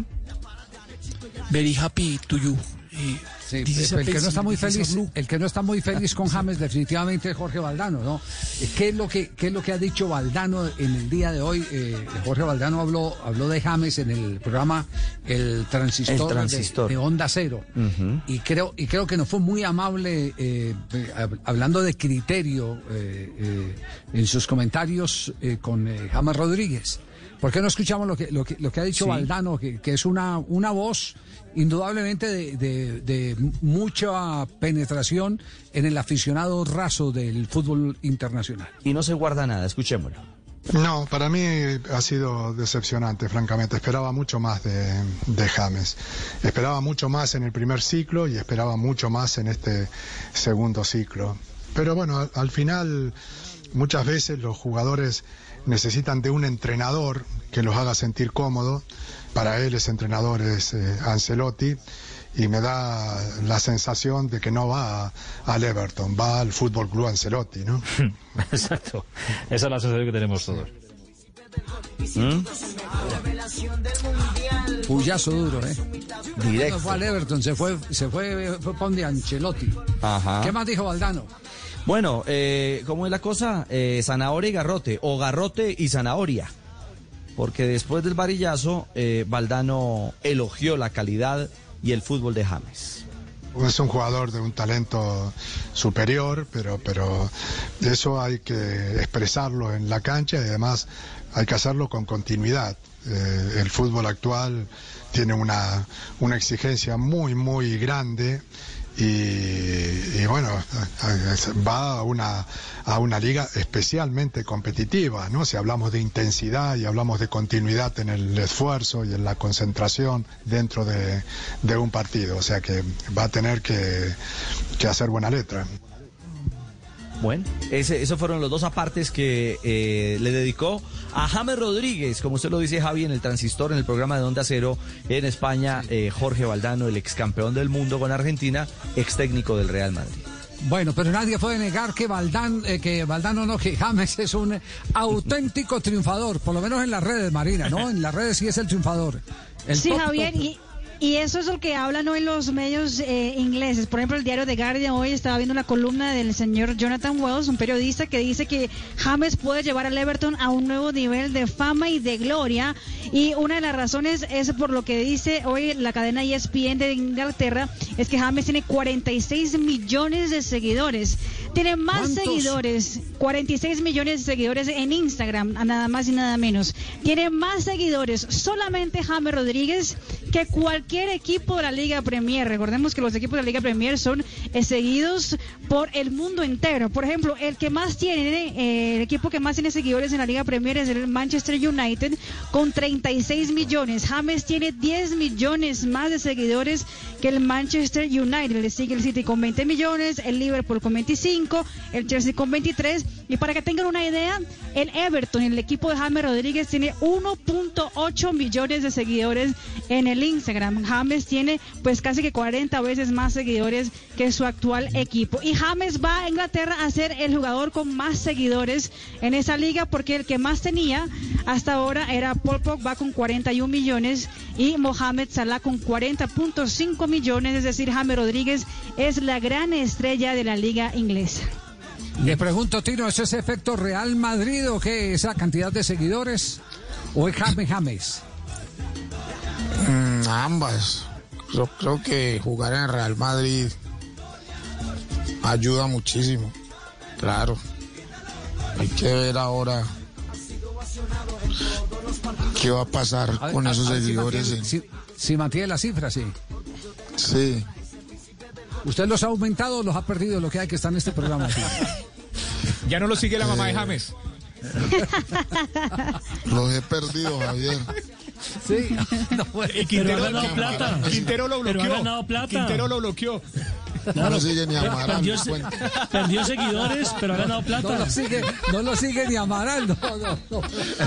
[SPEAKER 15] Very happy to you.
[SPEAKER 10] Sí, el que no está muy feliz, el que no está muy feliz con James definitivamente es Jorge Valdano, ¿no? ¿Qué es lo que qué es lo que ha dicho Valdano en el día de hoy? Eh, Jorge Valdano habló habló de James en el programa El Transistor,
[SPEAKER 18] el transistor.
[SPEAKER 10] De, de Onda Cero. Uh-huh. y creo y creo que no fue muy amable eh, hablando de criterio eh, eh, en sus comentarios eh, con eh, James Rodríguez. ¿Por qué no escuchamos lo que lo que, lo que ha dicho sí. Valdano, que, que es una una voz indudablemente de, de, de mucha penetración en el aficionado raso del fútbol internacional?
[SPEAKER 18] Y no se guarda nada, escuchémoslo.
[SPEAKER 20] No, para mí ha sido decepcionante, francamente. Esperaba mucho más de, de James. Esperaba mucho más en el primer ciclo y esperaba mucho más en este segundo ciclo. Pero bueno, al, al final muchas veces los jugadores necesitan de un entrenador que los haga sentir cómodos. Para él ese entrenador es eh, Ancelotti, y me da la sensación de que no va a, al Everton, va al Fútbol Club Ancelotti, ¿no?
[SPEAKER 6] Exacto, esa es la sensación que tenemos todos.
[SPEAKER 10] ¿Mm? Puyazo duro, ¿eh?
[SPEAKER 18] Directo.
[SPEAKER 10] No fue al Everton, se fue, se fue, fue para donde Ancelotti.
[SPEAKER 18] Ajá.
[SPEAKER 10] ¿Qué más dijo Valdano?
[SPEAKER 18] Bueno, eh, ¿cómo es la cosa? Eh, zanahoria y garrote, o garrote y zanahoria. Porque después del varillazo, eh, Valdano elogió la calidad y el fútbol de James.
[SPEAKER 20] Es un jugador de un talento superior, pero, pero eso hay que expresarlo en la cancha y además hay que hacerlo con continuidad. Eh, el fútbol actual tiene una, una exigencia muy, muy grande. Y, y bueno, va a una, a una liga especialmente competitiva, ¿no? Si hablamos de intensidad y hablamos de continuidad en el esfuerzo y en la concentración dentro de, de un partido, o sea que va a tener que, que hacer buena letra.
[SPEAKER 18] Bueno, ese, esos fueron los dos apartes que eh, le dedicó a James Rodríguez, como usted lo dice, Javi, en el Transistor, en el programa de Onda Cero en España, eh, Jorge Valdano, el ex campeón del mundo con Argentina, ex técnico del Real Madrid.
[SPEAKER 10] Bueno, pero nadie puede negar que Valdán, eh, que Valdano no, que James es un auténtico triunfador, por lo menos en las redes, Marina, ¿no? En las redes sí es el triunfador. El
[SPEAKER 29] sí,
[SPEAKER 10] top,
[SPEAKER 29] Javier,
[SPEAKER 10] top.
[SPEAKER 29] y... Y eso es lo que hablan hoy los medios eh, ingleses. Por ejemplo, el diario The Guardian hoy estaba viendo una columna del señor Jonathan Wells, un periodista que dice que James puede llevar al Everton a un nuevo nivel de fama y de gloria. Y una de las razones es por lo que dice hoy la cadena E S P N de Inglaterra, es que James tiene cuarenta y seis millones de seguidores. Tiene más
[SPEAKER 10] ¿Cuántos?
[SPEAKER 29] seguidores, cuarenta y seis millones de seguidores en Instagram, nada más y nada menos. Tiene más seguidores solamente James Rodríguez que cualquier equipo de la Liga Premier. Recordemos que los equipos de la Liga Premier son eh, seguidos por el mundo entero. Por ejemplo, el que más tiene, eh, el equipo que más tiene seguidores en la Liga Premier es el Manchester United con treinta y seis millones. James tiene diez millones más de seguidores que el Manchester United. Le sigue el City con veinte millones, el Liverpool con veinticinco, el Chelsea con veintitrés. Y para que tengan una idea, el Everton, el equipo de James Rodríguez, tiene uno punto ocho millones de seguidores en el Instagram. James tiene pues casi que cuarenta veces más seguidores que su actual equipo. Y James va a Inglaterra a ser el jugador con más seguidores en esa liga, porque el que más tenía hasta ahora era Paul Pogba con cuarenta y un millones y Mohamed Salah con cuarenta punto cinco millones. Es decir, James Rodríguez es la gran estrella de la liga inglesa.
[SPEAKER 10] Le pregunto, Tino, ¿es ese efecto Real Madrid o qué? ¿Esa cantidad de seguidores? ¿O es James James?
[SPEAKER 8] Mm, ambas. Yo creo que jugar en Real Madrid ayuda muchísimo. Claro. Hay que ver ahora qué va a pasar a con ver, esos a, a seguidores.
[SPEAKER 10] Si mantiene, si, si mantiene la cifra, sí.
[SPEAKER 8] Sí.
[SPEAKER 10] ¿Usted los ha aumentado o los ha perdido, lo que hay que estar en este programa? Sí.
[SPEAKER 1] Ya no lo sigue la mamá de James.
[SPEAKER 8] Los he perdido, Javier.
[SPEAKER 10] Sí. No, bueno.
[SPEAKER 1] Y Quintero,
[SPEAKER 6] ha ganado plata.
[SPEAKER 1] Quintero lo bloqueó.
[SPEAKER 6] Pero ha ganado plata.
[SPEAKER 1] Quintero lo bloqueó.
[SPEAKER 8] No lo sigue ni Amaral.
[SPEAKER 6] Perdió, perdió seguidores, pero ha ganado plata.
[SPEAKER 10] No lo sigue, no lo sigue ni Amaral. No, no, no.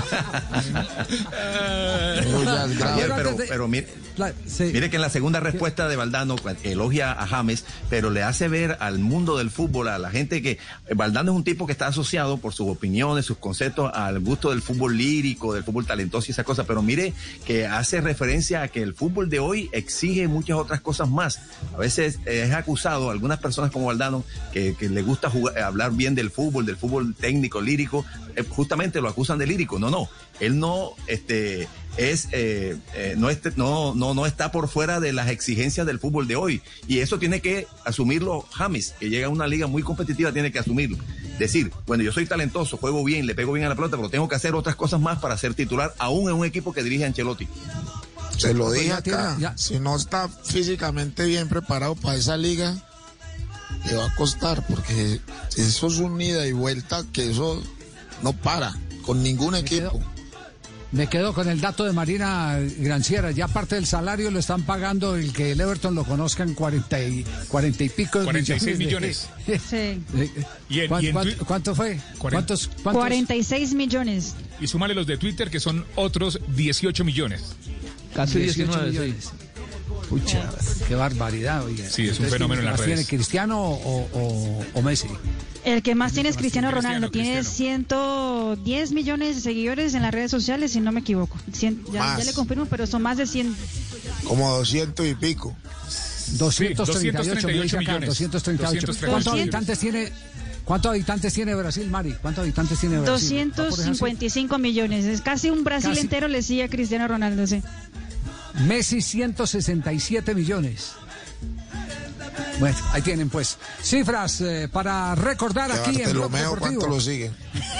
[SPEAKER 5] Javier, pero, pero mire, sí. mire que en la segunda respuesta de Valdano elogia a James, pero le hace ver al mundo del fútbol, a la gente que Valdano es un tipo que está asociado por sus opiniones, sus conceptos al gusto del fútbol lírico, del fútbol talentoso y esa cosa, pero mire que hace referencia a que el fútbol de hoy exige muchas otras cosas más. A veces es acusado algunas personas como Valdano que, que le gusta jugar, hablar bien del fútbol, del fútbol técnico, lírico, eh, justamente lo acusan de lírico. No, no, él no este es eh, eh, no, este, no no no está por fuera de las exigencias del fútbol de hoy, y eso tiene que asumirlo James, que llega a una liga muy competitiva, tiene que asumirlo, decir, bueno, yo soy talentoso, juego bien, le pego bien a la pelota, pero tengo que hacer otras cosas más para ser titular aún en un equipo que dirige Ancelotti.
[SPEAKER 8] Se lo dije acá, ya. Si no está físicamente bien preparado para esa liga, le va a costar, porque eso es un ida y vuelta que eso no para con ningún equipo.
[SPEAKER 10] Me quedo con el dato de Marina Granciera. Ya parte del salario lo están pagando el que el Everton lo conozca en cuarenta y, cuarenta y pico
[SPEAKER 1] cuarenta y seis millones.
[SPEAKER 29] De... Sí.
[SPEAKER 1] ¿Y en,
[SPEAKER 10] ¿Cuánto,
[SPEAKER 1] y en
[SPEAKER 10] cuánto, ¿Cuánto fue? ¿Cuántos, cuántos?
[SPEAKER 29] cuarenta y seis millones.
[SPEAKER 1] Y súmale los de Twitter, que son otros dieciocho millones.
[SPEAKER 10] Casi dieciocho millones. Sí. Pucha, qué barbaridad. Oiga.
[SPEAKER 1] Sí, es un fenómeno en las redes.
[SPEAKER 10] ¿Tiene Cristiano o, o, o Messi?
[SPEAKER 29] El que más tiene es Cristiano Ronaldo. Tiene ciento diez millones de seguidores en las redes sociales, si no me equivoco. cien, ya, ya le confirmo, pero son más de cien.
[SPEAKER 8] Como doscientos y pico.
[SPEAKER 10] doscientos treinta y ocho millones.
[SPEAKER 29] doscientos
[SPEAKER 10] treinta y ocho. ¿Cuántos habitantes tiene? ¿Cuántos habitantes tiene Brasil, Mari? ¿Cuántos habitantes tiene Brasil?
[SPEAKER 29] doscientos cincuenta y cinco millones. Es casi un Brasil casi. entero le sigue a Cristiano Ronaldo, sí.
[SPEAKER 10] Messi ciento sesenta y siete millones. Bueno, ahí tienen pues cifras eh, para recordar aquí en Blog Deportivo.
[SPEAKER 8] ¿Cuánto lo siguen?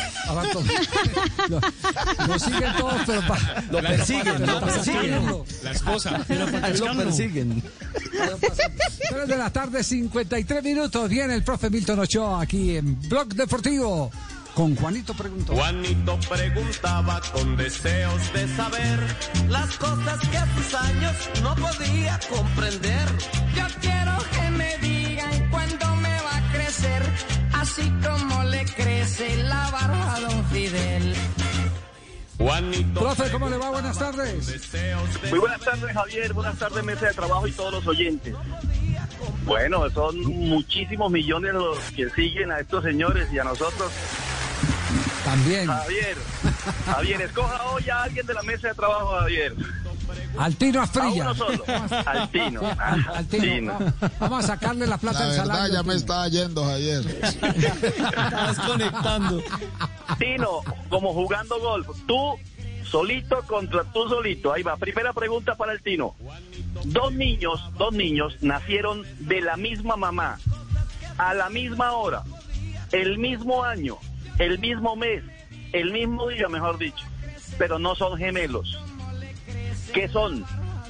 [SPEAKER 10] lo, lo siguen todos, pero pa,
[SPEAKER 18] lo persiguen, lo persiguen.
[SPEAKER 1] La esposa.
[SPEAKER 18] Lo persiguen.
[SPEAKER 10] tres de la tarde, cincuenta y tres minutos. Viene el profe Milton Ochoa aquí en Blog Deportivo. Con Juanito preguntó.
[SPEAKER 9] Juanito preguntaba con deseos de saber las cosas que a sus años no podía comprender.
[SPEAKER 11] Yo quiero que me digan cuándo me va a crecer, así como le crece la barba a don Fidel.
[SPEAKER 9] Juanito.
[SPEAKER 10] Profe, ¿cómo le va? Buenas tardes.
[SPEAKER 12] Muy buenas tardes, Javier. Buenas tardes, mesa de trabajo y todos los oyentes. Bueno, son muchísimos millones los que siguen a estos señores y a nosotros.
[SPEAKER 10] También.
[SPEAKER 12] Javier, Javier, escoja hoy a alguien de la mesa de trabajo, Javier.
[SPEAKER 10] Al Tino Asprilla.
[SPEAKER 12] A uno solo. Al Tino.
[SPEAKER 10] Al Tino. Vamos a sacarle la plata del salario.
[SPEAKER 8] La verdad, ya me estaba yendo, Javier.
[SPEAKER 18] Estabas conectando.
[SPEAKER 12] Tino, como jugando golf, tú solito contra tú solito. Ahí va. Primera pregunta para el Tino. Dos niños, dos niños nacieron de la misma mamá, a la misma hora, el mismo año, el mismo mes, el mismo día, mejor dicho, pero no son gemelos. ¿Qué son?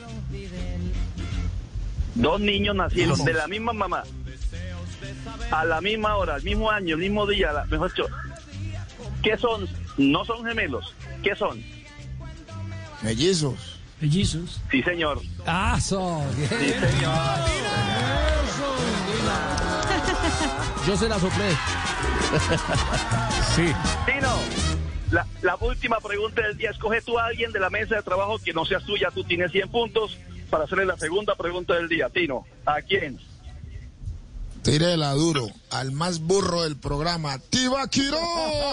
[SPEAKER 12] Dos niños nacieron de la misma mamá, a la misma hora, el mismo año, el mismo día, mejor dicho. ¿Qué son? No son gemelos. ¿Qué son?
[SPEAKER 8] Mellizos.
[SPEAKER 6] Mellizos.
[SPEAKER 12] Sí, señor.
[SPEAKER 10] Ah, son.
[SPEAKER 12] Sí, señor.
[SPEAKER 18] Yo se la soplé.
[SPEAKER 1] Sí.
[SPEAKER 12] Tino, la, la última pregunta del día. Escoge tú a alguien de la mesa de trabajo que no seas tuya. Tú tienes cien puntos para hacerle la segunda pregunta del día. Tino, ¿a quién?
[SPEAKER 8] Tírela duro, al más burro del programa, Tibaquiró.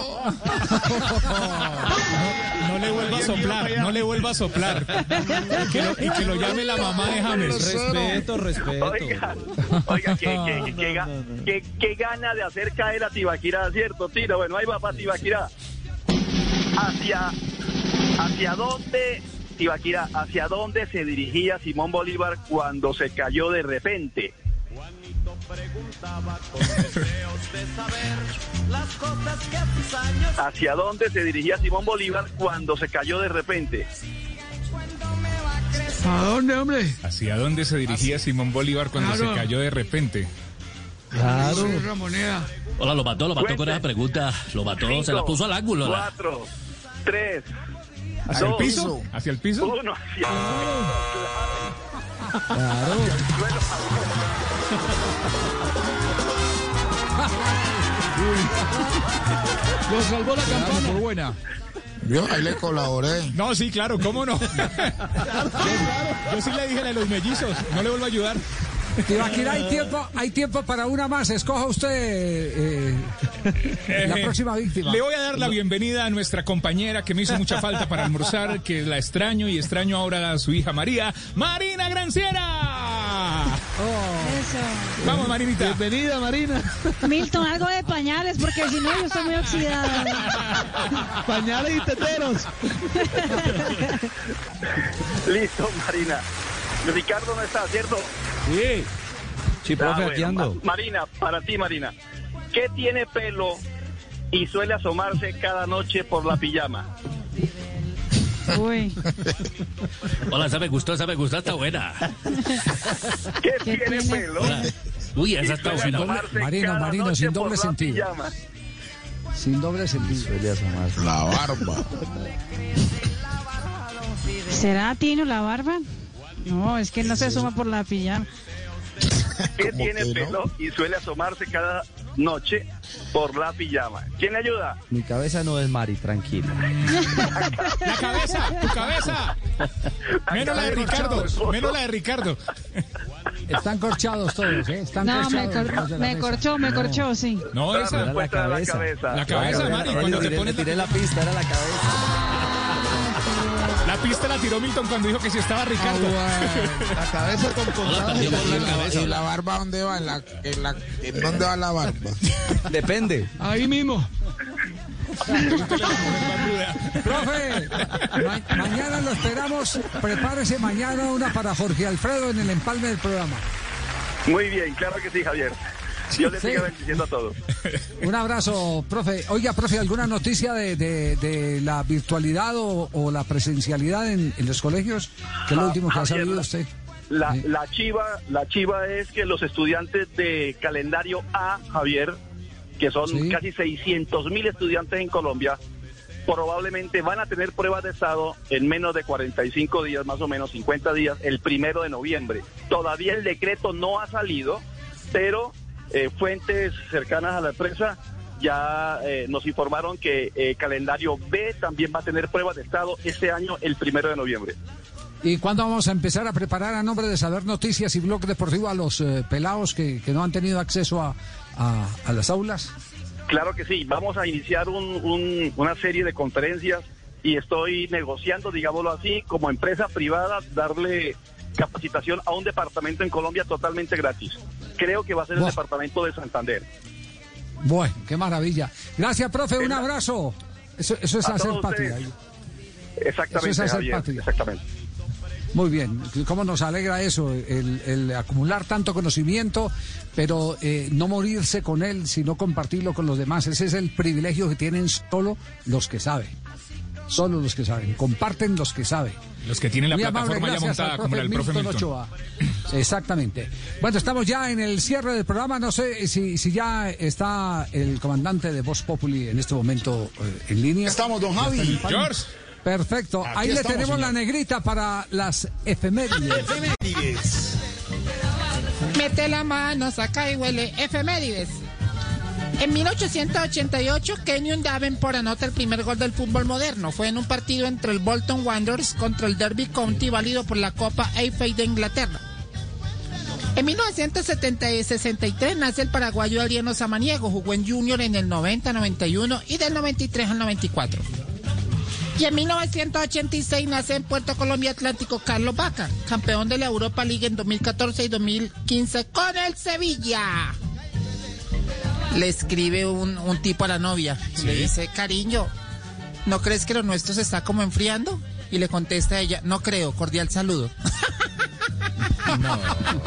[SPEAKER 1] No, no le vuelva a soplar, no le vuelva a soplar. Y que lo, y que lo llame la mamá de James.
[SPEAKER 18] Respeto, respeto.
[SPEAKER 12] Oiga, oiga, que, que, que, que, que, que gana de hacer caer a Tibaquirá, ¿cierto, Tino? Bueno, ahí va para Tibaquirá. Hacia, ¿Hacia dónde, Tibaquirá, hacia dónde se dirigía Simón Bolívar cuando se cayó de repente? ¿Hacia dónde se dirigía Simón Bolívar cuando se cayó de repente?
[SPEAKER 16] ¿A dónde, hombre?
[SPEAKER 1] ¿Hacia dónde se dirigía Simón Bolívar cuando
[SPEAKER 16] Claro.
[SPEAKER 1] se cayó de repente?
[SPEAKER 16] Claro. Una moneda.
[SPEAKER 13] Hola, lo mató, lo mató con esa pregunta. Lo mató,
[SPEAKER 12] Cinco,
[SPEAKER 13] se la puso al ángulo. La...
[SPEAKER 12] Cuatro, tres,
[SPEAKER 1] ¿Hacia
[SPEAKER 12] dos,
[SPEAKER 1] el piso? ¿Hacia el piso?
[SPEAKER 12] Uno, hacia el
[SPEAKER 18] Claro.
[SPEAKER 16] Lo salvó la campana.
[SPEAKER 1] Por buena.
[SPEAKER 8] Yo ahí le colaboré.
[SPEAKER 1] No, sí, claro, ¿cómo no? Yo, yo sí le dije la de los mellizos, no le vuelvo a ayudar.
[SPEAKER 10] Tibaquirá, hay tiempo, hay tiempo para una más. Escoja usted eh, la
[SPEAKER 1] Eh,
[SPEAKER 10] próxima víctima.
[SPEAKER 1] Le voy a dar la bienvenida a nuestra compañera que me hizo mucha falta para almorzar, que la extraño y extraño ahora a su hija María, Marina Granciera.
[SPEAKER 29] Eso.
[SPEAKER 1] Vamos, Marinita.
[SPEAKER 18] Bienvenida, Marina.
[SPEAKER 29] Milton, algo de pañales, porque si no yo estoy muy oxidada.
[SPEAKER 18] Pañales y teteros.
[SPEAKER 12] Listo, Marina. Ricardo no está, ¿cierto?
[SPEAKER 18] Sí. Sí, profe,
[SPEAKER 12] Ah, bueno,
[SPEAKER 18] aquí ando.
[SPEAKER 12] Ma- Marina, para ti, Marina. ¿Qué tiene pelo y suele asomarse cada noche por la pijama?
[SPEAKER 29] Uy.
[SPEAKER 13] Hola, esa me gustó, esa me gustó, está buena.
[SPEAKER 12] ¿Qué,
[SPEAKER 29] ¿Qué
[SPEAKER 12] tiene,
[SPEAKER 29] tiene?
[SPEAKER 12] pelo?
[SPEAKER 13] Uy, esa
[SPEAKER 12] y
[SPEAKER 13] está
[SPEAKER 12] suele
[SPEAKER 13] buena.
[SPEAKER 12] asomarse
[SPEAKER 10] Marino,
[SPEAKER 12] cada
[SPEAKER 10] Marino,
[SPEAKER 12] noche
[SPEAKER 10] sin
[SPEAKER 12] por
[SPEAKER 10] doble
[SPEAKER 12] la
[SPEAKER 10] sentido.
[SPEAKER 12] pijama?
[SPEAKER 10] Sin doble sentido.
[SPEAKER 8] La barba.
[SPEAKER 29] ¿Será Tino la barba? No, es que no se asoma por la pijama.
[SPEAKER 12] Que tiene pelo y suele asomarse cada noche por la pijama. ¿Quién le ayuda?
[SPEAKER 18] Mi cabeza no es Mari, tranquila.
[SPEAKER 1] La cabeza, tu cabeza. Menos la de Ricardo, menos la de Ricardo.
[SPEAKER 10] Están corchados todos, ¿eh? Están
[SPEAKER 29] No, me,
[SPEAKER 10] corchados.
[SPEAKER 29] cor-
[SPEAKER 10] los de la
[SPEAKER 29] me
[SPEAKER 10] mesa.
[SPEAKER 29] corchó, me
[SPEAKER 10] No.
[SPEAKER 29] corchó, sí.
[SPEAKER 1] No,
[SPEAKER 12] La
[SPEAKER 1] esa
[SPEAKER 12] respuesta era la cabeza.
[SPEAKER 1] La cabeza,
[SPEAKER 18] Claro,
[SPEAKER 1] Mari,
[SPEAKER 18] era-
[SPEAKER 1] cuando
[SPEAKER 18] le
[SPEAKER 1] te
[SPEAKER 18] tiré-
[SPEAKER 1] pones
[SPEAKER 18] le tiré la pista, era la cabeza.
[SPEAKER 1] la pista la tiró Milton cuando dijo que si estaba Ricardo.
[SPEAKER 15] La cabeza con contado.
[SPEAKER 8] ¿Y la, y la barba dónde va? ¿En, la, en, la, ¿En dónde va la barba?
[SPEAKER 18] Depende.
[SPEAKER 16] Ahí mismo.
[SPEAKER 10] Profe, ma- mañana lo esperamos. Prepárese mañana una para Jorge Alfredo en el empalme del programa.
[SPEAKER 12] Muy bien, claro que sí, Javier. Yo le
[SPEAKER 10] Sí.
[SPEAKER 12] sigo bendiciendo a todos.
[SPEAKER 10] Un abrazo, profe. Oiga, profe, ¿alguna noticia de, de, de la virtualidad o, o la presencialidad en, en los colegios? ¿Qué es lo último que ha
[SPEAKER 12] Javier,
[SPEAKER 10] sabido usted?
[SPEAKER 12] La,
[SPEAKER 10] Sí.
[SPEAKER 12] la chiva, la chiva es que los estudiantes de calendario A, Javier, que son
[SPEAKER 10] Sí.
[SPEAKER 12] casi seiscientos mil estudiantes en Colombia, probablemente van a tener pruebas de estado en menos de cuarenta y cinco días, más o menos cincuenta días, el primero de noviembre. Todavía el decreto no ha salido, pero eh, fuentes cercanas a la empresa ya eh, nos informaron que eh, calendario B también va a tener pruebas de estado este año, el primero de noviembre.
[SPEAKER 10] ¿Y cuándo vamos a empezar a preparar a nombre de Saber Noticias y Blog Deportivo a los eh, pelados que, que no han tenido acceso a, a, a las aulas?
[SPEAKER 12] Claro que sí, vamos a iniciar un, un- una serie de conferencias y estoy negociando, digámoslo así, como empresa privada, darle capacitación a un departamento en Colombia totalmente gratis. Creo que va a ser el
[SPEAKER 10] Buah.
[SPEAKER 12] departamento de Santander.
[SPEAKER 10] Bueno, qué maravilla. Gracias, profe, un abrazo. Eso, eso es
[SPEAKER 12] A
[SPEAKER 10] hacer
[SPEAKER 12] todos
[SPEAKER 10] patria.
[SPEAKER 12] ustedes. Exactamente,
[SPEAKER 10] Eso es hacer
[SPEAKER 12] Javier,
[SPEAKER 10] patria.
[SPEAKER 12] exactamente.
[SPEAKER 10] Muy bien, cómo nos alegra eso, el, el acumular tanto conocimiento, pero eh, no morirse con él, sino compartirlo con los demás. Ese es el privilegio que tienen solo los que saben. Solo los que saben. Comparten los que saben.
[SPEAKER 1] Los que tienen la
[SPEAKER 10] Muy amable,
[SPEAKER 1] plataforma ya
[SPEAKER 10] gracias
[SPEAKER 1] montada
[SPEAKER 10] al
[SPEAKER 1] como la del profe Milton.
[SPEAKER 10] Ochoa. Exactamente. Bueno, estamos ya en el cierre del programa. No sé si, si ya está el comandante de Voz Populi en este momento eh, en línea.
[SPEAKER 2] Estamos, don Javi.
[SPEAKER 1] George.
[SPEAKER 10] Perfecto.
[SPEAKER 2] Aquí
[SPEAKER 10] Ahí le
[SPEAKER 2] estamos,
[SPEAKER 10] tenemos
[SPEAKER 2] señor.
[SPEAKER 10] la negrita para las efemérides.
[SPEAKER 2] Efemérides.
[SPEAKER 14] Mete la mano, saca y huele. Efemérides. En mil ochocientos ochenta y ocho, Kenyon Davenport anota el primer gol del fútbol moderno. Fue en un partido entre el Bolton Wanderers contra el Derby County, válido por la Copa A F A de Inglaterra. En mil novecientos sesenta y tres nace el paraguayo Adriano Samaniego. Jugó en Junior en el noventa, noventa y uno y del noventa y tres al noventa y cuatro. Y en mil novecientos ochenta y seis nace en Puerto Colombia Atlántico Carlos Vaca, campeón de la Europa League en dos mil catorce y dos mil quince con el Sevilla. Le escribe un, un tipo a la novia,
[SPEAKER 1] Sí.
[SPEAKER 14] le dice, cariño, ¿no crees que lo nuestro se está como enfriando? Y le contesta ella, no creo, cordial saludo.
[SPEAKER 1] No, no,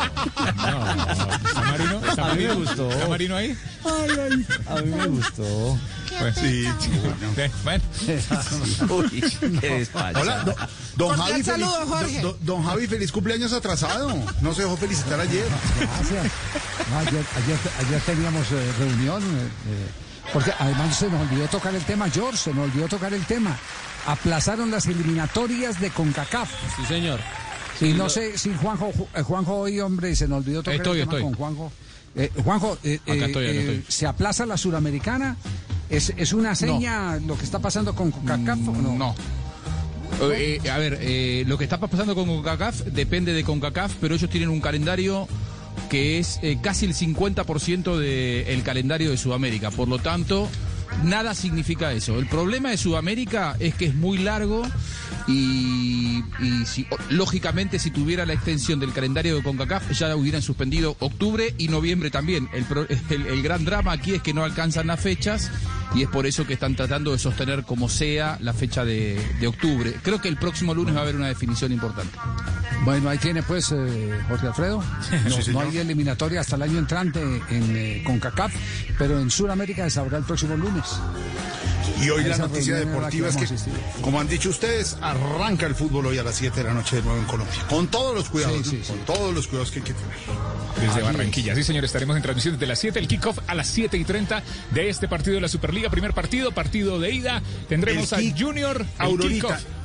[SPEAKER 1] ¿Está Marino? ¿Está
[SPEAKER 18] A mí me
[SPEAKER 1] Marino?
[SPEAKER 18] gustó.
[SPEAKER 1] ¿Está Marino ahí?
[SPEAKER 18] A mí me gustó.
[SPEAKER 1] Pues sí. Bueno.
[SPEAKER 18] Uy, qué despacho.
[SPEAKER 2] Hola, do- don
[SPEAKER 14] Cordial
[SPEAKER 2] Javi, feliz,
[SPEAKER 14] saludo, Jorge.
[SPEAKER 2] do- don Javi, feliz cumpleaños atrasado. No se dejó felicitar ayer.
[SPEAKER 10] Gracias. No, ayer, ayer, ayer teníamos eh, reunión, eh, eh, porque además se nos olvidó tocar el tema, George, se nos olvidó tocar el tema. Aplazaron las eliminatorias de CONCACAF.
[SPEAKER 22] Sí, señor.
[SPEAKER 10] Y no sé si Juanjo, eh, Juanjo hoy, hombre, se nos olvidó tocar
[SPEAKER 22] Estoy,
[SPEAKER 10] el tema
[SPEAKER 22] estoy.
[SPEAKER 10] con Juanjo. Eh, Juanjo, eh,
[SPEAKER 22] Acá
[SPEAKER 10] eh,
[SPEAKER 22] estoy, acá
[SPEAKER 10] eh,
[SPEAKER 22] estoy.
[SPEAKER 10] ¿se aplaza la suramericana? ¿Es, es una seña lo que está pasando con CONCACAF o no?
[SPEAKER 21] No. Eh, eh, a ver, eh, lo que está pasando con CONCACAF depende de CONCACAF, pero ellos tienen un calendario que es eh, casi el cincuenta por ciento del calendario de Sudamérica. Por lo tanto, nada significa eso. El problema de Sudamérica es que es muy largo y, y si, lógicamente si tuviera la extensión del calendario de CONCACAF ya hubieran suspendido octubre y noviembre también. El, pro- el, el gran drama aquí es que no alcanzan las fechas y es por eso que están tratando de sostener como sea la fecha de, de octubre. Creo que el próximo lunes va a haber una definición importante.
[SPEAKER 10] Bueno, ahí tiene pues eh, Jorge Alfredo. No,
[SPEAKER 21] Sí, señor.
[SPEAKER 10] no hay eliminatoria hasta el año entrante en eh, CONCACAF, pero en Sudamérica se sabrá el próximo lunes.
[SPEAKER 2] Y hoy
[SPEAKER 10] A
[SPEAKER 2] la
[SPEAKER 10] esa
[SPEAKER 2] noticia
[SPEAKER 10] reunión a la que
[SPEAKER 2] deportiva es que,
[SPEAKER 10] vamos a asistir.
[SPEAKER 2] como han dicho ustedes, arranca el fútbol hoy a las siete de la noche de nuevo en Colombia. Con todos los cuidados,
[SPEAKER 10] Sí, sí,
[SPEAKER 2] ¿no?
[SPEAKER 10] sí.
[SPEAKER 2] Con todos los cuidados que hay que tener.
[SPEAKER 1] Desde
[SPEAKER 10] Así
[SPEAKER 1] Barranquilla,
[SPEAKER 10] es.
[SPEAKER 1] sí señor, estaremos en transmisión desde las siete, el kickoff a las siete y treinta de este partido de la Superliga, primer partido, partido de ida, tendremos
[SPEAKER 2] El
[SPEAKER 1] a
[SPEAKER 2] kick-
[SPEAKER 1] Junior, el
[SPEAKER 2] Aurorita,
[SPEAKER 1] kickoff.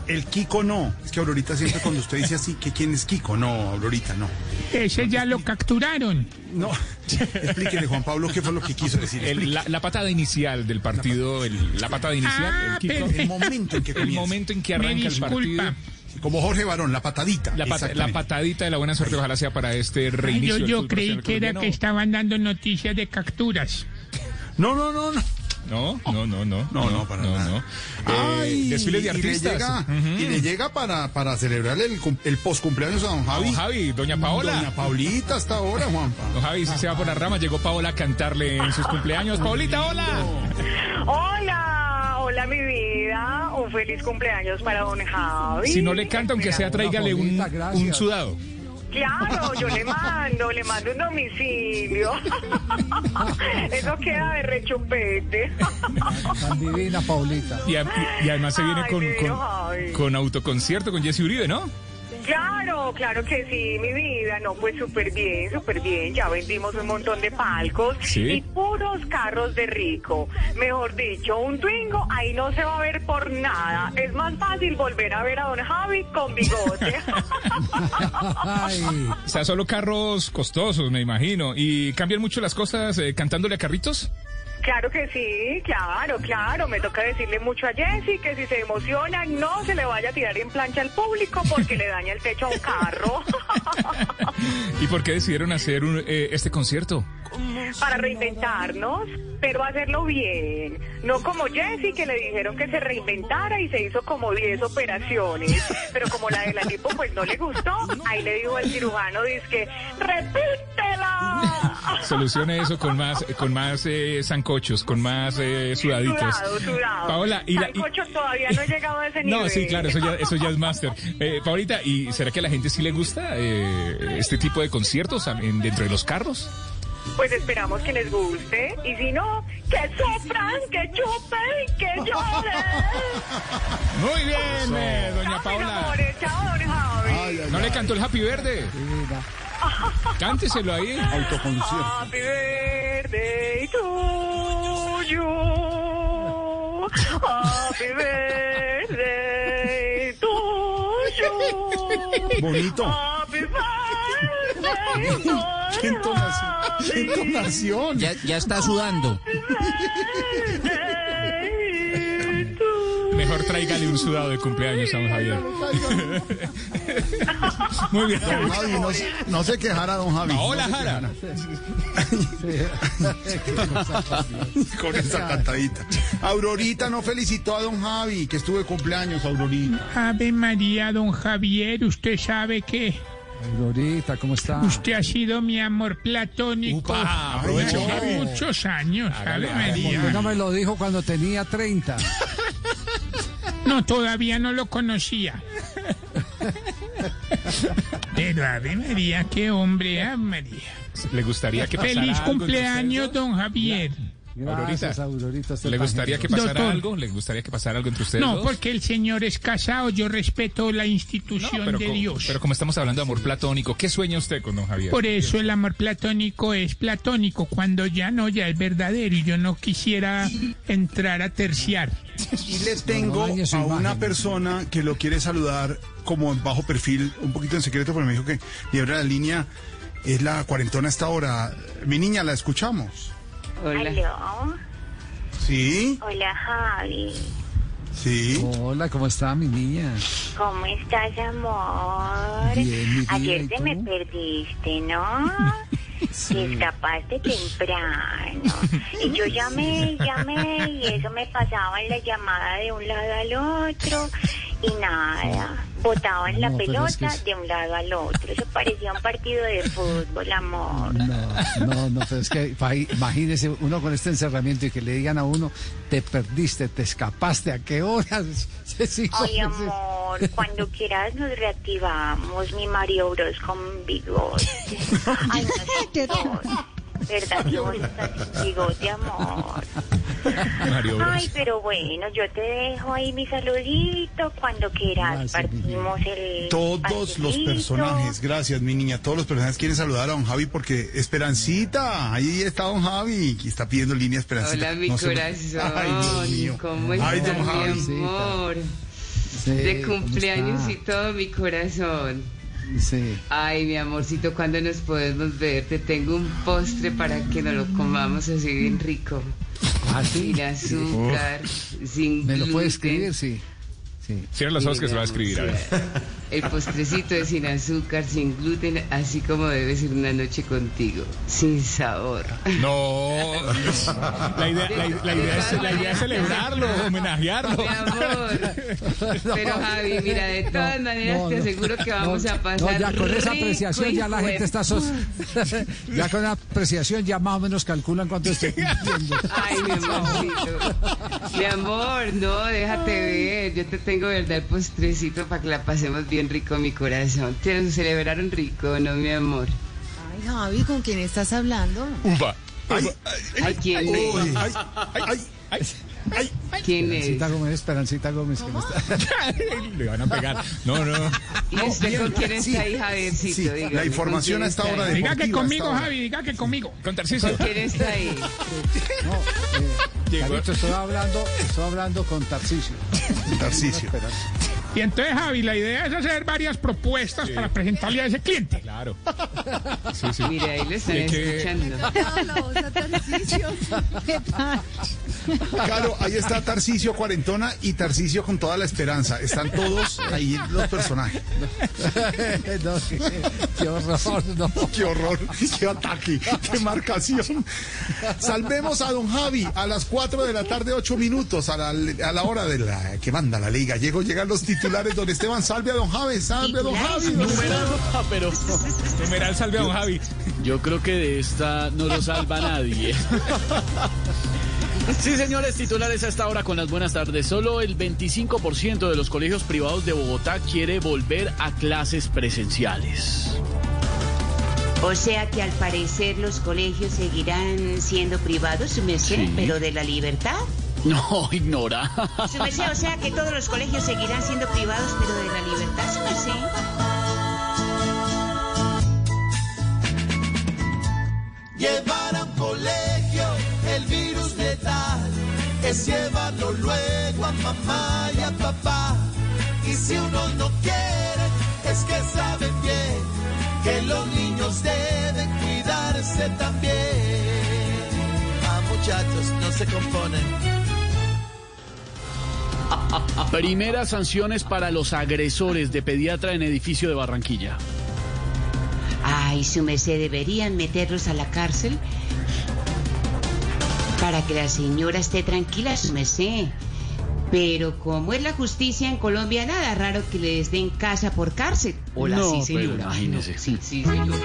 [SPEAKER 2] el Kiko no. Es que Aurorita siempre cuando usted dice así, que quién es Kiko, no, Aurorita no.
[SPEAKER 16] Ese ya lo capturaron.
[SPEAKER 2] No, explíquele, Juan Pablo, qué fue lo que quiso decir.
[SPEAKER 1] El- la, la patada inicial del partido, el- la patada inicial,
[SPEAKER 16] Ah,
[SPEAKER 1] el, Kiko,
[SPEAKER 16] pero-
[SPEAKER 2] El momento en que
[SPEAKER 1] el
[SPEAKER 2] comienza.
[SPEAKER 1] momento en que
[SPEAKER 16] Me
[SPEAKER 1] arranca el
[SPEAKER 16] disculpa.
[SPEAKER 1] partido.
[SPEAKER 2] Como Jorge Barón, la patadita.
[SPEAKER 1] La, pata- la
[SPEAKER 2] exactamente.
[SPEAKER 1] patadita de la buena suerte, ojalá sea para este
[SPEAKER 16] Ay,
[SPEAKER 1] reinicio.
[SPEAKER 16] yo
[SPEAKER 1] del
[SPEAKER 16] yo
[SPEAKER 1] fútbol
[SPEAKER 16] creí
[SPEAKER 1] profesional
[SPEAKER 16] que era
[SPEAKER 1] colombiano.
[SPEAKER 16] que estaban dando noticias de capturas.
[SPEAKER 2] No, no, no, no.
[SPEAKER 1] No, no, no, no.
[SPEAKER 2] No, no, para nada.
[SPEAKER 1] no.
[SPEAKER 2] Ay,
[SPEAKER 1] Eh, desfiles de
[SPEAKER 2] y le
[SPEAKER 1] artistas.
[SPEAKER 2] llega,
[SPEAKER 1] Ujú.
[SPEAKER 2] y le llega para, para celebrar el, cum- el post cumpleaños a don Javi.
[SPEAKER 1] Don Javi, doña Paola.
[SPEAKER 2] Doña Paulita hasta ahora, Juanpa.
[SPEAKER 1] Don Javi, si se va por la rama, llegó Paola a cantarle en sus cumpleaños. Paolita, hola.
[SPEAKER 3] Hola, hola mi vida, un feliz cumpleaños para don Javi.
[SPEAKER 1] Si no le canta, aunque sea, tráigale un,
[SPEAKER 10] Paolita, gracias.
[SPEAKER 1] un sudado.
[SPEAKER 3] Claro, yo le mando, le mando un domicilio. Eso queda de rechupete.
[SPEAKER 10] Tan divina, Paulita.
[SPEAKER 1] Y, a- y- y además se viene
[SPEAKER 3] Ay,
[SPEAKER 1] con,
[SPEAKER 3] divino
[SPEAKER 1] con,
[SPEAKER 3] Javi.
[SPEAKER 1] con autoconcierto con Jesse Uribe, ¿no?
[SPEAKER 3] Claro, claro que sí, mi vida. No, pues súper bien, súper bien. Ya vendimos un montón de palcos
[SPEAKER 1] Sí.
[SPEAKER 3] y puros carros de rico. Mejor dicho, un Twingo ahí no se va a ver por nada. Es más fácil volver a ver a don Javi con bigote.
[SPEAKER 10] Ay,
[SPEAKER 1] O sea, solo carros costosos, me imagino. ¿Y cambian mucho las cosas eh, cantándole a carritos?
[SPEAKER 3] Claro que sí, claro, claro. Me toca decirle mucho a Jessy que si se emociona no se le vaya a tirar en plancha al público porque le daña el techo a un carro.
[SPEAKER 1] ¿Y por qué decidieron hacer un, eh, este concierto?
[SPEAKER 3] Para reinventarnos, pero hacerlo bien. No como Jessy que le dijeron que se reinventara y se hizo como diez operaciones. Pero como la de la lipo pues no le gustó, ahí le dijo al cirujano, dizque, ¡repítela!
[SPEAKER 1] Solucione eso con más, con más eh, sancochos, con más eh, sudaditos.
[SPEAKER 3] Sudado, sudado.
[SPEAKER 1] Paola, y la- y-
[SPEAKER 3] Sancocho todavía no he llegado a ese nivel.
[SPEAKER 1] No, sí, claro, eso ya, eso ya es máster. Eh, Paulita, ¿y será que a la gente sí le gusta eh, este tipo de conciertos a- en- dentro de los carros?
[SPEAKER 3] Pues esperamos que les guste. Y si no, que sufran, que chupen, que lloren.
[SPEAKER 1] Muy bien, eh, doña
[SPEAKER 3] Chao, mis
[SPEAKER 1] Paola.
[SPEAKER 3] amores. Chao, don Javi.
[SPEAKER 1] ¿No le cantó el Happy Verde? Cánteselo ahí.
[SPEAKER 3] Happy birthday to you. Happy birthday to you.
[SPEAKER 2] Bonito.
[SPEAKER 3] Happy birthday to
[SPEAKER 2] ¿Qué entonación? ¿Qué entonación?
[SPEAKER 21] Ya, ya está sudando.
[SPEAKER 1] Mejor tráigale un sudado de cumpleaños a don Javier. Muy bien.
[SPEAKER 2] Don Javi, no, se- no se quejara, don Javi.
[SPEAKER 1] Paola
[SPEAKER 2] No se
[SPEAKER 1] Jara.
[SPEAKER 2] Con esa cantadita. Aurorita no felicitó a don Javi, que estuvo de cumpleaños, Aurorita.
[SPEAKER 16] Ave María, don Javier, usted sabe que
[SPEAKER 10] Aurorita, ¿cómo está?
[SPEAKER 16] usted ha sido mi amor platónico
[SPEAKER 1] Upa, aproveche,
[SPEAKER 16] hace
[SPEAKER 1] Javi.
[SPEAKER 16] muchos años.
[SPEAKER 1] Hágale,
[SPEAKER 16] Ave
[SPEAKER 1] hágale.
[SPEAKER 10] ¿Por qué
[SPEAKER 16] María.
[SPEAKER 10] no me lo dijo cuando tenía treinta?
[SPEAKER 16] No, todavía no lo conocía. Pero Ave María, qué hombre, Ave María.
[SPEAKER 1] ¿Le gustaría que pasara
[SPEAKER 16] Feliz
[SPEAKER 1] algo entre
[SPEAKER 16] cumpleaños,
[SPEAKER 1] ustedes
[SPEAKER 16] don Javier.
[SPEAKER 10] Gracias, Aurorita.
[SPEAKER 1] dos?
[SPEAKER 10] usted
[SPEAKER 1] ¿Le
[SPEAKER 10] tan
[SPEAKER 1] gustaría que
[SPEAKER 10] generosa.
[SPEAKER 1] pasara
[SPEAKER 16] Doctor.
[SPEAKER 1] algo? ¿Le gustaría que pasara algo entre ustedes
[SPEAKER 16] No,
[SPEAKER 1] dos?
[SPEAKER 16] porque el señor es casado, yo respeto la institución
[SPEAKER 1] pero,
[SPEAKER 16] de
[SPEAKER 1] como,
[SPEAKER 16] Dios.
[SPEAKER 1] pero como estamos hablando de amor platónico, ¿qué sueña usted con don Javier?
[SPEAKER 16] Por eso el amor platónico es platónico, cuando ya no, ya es verdadero y yo no quisiera entrar a terciar.
[SPEAKER 2] Y le tengo
[SPEAKER 10] No dañe su
[SPEAKER 2] a una
[SPEAKER 10] imagen.
[SPEAKER 2] persona que lo quiere saludar como en bajo perfil, un poquito en secreto, pero me dijo que llevar la línea es la cuarentona a esta hora. Mi niña, la escuchamos.
[SPEAKER 3] Aló.
[SPEAKER 2] ¿Sí?
[SPEAKER 3] Hola, Javi.
[SPEAKER 2] Sí.
[SPEAKER 10] Hola, ¿cómo está mi niña?
[SPEAKER 3] ¿Cómo estás, amor?
[SPEAKER 10] Bien, mi vida,
[SPEAKER 3] Ayer
[SPEAKER 10] ¿y
[SPEAKER 3] te
[SPEAKER 10] tú?
[SPEAKER 3] me perdiste, ¿no? Te escapaste temprano. Y yo llamé, llamé, y eso me pasaba en la llamada de un lado al otro, y nada. Botaban la
[SPEAKER 10] No, pero
[SPEAKER 3] pelota
[SPEAKER 10] es que es-
[SPEAKER 3] de un lado al otro. Eso parecía un partido de fútbol, amor.
[SPEAKER 10] No, no, no, pero es que pa- imagínese uno con este encerramiento y que le digan a uno, te perdiste, te escapaste, ¿a qué horas? Sí,
[SPEAKER 3] Ay,
[SPEAKER 10] sí.
[SPEAKER 3] amor, cuando quieras nos reactivamos, mi Mario Bros con bigote. Ay, no sé, ¿verdad que vos estás sin bigote, amor?
[SPEAKER 1] Mario Bros.
[SPEAKER 3] Ay, pero bueno, yo te dejo ahí mi saludito. Cuando quieras partimos el
[SPEAKER 2] Todos los
[SPEAKER 3] pastelito.
[SPEAKER 2] personajes, gracias mi niña, todos los personajes quieren saludar a don Javi porque Esperancita, ahí está don Javi, que está pidiendo línea Esperancita.
[SPEAKER 7] Hola, mi
[SPEAKER 2] No se lo-
[SPEAKER 7] corazón.
[SPEAKER 2] Ay, Dios mío.
[SPEAKER 7] ¿Cómo
[SPEAKER 2] Ay,
[SPEAKER 7] estás,
[SPEAKER 2] don Javi.
[SPEAKER 7] mi amor?
[SPEAKER 10] Sí,
[SPEAKER 7] de
[SPEAKER 10] ¿cómo
[SPEAKER 7] cumpleaños
[SPEAKER 10] está?
[SPEAKER 7] y todo mi corazón.
[SPEAKER 10] Sí.
[SPEAKER 7] Ay, mi amorcito, ¿cuándo nos podemos ver? Te tengo un postre para que nos lo comamos así bien rico.
[SPEAKER 10] ¿Ah, sí?
[SPEAKER 7] Sin azúcar, sin
[SPEAKER 10] ¿Me lo puede
[SPEAKER 7] gluten.
[SPEAKER 10] escribir? Sí. Sí.
[SPEAKER 1] Cierra los ojos que se va a escribir, a ver.
[SPEAKER 7] El postrecito es sin azúcar, sin gluten, así como debe ser una noche contigo, sin sabor.
[SPEAKER 1] No, la idea, la, la idea, es, la idea es celebrarlo, homenajearlo.
[SPEAKER 7] Mi amor. Pero Javi, mira, de todas maneras
[SPEAKER 10] no,
[SPEAKER 7] te
[SPEAKER 10] no,
[SPEAKER 7] aseguro que vamos
[SPEAKER 10] no,
[SPEAKER 7] a pasar.
[SPEAKER 10] No, ya con esa
[SPEAKER 7] rico,
[SPEAKER 10] apreciación ya la
[SPEAKER 7] hijo de
[SPEAKER 10] gente está sos... ya con la apreciación ya más o menos calculan cuánto estoy cumpliendo.
[SPEAKER 7] Ay, mi amorcito. Mi amor, no, déjate ver. Yo te tengo, ¿verdad? El postrecito para que la pasemos bien rico, mi corazón. Te lo celebraron rico, ¿no, mi amor?
[SPEAKER 17] Ay, Javi, ¿con quién estás hablando?
[SPEAKER 1] Uva.
[SPEAKER 7] Ay, ay, ¿quién es?
[SPEAKER 2] Uy, ay, ay, ay, ay.
[SPEAKER 7] ¿Quién es?
[SPEAKER 10] Esperancita Gómez, Esperancita Gómez. Que me está...
[SPEAKER 1] Le van a pegar. No, no.
[SPEAKER 7] ¿Y usted con quién está ahí, Javiercito?
[SPEAKER 2] Sí,
[SPEAKER 7] Dígame,
[SPEAKER 2] la información
[SPEAKER 7] ¿con
[SPEAKER 2] a
[SPEAKER 7] quién
[SPEAKER 2] esta
[SPEAKER 7] está
[SPEAKER 2] hora
[SPEAKER 7] ahí?
[SPEAKER 2] de
[SPEAKER 16] Diga que
[SPEAKER 2] deportiva,
[SPEAKER 16] conmigo,
[SPEAKER 2] hasta ahora.
[SPEAKER 16] Javi, diga que conmigo.
[SPEAKER 1] Con Tarcisio.
[SPEAKER 7] ¿Con quién está ahí?
[SPEAKER 10] No, eh, Carlito, estoy hablando, estoy hablando con Tarcisio.
[SPEAKER 2] Tarcisio.
[SPEAKER 16] Y entonces, Javi, la idea es hacer varias propuestas para presentarle a ese cliente.
[SPEAKER 1] Claro. Sí, sí.
[SPEAKER 7] Mire, ahí le están
[SPEAKER 1] ¿De qué?
[SPEAKER 7] escuchando.
[SPEAKER 17] La voz a Tarcisio.
[SPEAKER 29] ¿Qué tal?
[SPEAKER 2] Claro, ahí está Tarcisio Cuarentona y Tarcisio con toda la esperanza. Están todos ahí los personajes.
[SPEAKER 10] No, qué, qué horror, no.
[SPEAKER 2] Qué horror, qué ataque, qué marcación. Salvemos a don Javi a las cuatro de la tarde, ocho minutos, a la, a la hora de la que manda la ley gallego. Llegan los titulares. Don Esteban, salve a don Javi, salve a don Javi. don
[SPEAKER 13] Numeral, ah, pero
[SPEAKER 1] Numeral salve a don Javi.
[SPEAKER 13] yo creo que de esta no lo salva nadie. Sí, señores, titulares a esta hora con las buenas tardes. Solo el veinticinco por ciento de los colegios privados de Bogotá quiere volver a clases presenciales.
[SPEAKER 3] O sea que al parecer los colegios seguirán siendo privados, su merced,
[SPEAKER 13] Sí.
[SPEAKER 3] pero de la libertad.
[SPEAKER 13] No, ignora.
[SPEAKER 3] Su merced, o sea que todos los colegios seguirán siendo privados, pero de la libertad, su merced.
[SPEAKER 9] Llevar a un colegio el virus letal es llevarlo luego a mamá y a papá. Y si uno no quiere, es que saben bien que los niños deben cuidarse también. Ah, muchachos, no se componen.
[SPEAKER 13] Primeras sanciones para los agresores de pediatra en edificio de Barranquilla.
[SPEAKER 3] Ay, su merced, deberían meterlos a la cárcel para que la señora esté tranquila, su merced. Pero como es la justicia en Colombia, nada raro que les den casa por cárcel. Hola,
[SPEAKER 13] No,
[SPEAKER 3] sí,
[SPEAKER 13] pero
[SPEAKER 3] señora.
[SPEAKER 13] imagínese.
[SPEAKER 3] Sí, sí, señor.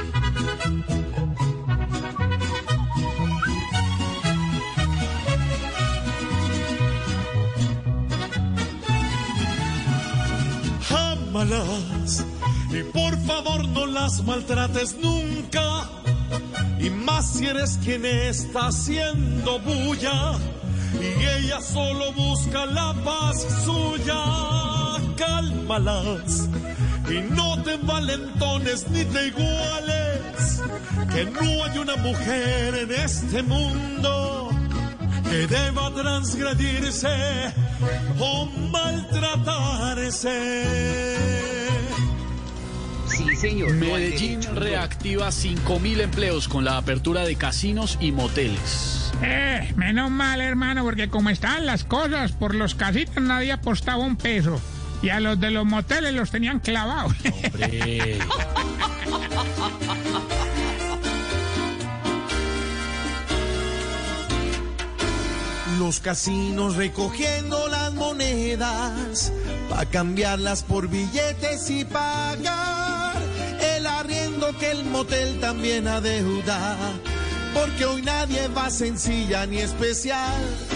[SPEAKER 9] Ámalas y por favor no las maltrates nunca. Y más si eres quien está haciendo bulla y ella solo busca la paz suya. Cálmalas y no te valentones ni te iguales, que no hay una mujer en este mundo que deba transgredirse o maltratarse.
[SPEAKER 7] Sí, señor.
[SPEAKER 13] Medellín reactiva cinco mil empleos con la apertura de casinos y moteles.
[SPEAKER 16] Eh, menos mal, hermano, porque como estaban las cosas, por los casitos nadie apostaba un peso. Y a los de los moteles los tenían clavados.
[SPEAKER 13] Hombre.
[SPEAKER 9] Los casinos recogiendo las monedas para cambiarlas por billetes y pagar el arriendo que el motel también adeuda, porque hoy nadie va sencilla ni especial.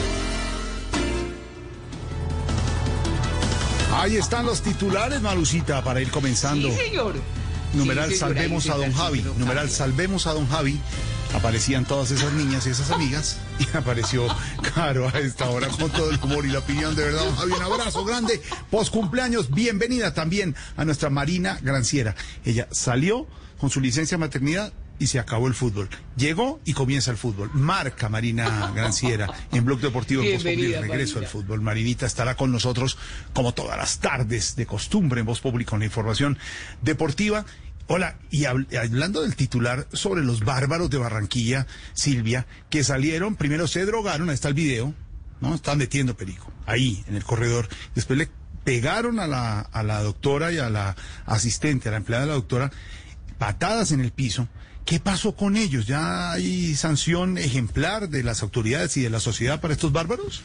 [SPEAKER 2] Ahí están los titulares, Malucita, para ir comenzando.
[SPEAKER 7] Sí, señor.
[SPEAKER 2] Numeral
[SPEAKER 7] Sí, señor,
[SPEAKER 2] salvemos
[SPEAKER 7] ahí
[SPEAKER 2] a
[SPEAKER 7] sí
[SPEAKER 2] don
[SPEAKER 7] está el
[SPEAKER 2] Javi.
[SPEAKER 7] señor
[SPEAKER 2] Numeral
[SPEAKER 7] Javi.
[SPEAKER 2] salvemos a don Javi. Aparecían todas esas niñas y esas amigas. Y apareció Caro a esta hora con todo el humor y la opinión. De verdad, don Javi, un abrazo grande. Post cumpleaños. Bienvenida también a nuestra Marina Granciera. Ella salió con su licencia de maternidad y se acabó el fútbol. Llegó y comienza el fútbol. Marca Marina Granciera en Blog Deportivo en Voz Populi. Regreso al fútbol. Marinita estará con nosotros como todas las tardes de costumbre en Voz Populi con la información deportiva. Hola, y hab- hablando del titular sobre los bárbaros de Barranquilla, Silvia, que salieron, primero se drogaron, ahí está el video, ¿no? Están metiendo perico, ahí, en el corredor. Después le pegaron a la, a la doctora y a la asistente, a la empleada de la doctora, patadas en el piso. ¿Qué pasó con ellos? ¿Ya hay sanción ejemplar de las autoridades y de la sociedad para estos bárbaros?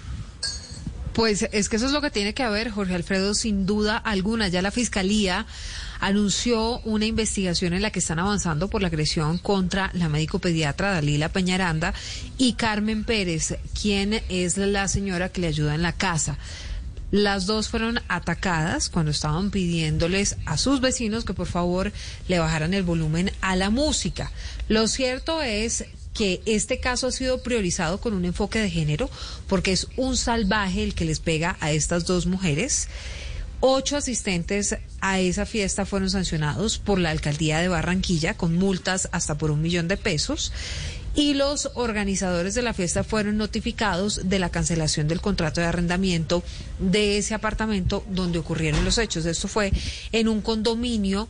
[SPEAKER 4] Pues es que eso es lo que tiene que haber, Jorge Alfredo, sin duda alguna. Ya la Fiscalía anunció una investigación en la que están avanzando por la agresión contra la médico pediatra Dalila Peñaranda y Carmen Pérez, quien es la señora que le ayuda en la casa. Las dos fueron atacadas cuando estaban pidiéndoles a sus vecinos que por favor le bajaran el volumen a la música. Lo cierto es que este caso ha sido priorizado con un enfoque de género porque es un salvaje el que les pega a estas dos mujeres. Ocho asistentes a esa fiesta fueron sancionados por la alcaldía de Barranquilla con multas hasta por un millón de pesos. Y los organizadores de la fiesta fueron notificados de la cancelación del contrato de arrendamiento de ese apartamento donde ocurrieron los hechos. Esto fue en un condominio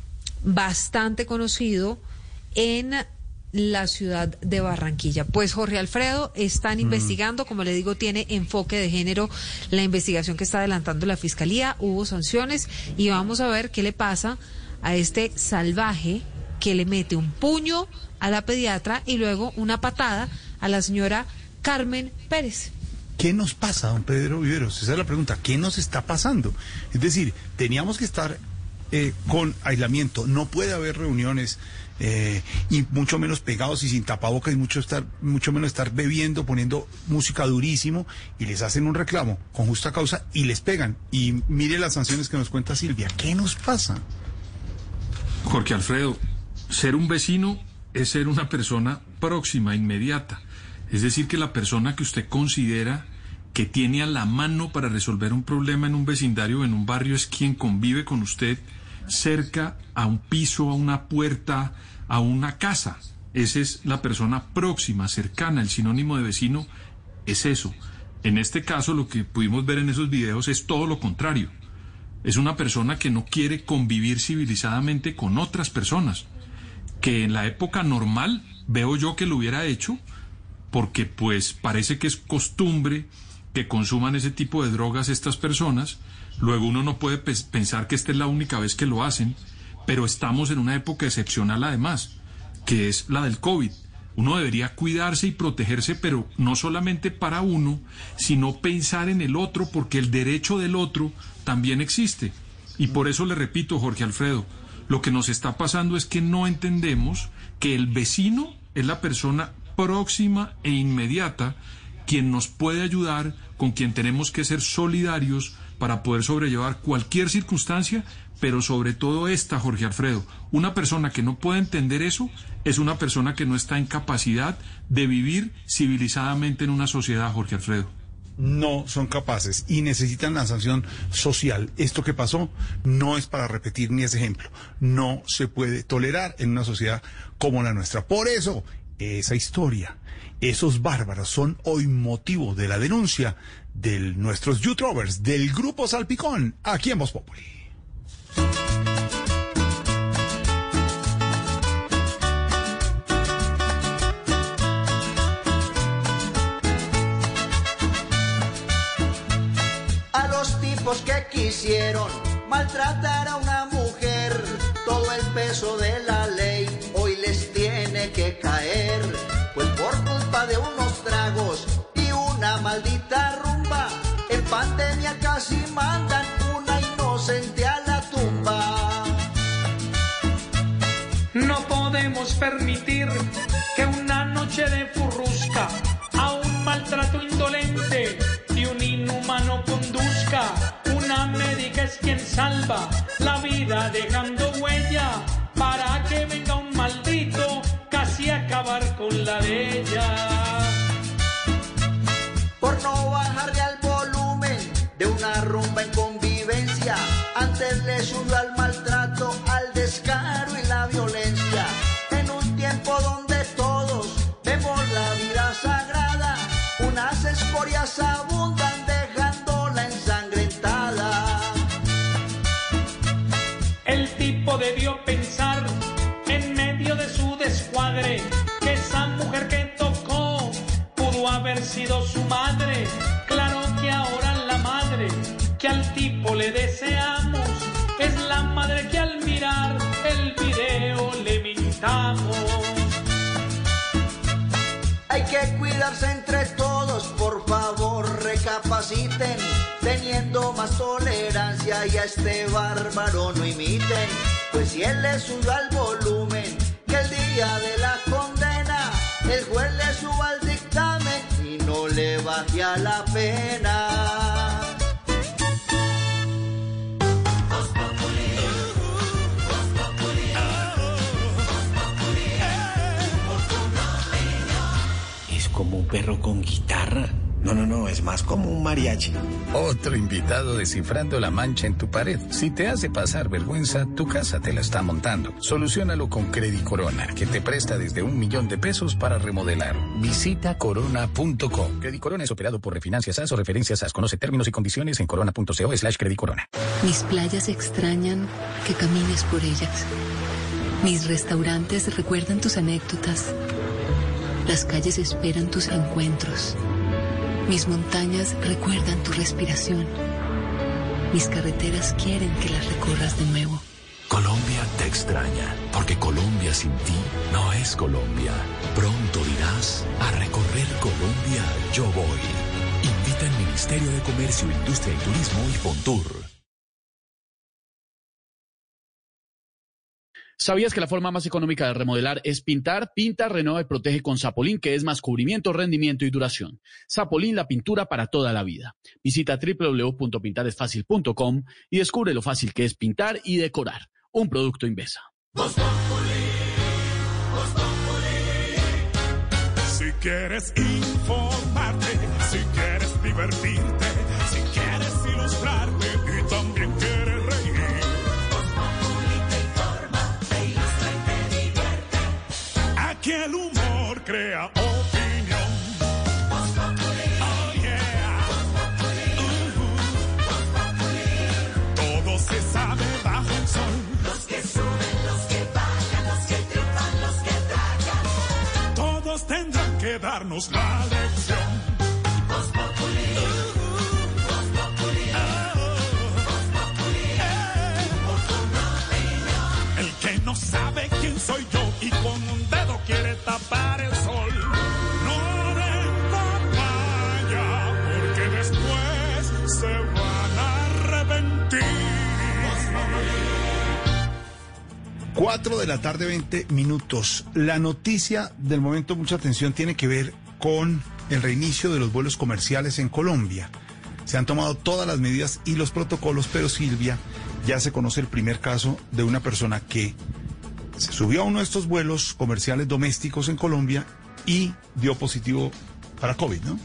[SPEAKER 4] bastante conocido en la ciudad de Barranquilla. Pues Jorge Alfredo, están investigando, como le digo, tiene enfoque de género la investigación que está adelantando la Fiscalía, hubo sanciones y vamos a ver qué le pasa a este salvaje que le mete un puño a la pediatra y luego una patada a la señora Carmen Pérez.
[SPEAKER 2] ¿Qué nos pasa, don Pedro Viveros? Esa es la pregunta. ¿Qué nos está pasando? Es decir, teníamos que estar eh, con aislamiento. No puede haber reuniones eh, y mucho menos pegados y sin tapabocas y mucho, estar, mucho menos estar bebiendo, poniendo música durísimo y les hacen un reclamo con justa causa y les pegan. Y mire las sanciones que nos cuenta Silvia. ¿Qué nos pasa?
[SPEAKER 19] Jorge Alfredo, ser un vecino es ser una persona próxima, inmediata. Es decir, que la persona que usted considera que tiene a la mano para resolver un problema en un vecindario o en un barrio es quien convive con usted cerca a un piso, a una puerta, a una casa. Esa es la persona próxima, cercana. El sinónimo de vecino es eso. En este caso, lo que pudimos ver en esos videos es todo lo contrario. Es una persona que no quiere convivir civilizadamente con otras personas, que en la época normal veo yo que lo hubiera hecho, porque pues parece que es costumbre que consuman ese tipo de drogas estas personas. Luego uno no puede pe- pensar que esta es la única vez que lo hacen, pero estamos en una época excepcional además, que es la del COVID. Uno debería cuidarse y protegerse, pero no solamente para uno, sino pensar en el otro, porque el derecho del otro también existe. Y por eso le repito, Jorge Alfredo, lo que nos está pasando es que no entendemos que el vecino es la persona próxima e inmediata quien nos puede ayudar, con quien tenemos que ser solidarios para poder sobrellevar cualquier circunstancia, pero sobre todo esta, Jorge Alfredo. Una persona que no puede entender eso es una persona que no está en capacidad de vivir civilizadamente en una sociedad, Jorge Alfredo.
[SPEAKER 2] No son capaces y necesitan la sanción social. Esto que pasó no es para repetir ni ese ejemplo. No se puede tolerar en una sociedad como la nuestra. Por eso, esa historia, esos bárbaros son hoy motivo de la denuncia de nuestros YouTubers del Grupo Salpicón, aquí en Voz Populi.
[SPEAKER 9] Que quisieron maltratar a una mujer, todo el peso de la ley hoy les tiene que caer, pues por culpa de unos tragos y una maldita rumba, en pandemia casi mandan una inocente a la tumba.
[SPEAKER 11] No podemos permitir que una noche de furrusca a un maltrato indolente y un inhumano conduzca. Una médica es quien salva la vida dejando huella para que venga un maldito casi a acabar con la de ella.
[SPEAKER 9] Por no bajarle al volumen de una rumba en convivencia, antes le subió al maltrato, al descaro y la violencia. En un tiempo
[SPEAKER 11] pensar en medio de su descuadre que esa mujer que tocó pudo haber sido su madre. Claro que ahora la madre que al tipo le deseamos es la madre que al mirar el video le mintamos.
[SPEAKER 9] Hay que cuidarse entre todos, por favor recapaciten, teniendo más tolerancia y a este bárbaro no imiten, pues si él le sube al volumen, que el día de la condena, el juez le suba al dictamen y no le baje a la pena.
[SPEAKER 5] ¿Como un perro con guitarra? No, no, no, es más como un mariachi.
[SPEAKER 6] Otro invitado descifrando la mancha en tu pared. Si te hace pasar vergüenza, tu casa te la está montando. Soluciónalo con Credit Corona, que te presta desde un millón de pesos para remodelar. Visita corona punto com. Credit Corona es operado por Refinancias A S o Referencias A S. Conoce términos y condiciones en corona.co slash Credit Corona.
[SPEAKER 20] Mis playas extrañan que camines por ellas. Mis restaurantes recuerdan tus anécdotas. Las calles esperan tus encuentros. Mis montañas recuerdan tu respiración. Mis carreteras quieren que las recorras de nuevo.
[SPEAKER 23] Colombia te extraña, porque Colombia sin ti no es Colombia. Pronto dirás, a recorrer Colombia yo voy. Invita el Ministerio de Comercio, Industria y Turismo y Fontur.
[SPEAKER 13] ¿Sabías que la forma más económica de remodelar es pintar? Pinta, renueva y protege con Sapolín, que es más cubrimiento, rendimiento y duración. Sapolín, la pintura para toda la vida. Visita doble u doble u doble u punto pintar es fácil punto com y descubre lo fácil que es pintar y decorar. Un producto Invesa.
[SPEAKER 24] Si quieres informarte, si quieres divertirte, si quieres ilustrarte y también quieres reír. Aquí el humor crea opinión. Oh yeah. Uh-huh. Todo se sabe bajo el sol. Los que suben, los que bajan, los que triunfan, los que tragan. Todos tendrán que darnos la lección. Voz Populi. Voz Populi. Voz Populi. Humor con opinión. El que no sabe quién soy yo y con un dedo quiere tapar el sol, no le papaya, porque después se van a arrepentir.
[SPEAKER 2] Cuatro de la tarde, veinte minutos. La noticia del momento, mucha atención, tiene que ver con el reinicio de los vuelos comerciales en Colombia. Se han tomado todas las medidas y los protocolos, pero Silvia, ya se conoce el primer caso de una persona que se subió a uno de estos vuelos comerciales domésticos en Colombia y dio positivo para COVID, ¿no?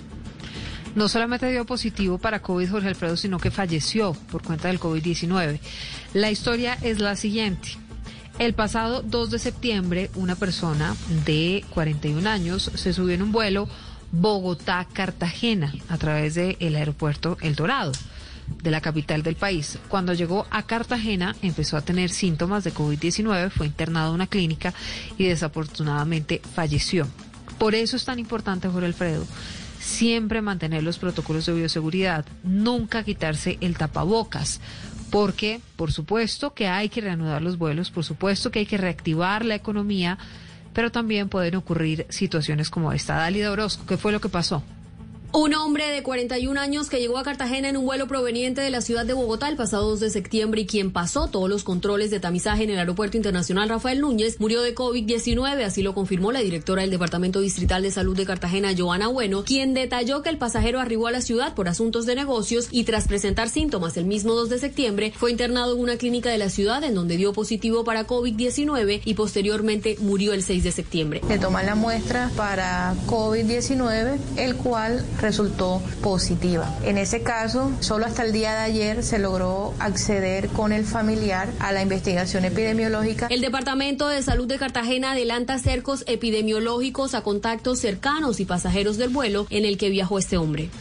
[SPEAKER 4] No solamente dio positivo para COVID, Jorge Alfredo, sino que falleció por cuenta del COVID diecinueve. La historia es la siguiente. El pasado dos de septiembre, una persona de cuarenta y un años se subió en un vuelo Bogotá-Cartagena a través del aeropuerto El Dorado, de la capital del país. Cuando llegó a Cartagena empezó a tener síntomas de COVID diecinueve, fue internado en una clínica y desafortunadamente falleció. Por eso es tan importante, Jorge Alfredo, siempre mantener los protocolos de bioseguridad, nunca quitarse el tapabocas, porque por supuesto que hay que reanudar los vuelos, por supuesto que hay que reactivar la economía, pero también pueden ocurrir situaciones como esta. Dálida Orozco, ¿qué fue lo que pasó?
[SPEAKER 25] Un hombre de cuarenta y un años que llegó a Cartagena en un vuelo proveniente de la ciudad de Bogotá el pasado dos de septiembre y quien pasó todos los controles de tamizaje en el Aeropuerto Internacional Rafael Núñez murió de COVID diecinueve, así lo confirmó la directora del Departamento Distrital de Salud de Cartagena, Joana Bueno, quien detalló que el pasajero arribó a la ciudad por asuntos de negocios y tras presentar síntomas el mismo dos de septiembre fue internado en una clínica de la ciudad en donde dio positivo para COVID diecinueve y posteriormente murió el seis de septiembre.
[SPEAKER 26] Le toman la muestra para COVID diecinueve, el cual resultó positiva. En ese caso, solo hasta el día de ayer se logró acceder con el familiar a la investigación epidemiológica.
[SPEAKER 25] El Departamento de Salud de Cartagena adelanta cercos epidemiológicos a contactos cercanos y pasajeros del vuelo en el que viajó este hombre.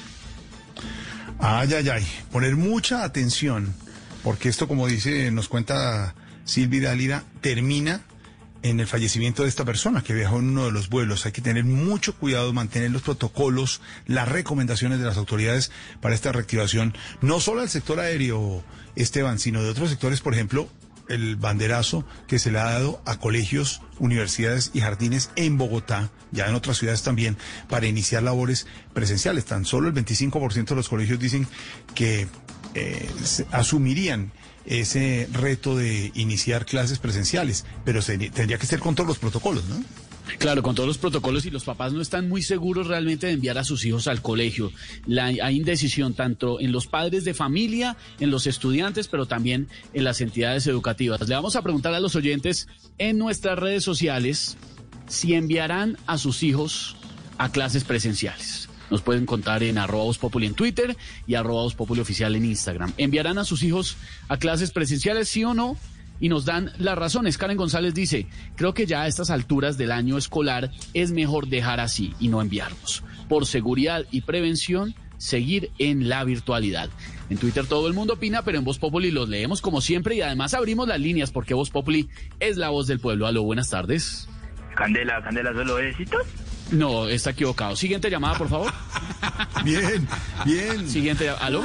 [SPEAKER 2] Ay, ay, ay. Poner mucha atención, porque esto, como dice, nos cuenta Silvia Dálida, termina en el fallecimiento de esta persona que viajó en uno de los vuelos. Hay que tener mucho cuidado, mantener los protocolos, las recomendaciones de las autoridades para esta reactivación, no solo al sector aéreo, Esteban, sino de otros sectores, por ejemplo, el banderazo que se le ha dado a colegios, universidades y jardines en Bogotá, ya en otras ciudades también, para iniciar labores presenciales. Tan solo el veinticinco por ciento de los colegios dicen que eh, asumirían ese reto de iniciar clases presenciales, pero se, tendría que ser con todos los protocolos, ¿no?
[SPEAKER 13] Claro, con todos los protocolos, y los papás no están muy seguros realmente de enviar a sus hijos al colegio. La, hay indecisión tanto en los padres de familia, en los estudiantes, pero también en las entidades educativas. Le vamos a preguntar a los oyentes en nuestras redes sociales si enviarán a sus hijos a clases presenciales. Nos pueden contar en arroba Voz Populi en Twitter y arroba Voz Populi oficial en Instagram. ¿Enviarán a sus hijos a clases presenciales, sí o no? Y nos dan las razones. Karen González dice, creo que ya a estas alturas del año escolar es mejor dejar así y no enviarlos. Por seguridad y prevención, seguir en la virtualidad. En Twitter todo el mundo opina, pero en Voz Populi los leemos como siempre y además abrimos las líneas porque Voz Populi es la voz del pueblo. Aló, buenas tardes.
[SPEAKER 8] Candela, Candela, ¿solo éxitos?
[SPEAKER 13] No, está equivocado. Siguiente llamada, por favor.
[SPEAKER 2] Bien, bien.
[SPEAKER 13] Siguiente, ¿aló?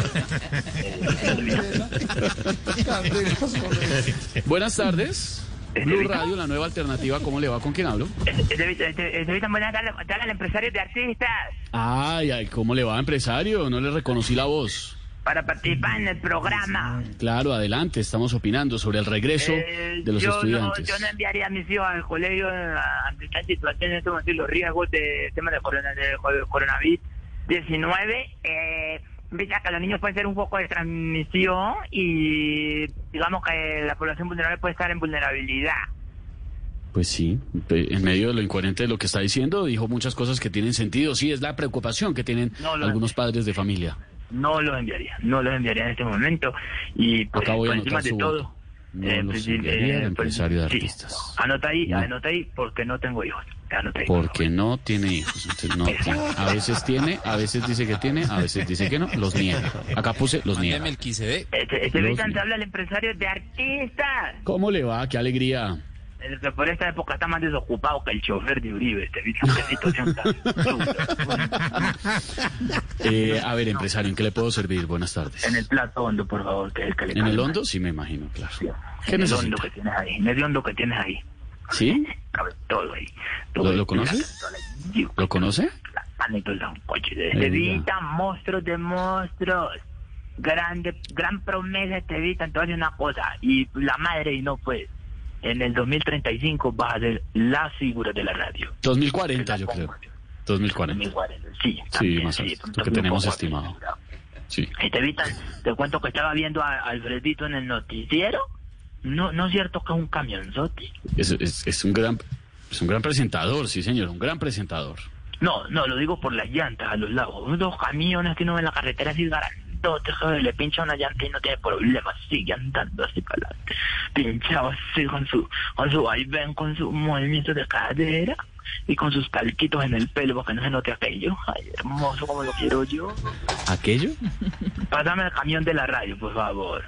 [SPEAKER 13] Buenas tardes. Blue Radio, la nueva alternativa. ¿Cómo le va? ¿Con quién hablo?
[SPEAKER 8] Estevita, buenas tardes. Te el empresario de artistas.
[SPEAKER 13] Ay, ay, ¿cómo le va, empresario? No le reconocí la voz.
[SPEAKER 8] Para participar en el programa.
[SPEAKER 13] Claro, adelante, estamos opinando sobre el regreso
[SPEAKER 8] eh,
[SPEAKER 13] de los
[SPEAKER 8] yo
[SPEAKER 13] estudiantes.
[SPEAKER 8] No, yo no enviaría a mis hijos al colegio ante esta situación, en este momento, los riesgos de tema de, corona, de coronavirus diecinueve. Eh, Vista que los niños pueden ser un foco de transmisión y digamos que la población vulnerable puede estar en vulnerabilidad.
[SPEAKER 13] Pues sí, en medio de lo incoherente de lo que está diciendo, dijo muchas cosas que tienen sentido. Sí, es la preocupación que tienen no algunos padres de familia.
[SPEAKER 8] No los enviaría, no los enviaría en este momento. Y pues,
[SPEAKER 13] acá voy
[SPEAKER 8] por
[SPEAKER 13] a
[SPEAKER 8] encima de todo,
[SPEAKER 13] voto. No
[SPEAKER 8] eh,
[SPEAKER 13] los
[SPEAKER 8] pues,
[SPEAKER 13] enviaría
[SPEAKER 8] eh,
[SPEAKER 13] al empresario
[SPEAKER 8] pues,
[SPEAKER 13] de
[SPEAKER 8] sí.
[SPEAKER 13] artistas.
[SPEAKER 8] Anota ahí,
[SPEAKER 13] No.
[SPEAKER 8] anota ahí, porque no tengo hijos. Anota ahí.
[SPEAKER 13] Porque no tiene hijos. Entonces, no tiene. A veces tiene, a veces dice que tiene, a veces dice que no, los niega. Acá puse los niega.
[SPEAKER 8] Este, este
[SPEAKER 13] Los
[SPEAKER 8] te habla el empresario de artistas.
[SPEAKER 13] ¿Cómo le va? ¡Qué alegría!
[SPEAKER 8] El que por esta época está más desocupado que el chofer de Uribe. Este, esta situación está...
[SPEAKER 13] eh, a ver, empresario, ¿en qué le puedo servir? Buenas tardes.
[SPEAKER 8] En el plato hondo, por favor. Que es el que le
[SPEAKER 13] ¿En el
[SPEAKER 8] calma.
[SPEAKER 13] hondo? Sí, me imagino, claro. ¿Qué
[SPEAKER 8] En el
[SPEAKER 13] necesita?
[SPEAKER 8] hondo que tienes ahí. En el hondo que tienes ahí.
[SPEAKER 13] ¿Sí?
[SPEAKER 8] Cabe todo ahí. Todo
[SPEAKER 13] ¿Lo,
[SPEAKER 8] ahí.
[SPEAKER 13] lo conoce? ¿Lo conoce?
[SPEAKER 8] Anécdota, un coche de
[SPEAKER 13] Ahí
[SPEAKER 8] Estevita, monstruos de monstruos. Grande, gran promesa, Estevita. Entonces, una cosa. Y la madre, y no pues. En el dos mil treinta y cinco vas a ser la figura de la radio.
[SPEAKER 13] dos mil cuarenta, yo creo. dos mil cuarenta.
[SPEAKER 8] dos mil cuarenta, sí.
[SPEAKER 13] Sí,
[SPEAKER 8] También,
[SPEAKER 13] más o
[SPEAKER 8] sí,
[SPEAKER 13] menos, lo que tenemos
[SPEAKER 8] poco
[SPEAKER 13] estimado.
[SPEAKER 8] asegurado.
[SPEAKER 13] Sí.
[SPEAKER 8] Estevita, te cuento que estaba viendo a Alfredito en el noticiero. No, no es cierto que es un camionzote.
[SPEAKER 13] Es, es, es un gran es un gran presentador, sí señor, un gran presentador.
[SPEAKER 8] No, no, lo digo por las llantas a los lados. Unos camiones que uno ve en la carretera así grandotes, que le pincha una llanta y no tiene problema, sigue andando así para adelante. Pinchado así con su, con su vaivén, con su movimiento de cadera y con sus talquitos en el pelo para que no se note aquello. Ay, hermoso como lo quiero yo.
[SPEAKER 13] ¿Aquello?
[SPEAKER 8] Pásame el camión de la radio, por favor.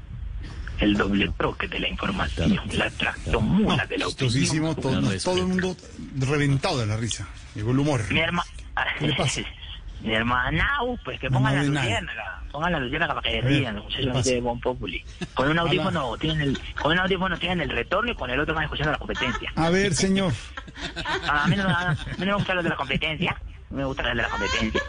[SPEAKER 8] El doble troque de la información, la tractomula de la opinión.
[SPEAKER 2] Chistosísimo, todo, todo el mundo reventado de la risa. Llegó el humor.
[SPEAKER 8] Mi hermana...
[SPEAKER 2] ¿Qué le pasa?
[SPEAKER 8] Mi hermana, pues que
[SPEAKER 2] No,
[SPEAKER 8] pongan
[SPEAKER 2] no
[SPEAKER 8] la
[SPEAKER 2] de nada.
[SPEAKER 8] luciérnaga, pongan la luciérnaga para que
[SPEAKER 2] A ver,
[SPEAKER 8] rían los
[SPEAKER 2] ¿qué
[SPEAKER 8] muchachos
[SPEAKER 2] pasa?
[SPEAKER 8] de Bon Populi. Con un audífono tienen el, con un audífono tienen el retorno y con el otro van escuchando la competencia.
[SPEAKER 2] A ver, señor.
[SPEAKER 8] A mí no, a mí no me gusta lo de la competencia, me gusta lo de la competencia.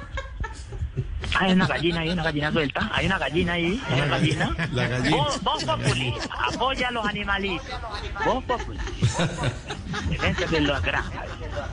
[SPEAKER 8] Hay una gallina ahí, una gallina suelta, hay una gallina ahí, hay una gallina.
[SPEAKER 2] La gallina.
[SPEAKER 8] Bon, Bon Populi, apoya a los animalitos. Bon Populi. Defensa de los granjas.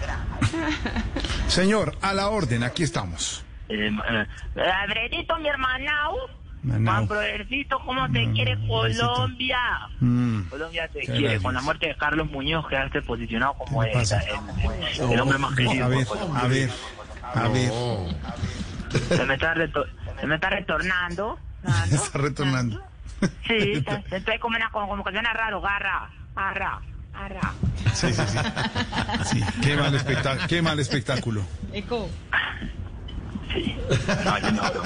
[SPEAKER 2] Señor, a la orden, aquí estamos.
[SPEAKER 8] Eh, eh, Alfredito, mi hermanao.
[SPEAKER 2] Manao.
[SPEAKER 8] Juan Brodercito, ¿cómo te quiere Colombia?
[SPEAKER 2] Mm.
[SPEAKER 8] Colombia te
[SPEAKER 2] Qué
[SPEAKER 8] quiere.
[SPEAKER 2] gracias.
[SPEAKER 8] Con la muerte de Carlos Muñoz, quedaste posicionado como
[SPEAKER 2] ¿Qué
[SPEAKER 8] el,
[SPEAKER 2] le pasa?
[SPEAKER 8] el- el hombre más querido.
[SPEAKER 2] A ver,
[SPEAKER 8] por Colombia.
[SPEAKER 2] a ver, a ver.
[SPEAKER 8] Se me está, reto- se me está retornando.
[SPEAKER 2] Está retornando.
[SPEAKER 8] Sí, está- estoy como una como, como que suena raro. Garra, garra, garra.
[SPEAKER 2] Sí, sí, sí. Sí, qué mal espectáculo. Qué mal espectáculo.
[SPEAKER 29] Eco.
[SPEAKER 8] Sí, Sí. No, ese mejoró.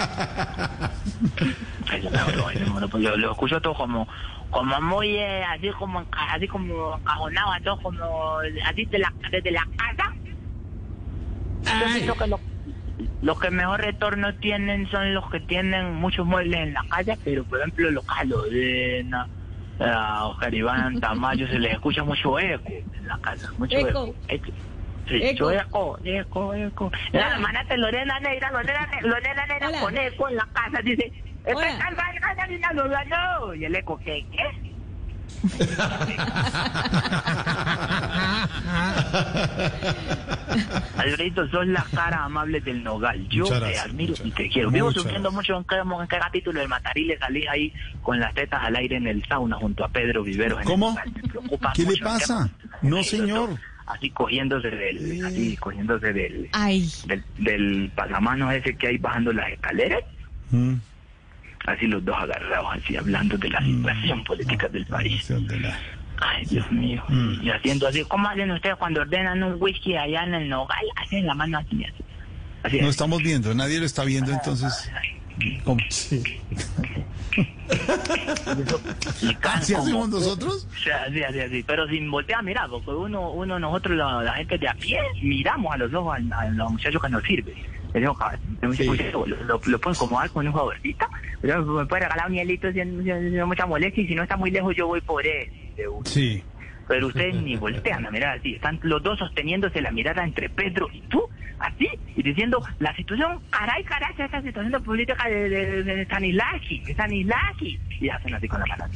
[SPEAKER 8] Ese mejoró, ese mejoró. Pues yo lo escucho todo como, como muy, eh, así como, así como encajonado, todo como, así de la, desde la casa. Yo pienso que lo, los que mejor retorno tienen son los que tienen muchos muebles en la casa, pero por ejemplo los Calodena, a Oscar Iván Tamayo, se les escucha mucho eco en la casa, mucho eco. eco. Sí, eco. eco, eco, eco. La hermana de Lorena Neira, Lorena, Lorena Neira con eco en la casa, dice, esta casa no no. Y el eco, ¿qué? ¿Qué? Alfredito, sos la cara amable del Nogal. Yo te admiro y te quiero. Vivo sufriendo mucho en cada, en cada capítulo del Matarile. Salís ahí con las tetas al aire en el sauna junto a Pedro Viveros.
[SPEAKER 2] ¿Cómo? ¿Qué le pasa? No, señor.
[SPEAKER 8] Así cogiéndose del, así cogiéndose del, del, del pasamanos ese que hay bajando las escaleras. Mm. Así los dos agarrados, así hablando de la situación política del país. Ay, Dios mío. Mm. Y haciendo así, ¿cómo hacen ustedes cuando ordenan un whisky allá en el Nogal? Hacen la mano así, así. así
[SPEAKER 2] no así. Estamos viendo, nadie lo está viendo, entonces... ¿Cómo? Sí. ¿Así hacemos nosotros?
[SPEAKER 8] Sí, así, así, así. Pero sin voltear a mirar, porque uno, uno nosotros, la, la gente de a pie, miramos a los ojos a, a los muchachos que nos sirven. Les digo, sí. lo, lo, lo pueden acomodar con un favorcito, me puede regalar un hielito sin, sin, sin mucha molestia, y si no está muy lejos yo voy por él.
[SPEAKER 2] Sí.
[SPEAKER 8] Pero ustedes ni voltean a mirar así, están los dos sosteniéndose la mirada entre Pedro y tú, así, y diciendo, la situación, caray, caray, esa situación de política de, de, de Stanislavski, de Stanislavski, y hacen así con la mano.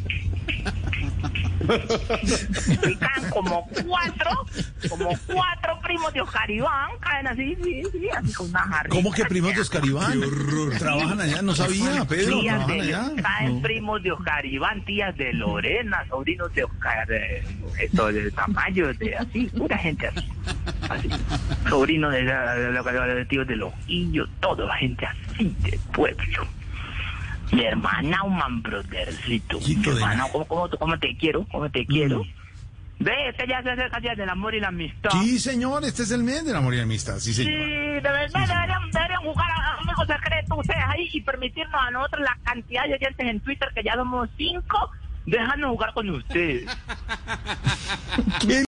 [SPEAKER 8] Y caen como cuatro, como cuatro primos de Oscar Iván, caen así, sí, sí, así con una jarrita.
[SPEAKER 2] ¿Cómo que primos de Oscar Iván? ¿Trabajan allá? No sabía, Pedro,
[SPEAKER 8] tías
[SPEAKER 2] ¿trabajan
[SPEAKER 8] de,
[SPEAKER 2] allá?
[SPEAKER 8] Caen no. primos de Oscar Iván, tías de Lorena, sobrinos de Oscar, eh, esto de Tamayo, de así, pura gente así, así. Sobrinos de, de, de, de, de tíos de Lojillo, toda la gente así de pueblo. Mi hermana, un man brothercito. Mi hermana, ¿cómo, cómo, ¿cómo te quiero? ¿Cómo te quiero? Mm. Ve, este ya se acerca ya del amor y la amistad.
[SPEAKER 2] Sí, señor, este es el mes del amor y la amistad. Sí, señor.
[SPEAKER 8] Sí, de verdad, sí, deberían, deberían jugar a amigos secretos ustedes ahí y permitirnos a nosotros la cantidad de oyentes en Twitter, que ya somos cinco, déjanos jugar con ustedes.